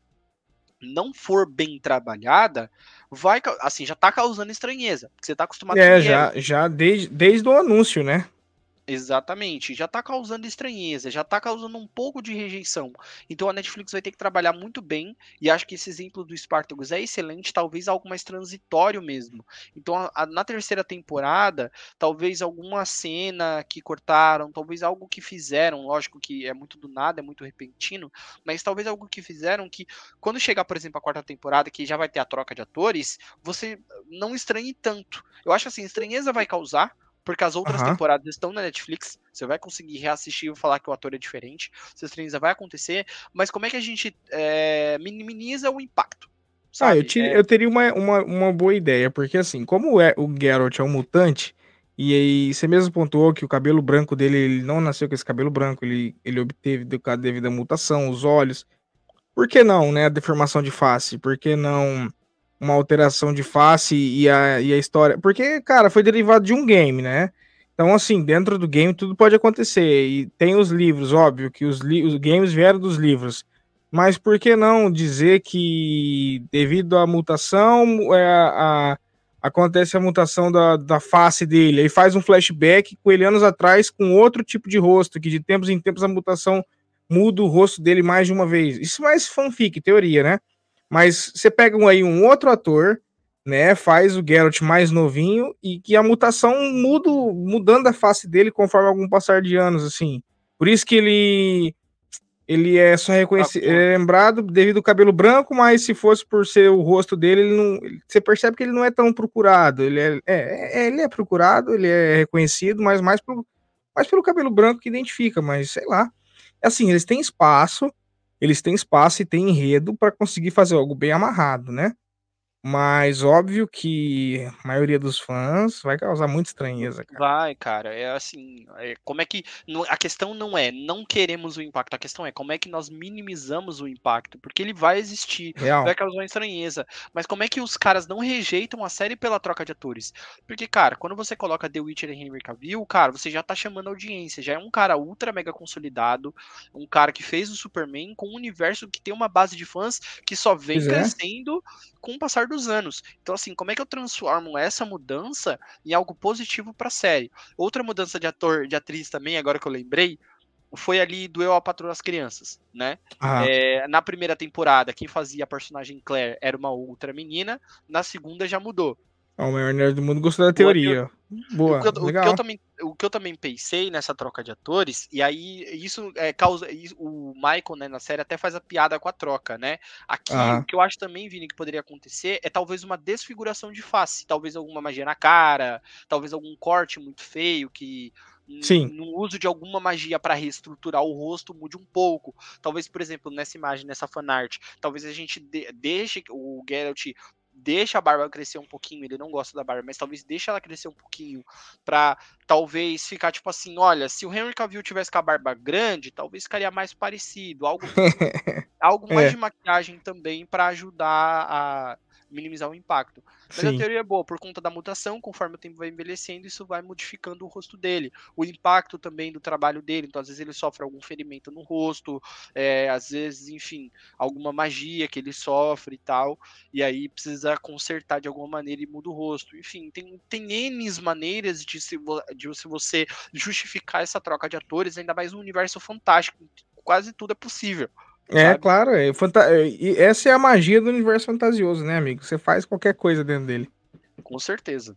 não for bem trabalhada, vai, assim, já tá causando estranheza, porque você tá acostumado É, com o já, já desde, desde o anúncio, né? Exatamente, já tá causando estranheza, já tá causando um pouco de rejeição. Então a Netflix vai ter que trabalhar muito bem, e acho que esse exemplo do Spartacus é excelente, talvez algo mais transitório mesmo. Então a, a, na terceira temporada, talvez alguma cena que cortaram, talvez algo que fizeram, lógico que é muito do nada, é muito repentino, mas talvez algo que fizeram que, quando chegar, por exemplo, a quarta temporada, que já vai ter a troca de atores, você não estranhe tanto. Eu acho assim, estranheza vai causar, porque as outras Aham. temporadas estão na Netflix, você vai conseguir reassistir e falar que o ator é diferente, essa estranheza vai acontecer, mas como é que a gente é, minimiza o impacto, Ah, eu, sabe? te, É, eu teria uma, uma, uma boa ideia, porque assim, como é, o Geralt é um mutante, e aí você mesmo pontuou que o cabelo branco dele, ele não nasceu com esse cabelo branco, ele, ele obteve devido à mutação, os olhos. Por que não, né, a deformação de face? Por que não uma alteração de face e a, e a história? Porque, cara, foi derivado de um game, né? Então, assim, dentro do game tudo pode acontecer. E tem os livros, óbvio, que os, li os games vieram dos livros. Mas por que não dizer que, devido à mutação, é, a, a- acontece a mutação da, da face dele? Aí faz um flashback com ele anos atrás com outro tipo de rosto, que de tempos em tempos a mutação muda o rosto dele mais de uma vez. Isso é mais fanfic, teoria, né? Mas você pega um, aí um outro ator, né? Faz o Geralt mais novinho e que a mutação muda, mudando a face dele conforme algum passar de anos, assim. Por isso que ele ele é só reconhecido, é lembrado devido ao cabelo branco, mas se fosse por ser o rosto dele, ele não, você percebe que ele não é tão procurado. Ele é, é, é ele é procurado, ele é reconhecido, mas mais pelo, mais pelo cabelo branco que identifica, mas sei lá. Assim, eles têm espaço, eles têm espaço e têm enredo para conseguir fazer algo bem amarrado, né? Mas óbvio que a maioria dos fãs vai causar muita estranheza, cara. Vai, cara, é assim, é, como é que, não- a questão não é não queremos o impacto, a questão é como é que nós minimizamos o impacto, porque ele vai existir, Real. vai causar uma estranheza, mas como é que os caras não rejeitam a série pela troca de atores? Porque, cara, quando você coloca The Witcher e Henry Cavill, cara, você já tá chamando audiência, já é um cara ultra mega consolidado, um cara que fez o Superman com um universo que tem uma base de fãs que só vem Pois é. crescendo com o passar dos anos. Então, assim, como é que eu transformo essa mudança em algo positivo pra série? Outra mudança de ator, de atriz também, agora que eu lembrei, foi ali do Eu, a Patroa das Crianças, né? Ah, É, na primeira temporada, quem fazia a personagem Claire era uma outra menina, na segunda já mudou. o maior nerd do mundo gostou da Boa teo- teoria. o que, Boa, eu, o que eu legal. também, o que eu também pensei nessa troca de atores, e aí isso é, causa. isso- o Michael, né, na série, até faz a piada com a troca, né? Aqui, o Ah, que eu acho também, Vini, que poderia acontecer é talvez uma desfiguração de face, talvez alguma magia na cara, talvez algum corte muito feio que. sim. No uso de alguma magia para reestruturar o rosto mude um pouco. Talvez, por exemplo, nessa imagem, nessa fanart, talvez a gente de, deixe o Geralt deixa a barba crescer um pouquinho, ele não gosta da barba, mas talvez deixe ela crescer um pouquinho pra talvez ficar tipo assim, olha, se o Henry Cavill tivesse com a barba grande, talvez ficaria mais parecido, algo algo mais É, de maquiagem também pra ajudar a minimizar o impacto. Mas a sim. teoria é boa, por conta da mutação, conforme o tempo vai envelhecendo, isso vai modificando o rosto dele. O impacto também do trabalho dele, então às vezes ele sofre algum ferimento no rosto, é, às vezes, enfim, alguma magia que ele sofre e tal, e aí precisa consertar de alguma maneira e muda o rosto. Enfim, tem, tem N maneiras de, se, de se você justificar essa troca de atores, ainda mais no universo fantástico, quase tudo é possível. É, Sabe? claro. É, fanta- é, e essa é a magia do universo fantasioso, né, amigo? Você faz qualquer coisa dentro dele. Com certeza.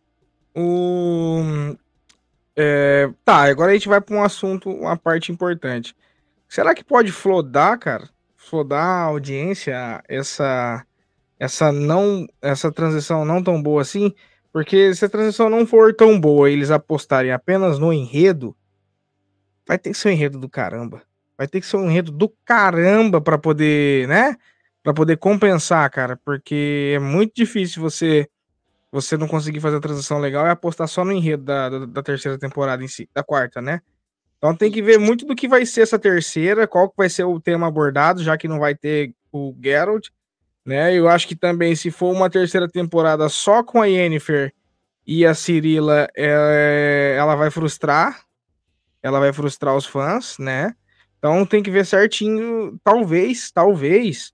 O... é, tá, agora a gente vai para um assunto, uma parte importante. Será que pode flodar, cara? Flodar a audiência, essa, essa não, essa transição não tão boa assim? Porque se a transição não for tão boa e eles apostarem apenas no enredo, vai ter que ser um enredo do caramba. Vai ter que ser um enredo do caramba pra poder, né? Pra poder compensar, cara. Porque é muito difícil você você não conseguir fazer a transição legal e apostar só no enredo da, da, da terceira temporada em si, da quarta, né? Então tem que ver Isso. muito do que vai ser essa terceira, qual que vai ser o tema abordado, já que não vai ter o Geralt, né? Eu acho que também, se for uma terceira temporada só com a Yennefer e a Cirilla, é, ela vai frustrar, ela vai frustrar os fãs, né? Então tem que ver certinho, talvez, talvez,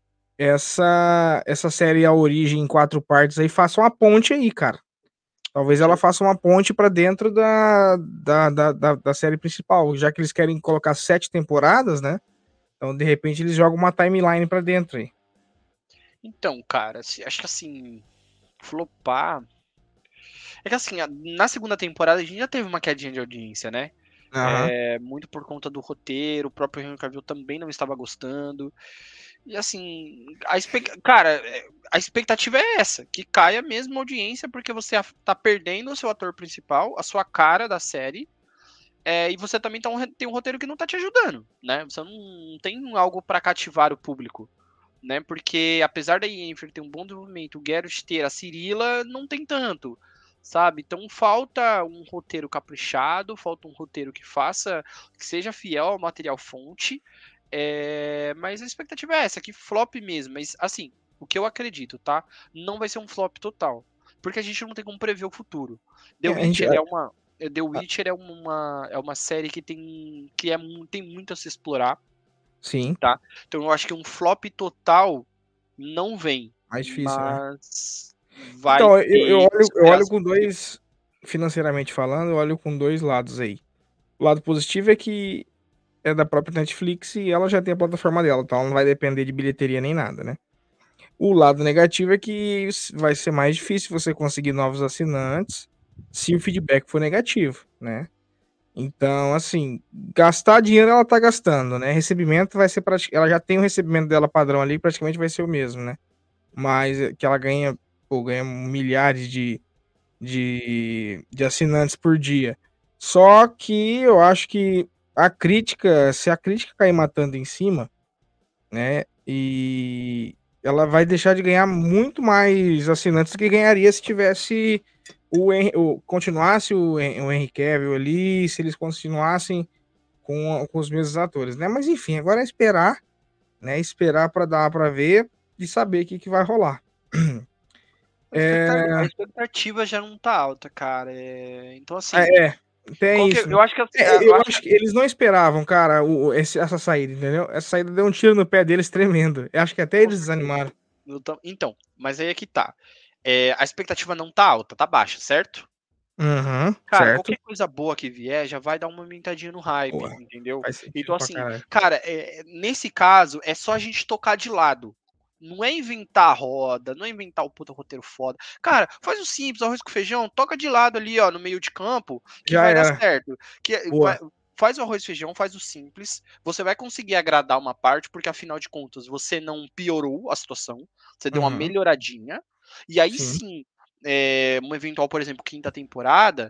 essa, essa série A Origem em quatro partes aí faça uma ponte aí, cara. Talvez ela faça uma ponte pra dentro da, da, da, da, da série principal, já que eles querem colocar sete temporadas, né? Então, de repente, eles jogam uma timeline pra dentro aí. Então, cara, se- acho que assim, flopar. É que assim, a- na segunda temporada a gente já teve uma quedinha de audiência, né? Aham. É, muito por conta do roteiro, o próprio Henry Cavill também não estava gostando. E assim, a expec... cara, é, a expectativa é essa, que caia mesmo a audiência, porque você a- tá perdendo o seu ator principal, a sua cara da série, é, e você também tá um re- tem um roteiro que não tá te ajudando, né? Você não tem algo pra cativar o público, né? Porque apesar da Yennefer ter um bom desenvolvimento, o Geralt ter a Cirilla não tem tanto, sabe? Então falta um roteiro caprichado, falta um roteiro que faça, que seja fiel ao material fonte. É, mas a expectativa é essa, que flop mesmo. Mas assim, o que eu acredito, tá? Não vai ser um flop total, porque a gente não tem como prever o futuro. The É, a gente, Witcher a- é uma The a- Witcher é uma, é uma série que tem que é, mu- tem muito a se explorar, sim, tá? Então eu acho que um flop total não vem, mais difícil, né? mas vai Então, eu, eu ter olho, eu olho reação com do público. dois, financeiramente falando, eu olho com dois lados aí. O lado positivo é que é da própria Netflix e ela já tem a plataforma dela, então ela não vai depender de bilheteria nem nada, né? O lado negativo é que vai ser mais difícil você conseguir novos assinantes se o feedback for negativo, né? Então, assim, gastar dinheiro ela tá gastando, né? Recebimento vai ser praticamente. Ela já tem o recebimento dela padrão ali, praticamente vai ser o mesmo, né? Mas é que ela ganha, pô, ganha milhares de, de, de assinantes por dia. Só que eu acho que a crítica, se a crítica cair matando em cima, né? E ela vai deixar de ganhar muito mais assinantes do que ganharia se tivesse o, Hen- o continuasse o, Hen- o Henry Cavill ali, se eles continuassem com, com os mesmos atores, né? Mas enfim, agora é esperar, né? Esperar para dar para ver e saber o que, que vai rolar. A expecta- a É, expectativa já não tá alta, cara. É, então, assim, é, é, tem qual que... isso, né? eu acho que É, eu eu acho acho que que eles não esperavam, cara, o, esse- essa saída, entendeu? Essa saída deu um tiro no pé deles tremendo. Eu acho que até com eles certeza. desanimaram. Então, então, mas aí é que tá. É, a expectativa não tá alta, tá baixa, certo? Uhum, Cara, certo. qualquer coisa boa que vier já vai dar uma aumentadinha no hype, Boa, entendeu? faz sentido Então, pra assim, caralho. cara, é, nesse caso, é só a gente tocar de lado. Não é inventar a roda, não é inventar o puta roteiro foda. Cara, faz o simples, arroz com feijão, toca de lado ali, ó, no meio de campo, que Já vai dar era. certo. Que vai, Boa. faz o arroz e feijão, faz o simples. Você vai conseguir agradar uma parte, porque afinal de contas, você não piorou a situação, você deu uma Uhum, melhoradinha. E aí sim. sim, é, uma eventual, por exemplo, quinta temporada,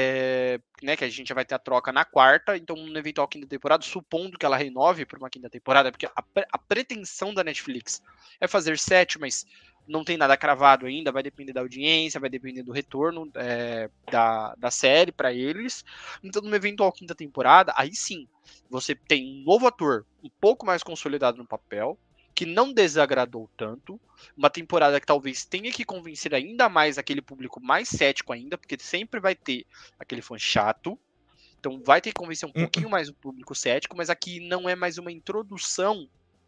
é, né, que a gente já vai ter a troca na quarta, então no eventual quinta temporada, supondo que ela renove por uma quinta temporada, porque a, pre- a pretensão da Netflix é fazer sete, mas não tem nada cravado ainda, vai depender da audiência, vai depender do retorno é, da, da série para eles. Então, numa eventual quinta temporada, aí sim, você tem um novo ator um pouco mais consolidado no papel, que não desagradou tanto, uma temporada que talvez tenha que convencer ainda mais aquele público mais cético ainda, porque sempre vai ter aquele fã chato. Então vai ter que convencer um Hum, hum. pouquinho mais o público cético, mas aqui não é mais uma introdução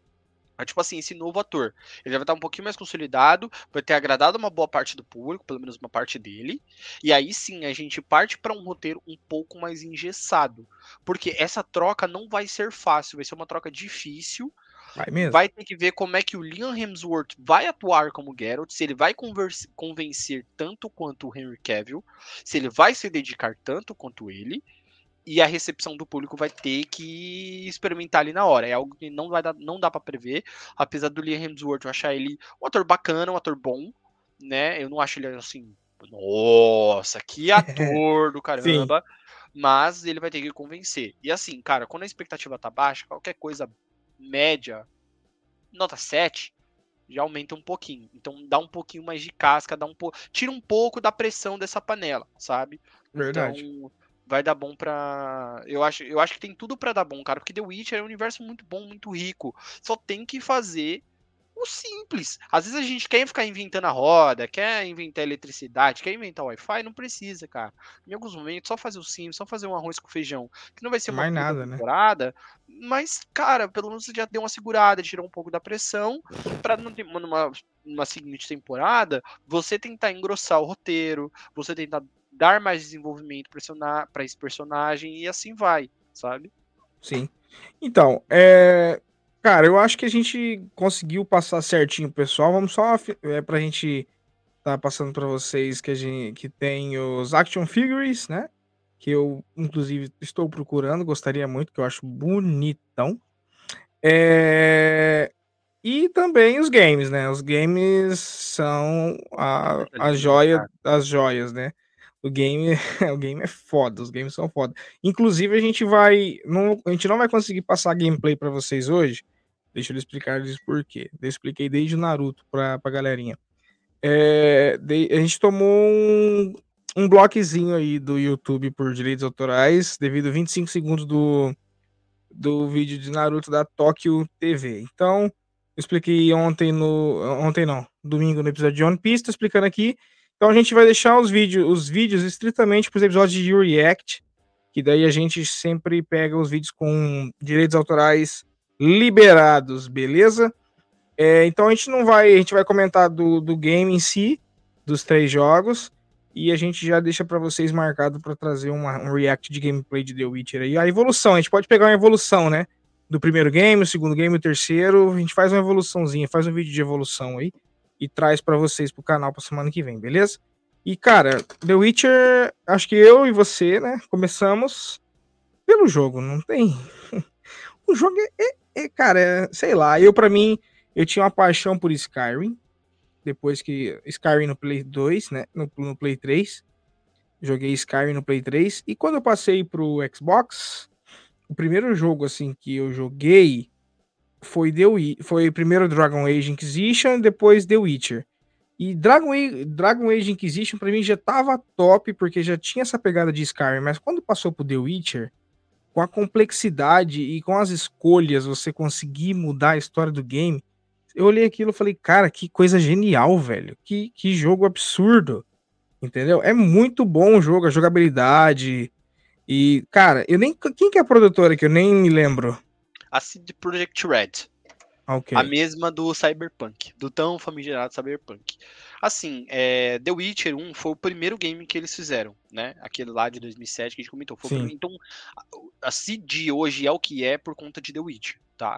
a, tipo assim, esse novo ator. Ele já vai estar um pouquinho mais consolidado, vai ter agradado uma boa parte do público, pelo menos uma parte dele. E aí sim a gente parte para um roteiro um pouco mais engessado. Porque essa troca não vai ser fácil, vai ser uma troca difícil. Vai mesmo. Vai ter que ver como é que o Liam Hemsworth vai atuar como Geralt, se ele vai converse, convencer tanto quanto o Henry Cavill, se ele vai se dedicar tanto quanto ele, e a recepção do público vai ter que experimentar ali na hora. É algo que não, vai dar, não dá para prever, apesar do Liam Hemsworth eu achar ele um ator bacana, um ator bom, né? Eu não acho ele assim, nossa, que ator do Sim. caramba. mas ele vai ter que convencer. E assim, cara, quando a expectativa tá baixa, qualquer coisa média, nota sete, já aumenta um pouquinho. Então dá um pouquinho mais de casca, dá um po... tira um pouco da pressão dessa panela, sabe? Verdade. Então vai dar bom pra... Eu acho, eu acho que tem tudo pra dar bom, cara, porque The Witcher é um universo muito bom, muito rico. Só tem que fazer o simples. Às vezes a gente quer ficar inventando a roda, quer inventar eletricidade, quer inventar Wi-Fi, não precisa, cara. Em alguns momentos, só fazer o simples, só fazer um arroz com feijão, que não vai ser uma Mais puta nada, né? temporada, mas, cara, pelo menos você já deu uma segurada, tirou um pouco da pressão, pra não ter, numa, numa seguinte temporada, você tentar engrossar o roteiro, você tentar dar mais desenvolvimento pra esse personagem e assim vai, sabe? Sim. Então, é... cara, eu acho que a gente conseguiu passar certinho, pessoal. Vamos só é, pra gente tá passando pra vocês que a gente que tem os action figures, né? Que eu, inclusive, estou procurando, gostaria muito, que eu acho bonitão. É... E também os games, né? Os games são a, Coisa a linda, joia cara. das joias, né? O game, o game é foda, os games são foda. Inclusive, a gente vai. Não, a gente não vai conseguir passar gameplay pra vocês hoje. Deixa eu explicar isso por quê. Eu expliquei desde o Naruto pra, pra galerinha. É, de- a gente tomou um, um bloquezinho aí do YouTube por direitos autorais, devido a vinte e cinco segundos do, do vídeo de Naruto da Tóquio T V. Então, eu expliquei ontem no. Ontem não, domingo no episódio de One Piece, tô explicando aqui. Então a gente vai deixar os vídeos, os vídeos estritamente para os episódios de React, que daí a gente sempre pega os vídeos com direitos autorais liberados, beleza? É, então a gente não vai, a gente vai comentar do, do game em si, dos três jogos, e a gente já deixa para vocês marcado para trazer uma, um react de gameplay de The Witcher aí. A evolução, a gente pode pegar uma evolução, né? Do primeiro game, o segundo game, o terceiro, a gente faz uma evoluçãozinha, faz um vídeo de evolução aí e traz para vocês pro canal pra semana que vem, beleza? E cara, The Witcher, acho que eu e você, né, começamos pelo jogo, não tem. O jogo é, é, é cara, é, sei lá, eu para mim eu tinha uma paixão por Skyrim, depois que Skyrim no Play dois, né, no, no Play três, joguei Skyrim no Play três, e quando eu passei pro Xbox, o primeiro jogo, assim, que eu joguei foi, The Witcher, foi primeiro Dragon Age Inquisition, depois The Witcher. E Dragon Age, Dragon Age Inquisition pra mim já tava top, porque já tinha essa pegada de Skyrim, mas quando passou pro The Witcher, com a complexidade e com as escolhas, você conseguir mudar a história do game, eu olhei aquilo e falei, cara, que coisa genial, velho. Que, que jogo absurdo. Entendeu? É muito bom o jogo, a jogabilidade. E, cara, eu nem. Quem que é a produtora que eu nem me lembro? A C D Projekt Red. Ok. A mesma do Cyberpunk, do tão famigerado Cyberpunk. Assim, é, The Witcher um foi o primeiro game que eles fizeram, né? Aquele lá de dois mil e sete que a gente comentou. Foi o primeiro, então, a C D hoje é o que é por conta de The Witcher, tá?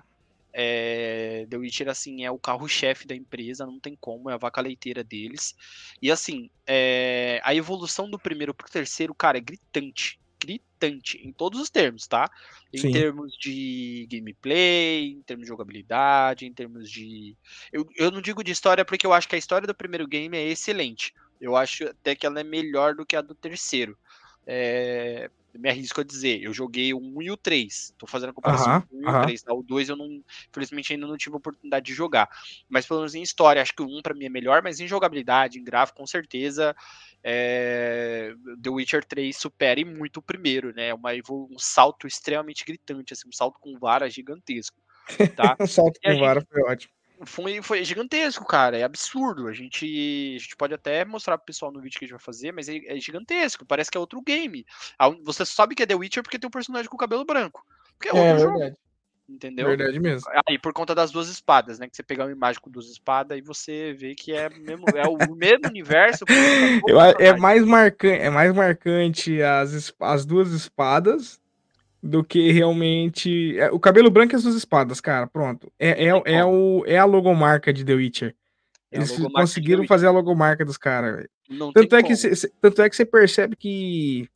É, The Witcher, assim, é o carro-chefe da empresa, não tem como, é a vaca leiteira deles. E, assim, é, a evolução do primeiro pro terceiro, cara, é gritante. Gritante, em todos os termos, tá? Em Sim. termos de gameplay, em termos de jogabilidade, em termos de... Eu, eu não digo de história porque eu acho que a história do primeiro game é excelente. Eu acho até que ela é melhor do que a do terceiro. É... Me arrisco a dizer, eu joguei o um e o três. Tô fazendo a comparação Aham, do um e o aham. três, tá? O dois eu não, infelizmente, ainda não tive a oportunidade de jogar. Mas pelo menos em história, acho que o um pra mim é melhor, mas em jogabilidade, em gráfico, com certeza, é... The Witcher três supera e muito o primeiro, né? Uma, um salto extremamente gritante, assim, um salto com vara gigantesco, tá? Um salto E a com vara gente foi ótimo. foi, foi gigantesco, cara. É absurdo. A gente, a gente pode até mostrar pro pessoal no vídeo que a gente vai fazer, mas é, é gigantesco. Parece que é outro game. Você sabe que é The Witcher porque tem um personagem com cabelo branco. Porque é É outro jogo. verdade. Entendeu? Verdade mesmo. Aí, ah, por conta das duas espadas, né? Que você pegar uma imagem com duas espadas e você vê que é, mesmo, é o mesmo universo. Eu, é, mais marcante, é mais marcante as, as duas espadas do que realmente. É, o cabelo branco e as duas espadas, cara. Pronto. É, é, é, o, é a logomarca de The Witcher. É Eles conseguiram fazer a logomarca dos caras. Tanto, é que cê, tanto é que você percebe que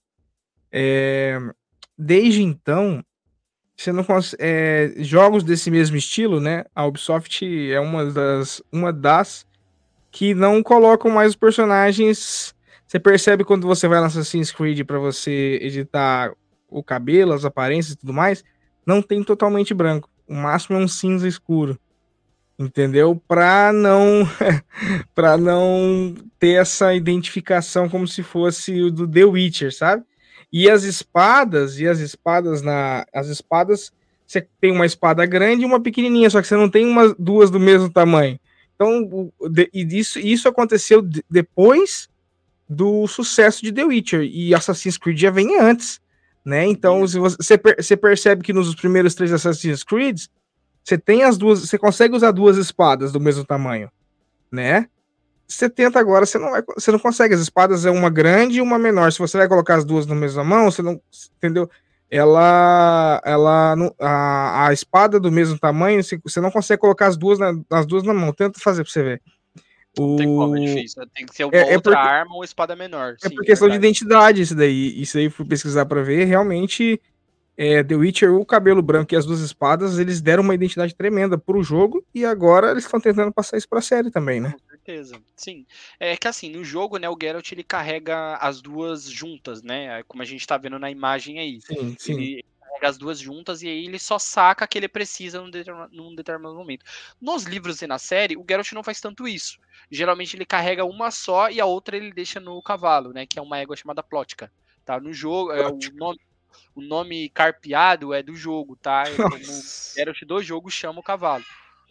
é, desde então você não consegue. É, jogos desse mesmo estilo, né? A Ubisoft é uma das, uma das que não colocam mais os personagens Você percebe quando você vai no Assassin's Creed pra você editar o cabelo, as aparências e tudo mais, não tem totalmente branco. O máximo é um cinza escuro. Entendeu? Pra não pra não ter essa identificação como se fosse o do The Witcher, sabe? E as espadas, e as espadas na as espadas, você tem uma espada grande e uma pequenininha, só que você não tem umas duas do mesmo tamanho. Então, o, de, e isso, isso aconteceu de, depois do sucesso de The Witcher, e Assassin's Creed já vem antes, né? Então, se você, você, per, você percebe que nos primeiros três Assassin's Creed, você tem as duas, você consegue usar duas espadas do mesmo tamanho, né? setenta agora você não vai, você não consegue. As espadas é uma grande e uma menor. Se você vai colocar as duas na mesma mão, você não, entendeu? Ela, ela, a, a espada do mesmo tamanho, você não consegue colocar as duas na, as duas na mão. Tenta fazer pra você ver. Não o... tem como, é difícil. Tem que ser uma é, outra é porque, arma ou espada menor. É Sim, por questão verdade. de identidade isso daí. Isso aí fui pesquisar pra ver. Realmente, é, The Witcher, o cabelo branco e as duas espadas, eles deram uma identidade tremenda pro jogo, e agora eles estão tentando passar isso pra série também, né? Com certeza, sim. É que assim, no jogo, né, o Geralt ele carrega as duas juntas, né? Como a gente tá vendo na imagem aí. Sim, sim. Ele carrega as duas juntas e aí ele só saca que ele precisa num determinado, num determinado momento. Nos livros e na série, o Geralt não faz tanto isso. Geralmente ele carrega uma só e a outra ele deixa no cavalo, né? Que é uma égua chamada Plotka. Tá? No jogo, é, o nome. O nome carpeado é do jogo, tá? É como o Geralt do jogo chama o cavalo.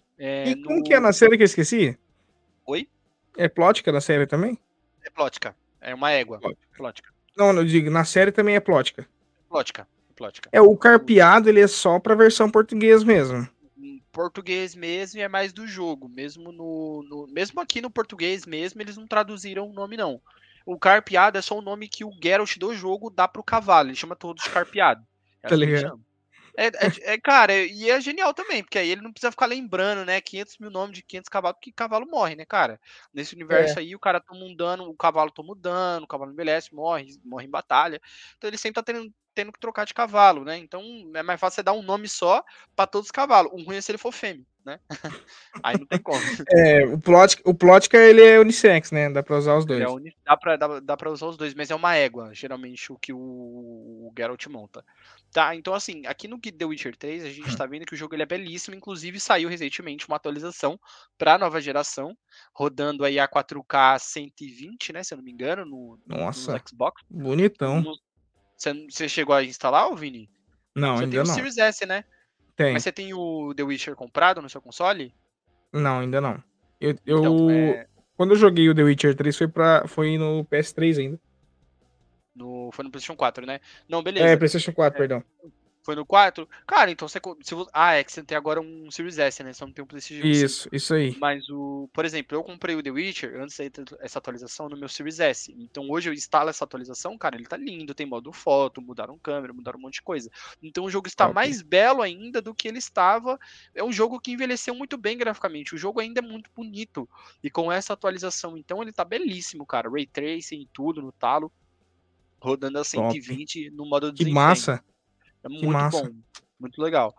É, E no... como que é na série que eu esqueci? Oi? É Plotka na série também? É Plotka. É uma égua. Plotka. Não, não digo, na série também é Plotka. Plotka. Plotka. É, o carpeado, ele é só pra versão português mesmo. Em português mesmo e é mais do jogo. Mesmo no, no mesmo aqui no português mesmo, eles não traduziram o nome, não. O carpeado é só o nome que o Geralt do jogo dá pro cavalo. Ele chama todos de carpeado. É Tá assim que ligado? chama. É, é, é, cara, e é genial também, porque aí ele não precisa ficar lembrando, né, quinhentos mil nomes de quinhentos cavalos, porque cavalo morre, né, cara? Nesse universo É. aí, o cara toma um dano, o cavalo toma um dano, o cavalo envelhece, morre, morre em batalha. Então ele sempre tá tendo, tendo que trocar de cavalo, né? Então é mais fácil você dar um nome só pra todos os cavalos. O ruim é se ele for fêmea, né? Aí não tem como. É, o Plotka, o Plotka, ele é unissex, né? Dá pra usar os Ele dois. é uni... dá, pra, dá, dá pra usar os dois, mas é uma égua, geralmente, o que o, o Geralt monta. Tá, então assim, aqui no The Witcher três, a gente tá vendo que o jogo ele é belíssimo, inclusive saiu recentemente uma atualização pra nova geração, rodando aí a quatro K cento e vinte, né, se eu não me engano, no, no, Nossa, nos Xbox. bonitão. No, você, você chegou a instalar, ô Vini? Não, Você tem ainda o não. Series S, né? Tem. Mas você tem o The Witcher comprado no seu console? Não, ainda não. Eu, Então, eu é... Quando eu joguei o The Witcher três, foi, pra, foi no P S três ainda. No, foi no PlayStation quatro, né? Não, É, beleza. PlayStation quatro, É. perdão. Foi no quatro? Cara, então você. Se você ah, é que você tem agora um Series S, né? Você não tem um PlayStation cinco. Isso, isso aí. Mas o. Por exemplo, eu comprei o The Witcher antes dessa atualização no meu Series S. Então hoje eu instalo essa atualização, cara, ele tá lindo, tem modo foto, mudaram câmera, mudaram um monte de coisa. Então o jogo está Top. mais belo ainda do que ele estava. É um jogo que envelheceu muito bem graficamente. O jogo ainda é muito bonito. E com essa atualização, então, ele tá belíssimo, cara. Ray Tracing e tudo no talo. Rodando a cento e vinte no modo Que desempenho. massa. É Que muito massa. bom, muito legal.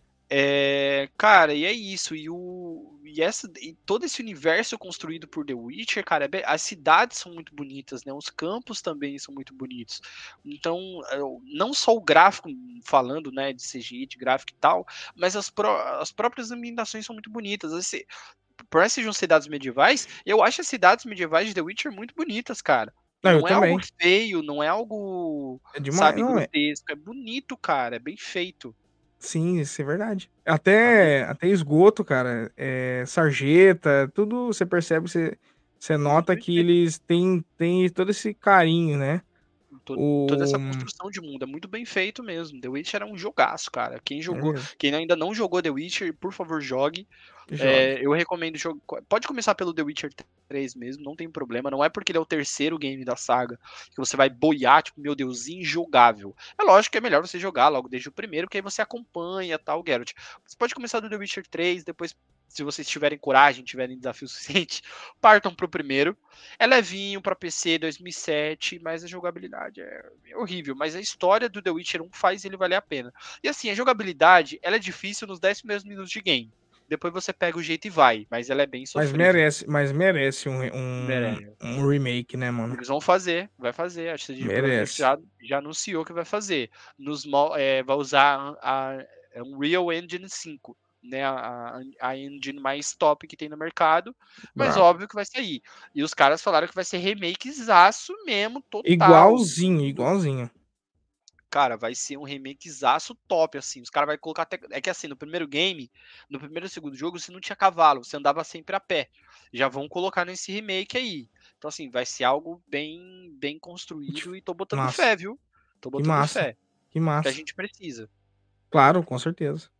É, cara, e é isso. E, o, e, essa, e todo esse universo construído por The Witcher, cara, é be- as cidades são muito bonitas, né? Os campos também são muito bonitos. Então, é, não só o gráfico, falando, né, de C G I, de gráfico e tal, mas as, pró- as próprias ambientações são muito bonitas. Esse, por essas sejam cidades medievais, eu acho as cidades medievais de The Witcher muito bonitas, cara. Não, eu Não é também. algo feio, não é algo, É demais, sabe, não é? grotesco. É bonito, cara, é bem feito. Sim, isso é verdade. Até, até esgoto, cara, é, sarjeta, tudo você percebe, você, você nota que eles têm, têm todo esse carinho, né? Todo- Toda essa O... construção de mundo é muito bem feito mesmo. The Witcher é um jogaço, cara. Quem É jogou, mesmo. quem ainda não jogou The Witcher, por favor, jogue. Jogue. É, eu recomendo jogar. Pode começar pelo The Witcher três mesmo, não tem problema. Não é porque ele é o terceiro game da saga que você vai boiar, tipo, meu Deus, injogável. É lógico que é melhor você jogar logo desde o primeiro, porque aí você acompanha tal, Geralt. Você pode começar do The Witcher três, depois, se vocês tiverem coragem, tiverem desafio suficiente, partam pro primeiro. É levinho pra P C dois mil e sete, mas a jogabilidade é horrível. Mas a história do The Witcher um faz ele valer a pena. E assim, a jogabilidade, ela é difícil nos dez primeiros minutos de game. depois você pega o jeito e vai. Mas ela é bem Mas sofrível. merece, mas merece um, um, Merece. um remake, né, mano? Eles vão fazer, vai fazer. A C D Projekt Merece. já, já anunciou que vai fazer. Nos, mo- é, vai usar a, a Unreal Engine cinco, né? A, a, a engine mais top que tem no mercado. Mas Bravo. óbvio que vai sair. E os caras falaram que vai ser remakezaço mesmo, total. Igualzinho, igualzinho. Cara, vai ser um remakezaço top, assim. Os caras vão colocar até. É que assim, no primeiro game, no primeiro e segundo jogo, você não tinha cavalo, você andava sempre a pé. Já vão colocar nesse remake aí. Então, assim, vai ser algo bem, bem construído e tô botando Massa. fé, viu? Tô Que botando massa. fé. Que Que massa. a gente precisa. Claro, com certeza.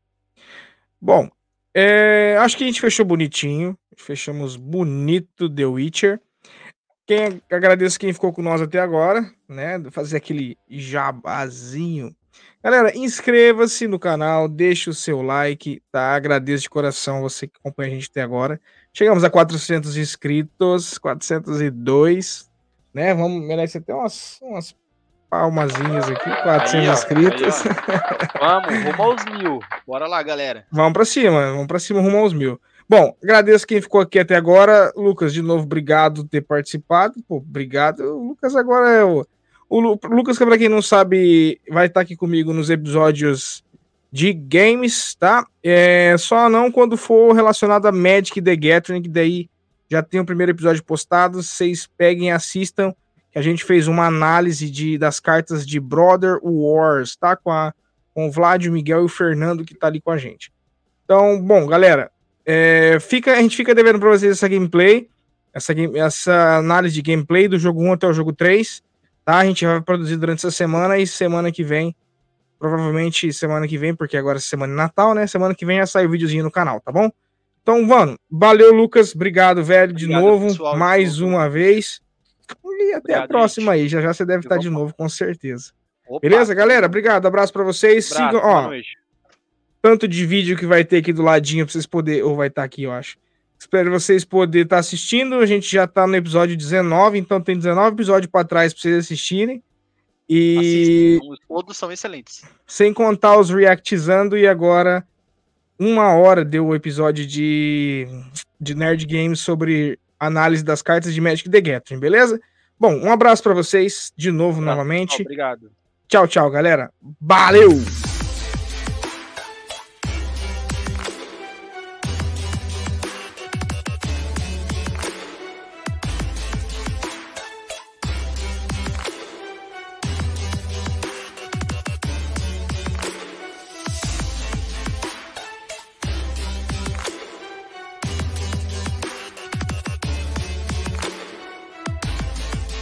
Bom, é, acho que a gente fechou bonitinho. Fechamos bonito The Witcher. Quem, agradeço quem ficou com nós até agora, né? Fazer aquele jabazinho. Galera, inscreva-se no canal, deixe o seu like, tá? Agradeço de coração você que acompanha a gente até agora. Chegamos a quatrocentos inscritos, quatrocentos e dois, né? Vamos, merece até umas, umas palmazinhas aqui, quatrocentos Aí, ó, inscritos. aí, ó. Vamos, rumo aos mil. Bora lá, galera. Vamos pra cima, vamos pra cima, rumo aos mil. Bom, agradeço quem ficou aqui até agora. Lucas, de novo, obrigado por ter participado. Pô, obrigado. O Lucas agora é o... O Lu- Lucas, que pra quem não sabe, vai estar aqui comigo nos episódios de games, tá? É, só não quando for relacionado a Magic the Gathering, que daí já tem o primeiro episódio postado. Vocês peguem e assistam, que a gente fez uma análise de, das cartas de Brother Wars, tá? Com, a, com o Vlad, o Miguel e o Fernando, que tá ali com a gente. Então, bom, galera, é, fica, a gente fica devendo para vocês essa gameplay, essa, game, essa análise de gameplay do jogo um até o jogo três, tá? A gente vai produzir durante essa semana e semana que vem, provavelmente semana que vem, porque agora é semana de Natal, né? Semana que vem já sai o videozinho no canal, tá bom? Então, mano, valeu, Lucas, obrigado, velho, de Obrigado, novo, pessoal, de mais novo. uma vez. E até a Obrigado, próxima gente. aí, já já você deve E estar de vamos- novo, com certeza. Opa, Beleza, galera? Obrigado, abraço pra vocês. Abraço, Sigam, boa ó, noite. tanto de vídeo que vai ter aqui do ladinho pra vocês poderem, ou vai estar aqui, eu acho. Espero vocês poderem estar assistindo. A gente já tá no episódio dezenove, então tem dezenove episódios pra trás pra vocês assistirem. E Assistam, todos são excelentes. sem contar os reactizando, e agora uma hora deu o episódio de, de Nerd Games sobre análise das cartas de Magic the Gathering, beleza? Bom, um abraço pra vocês de novo, Abraço, novamente. pessoal, obrigado. Tchau, tchau, galera. Valeu!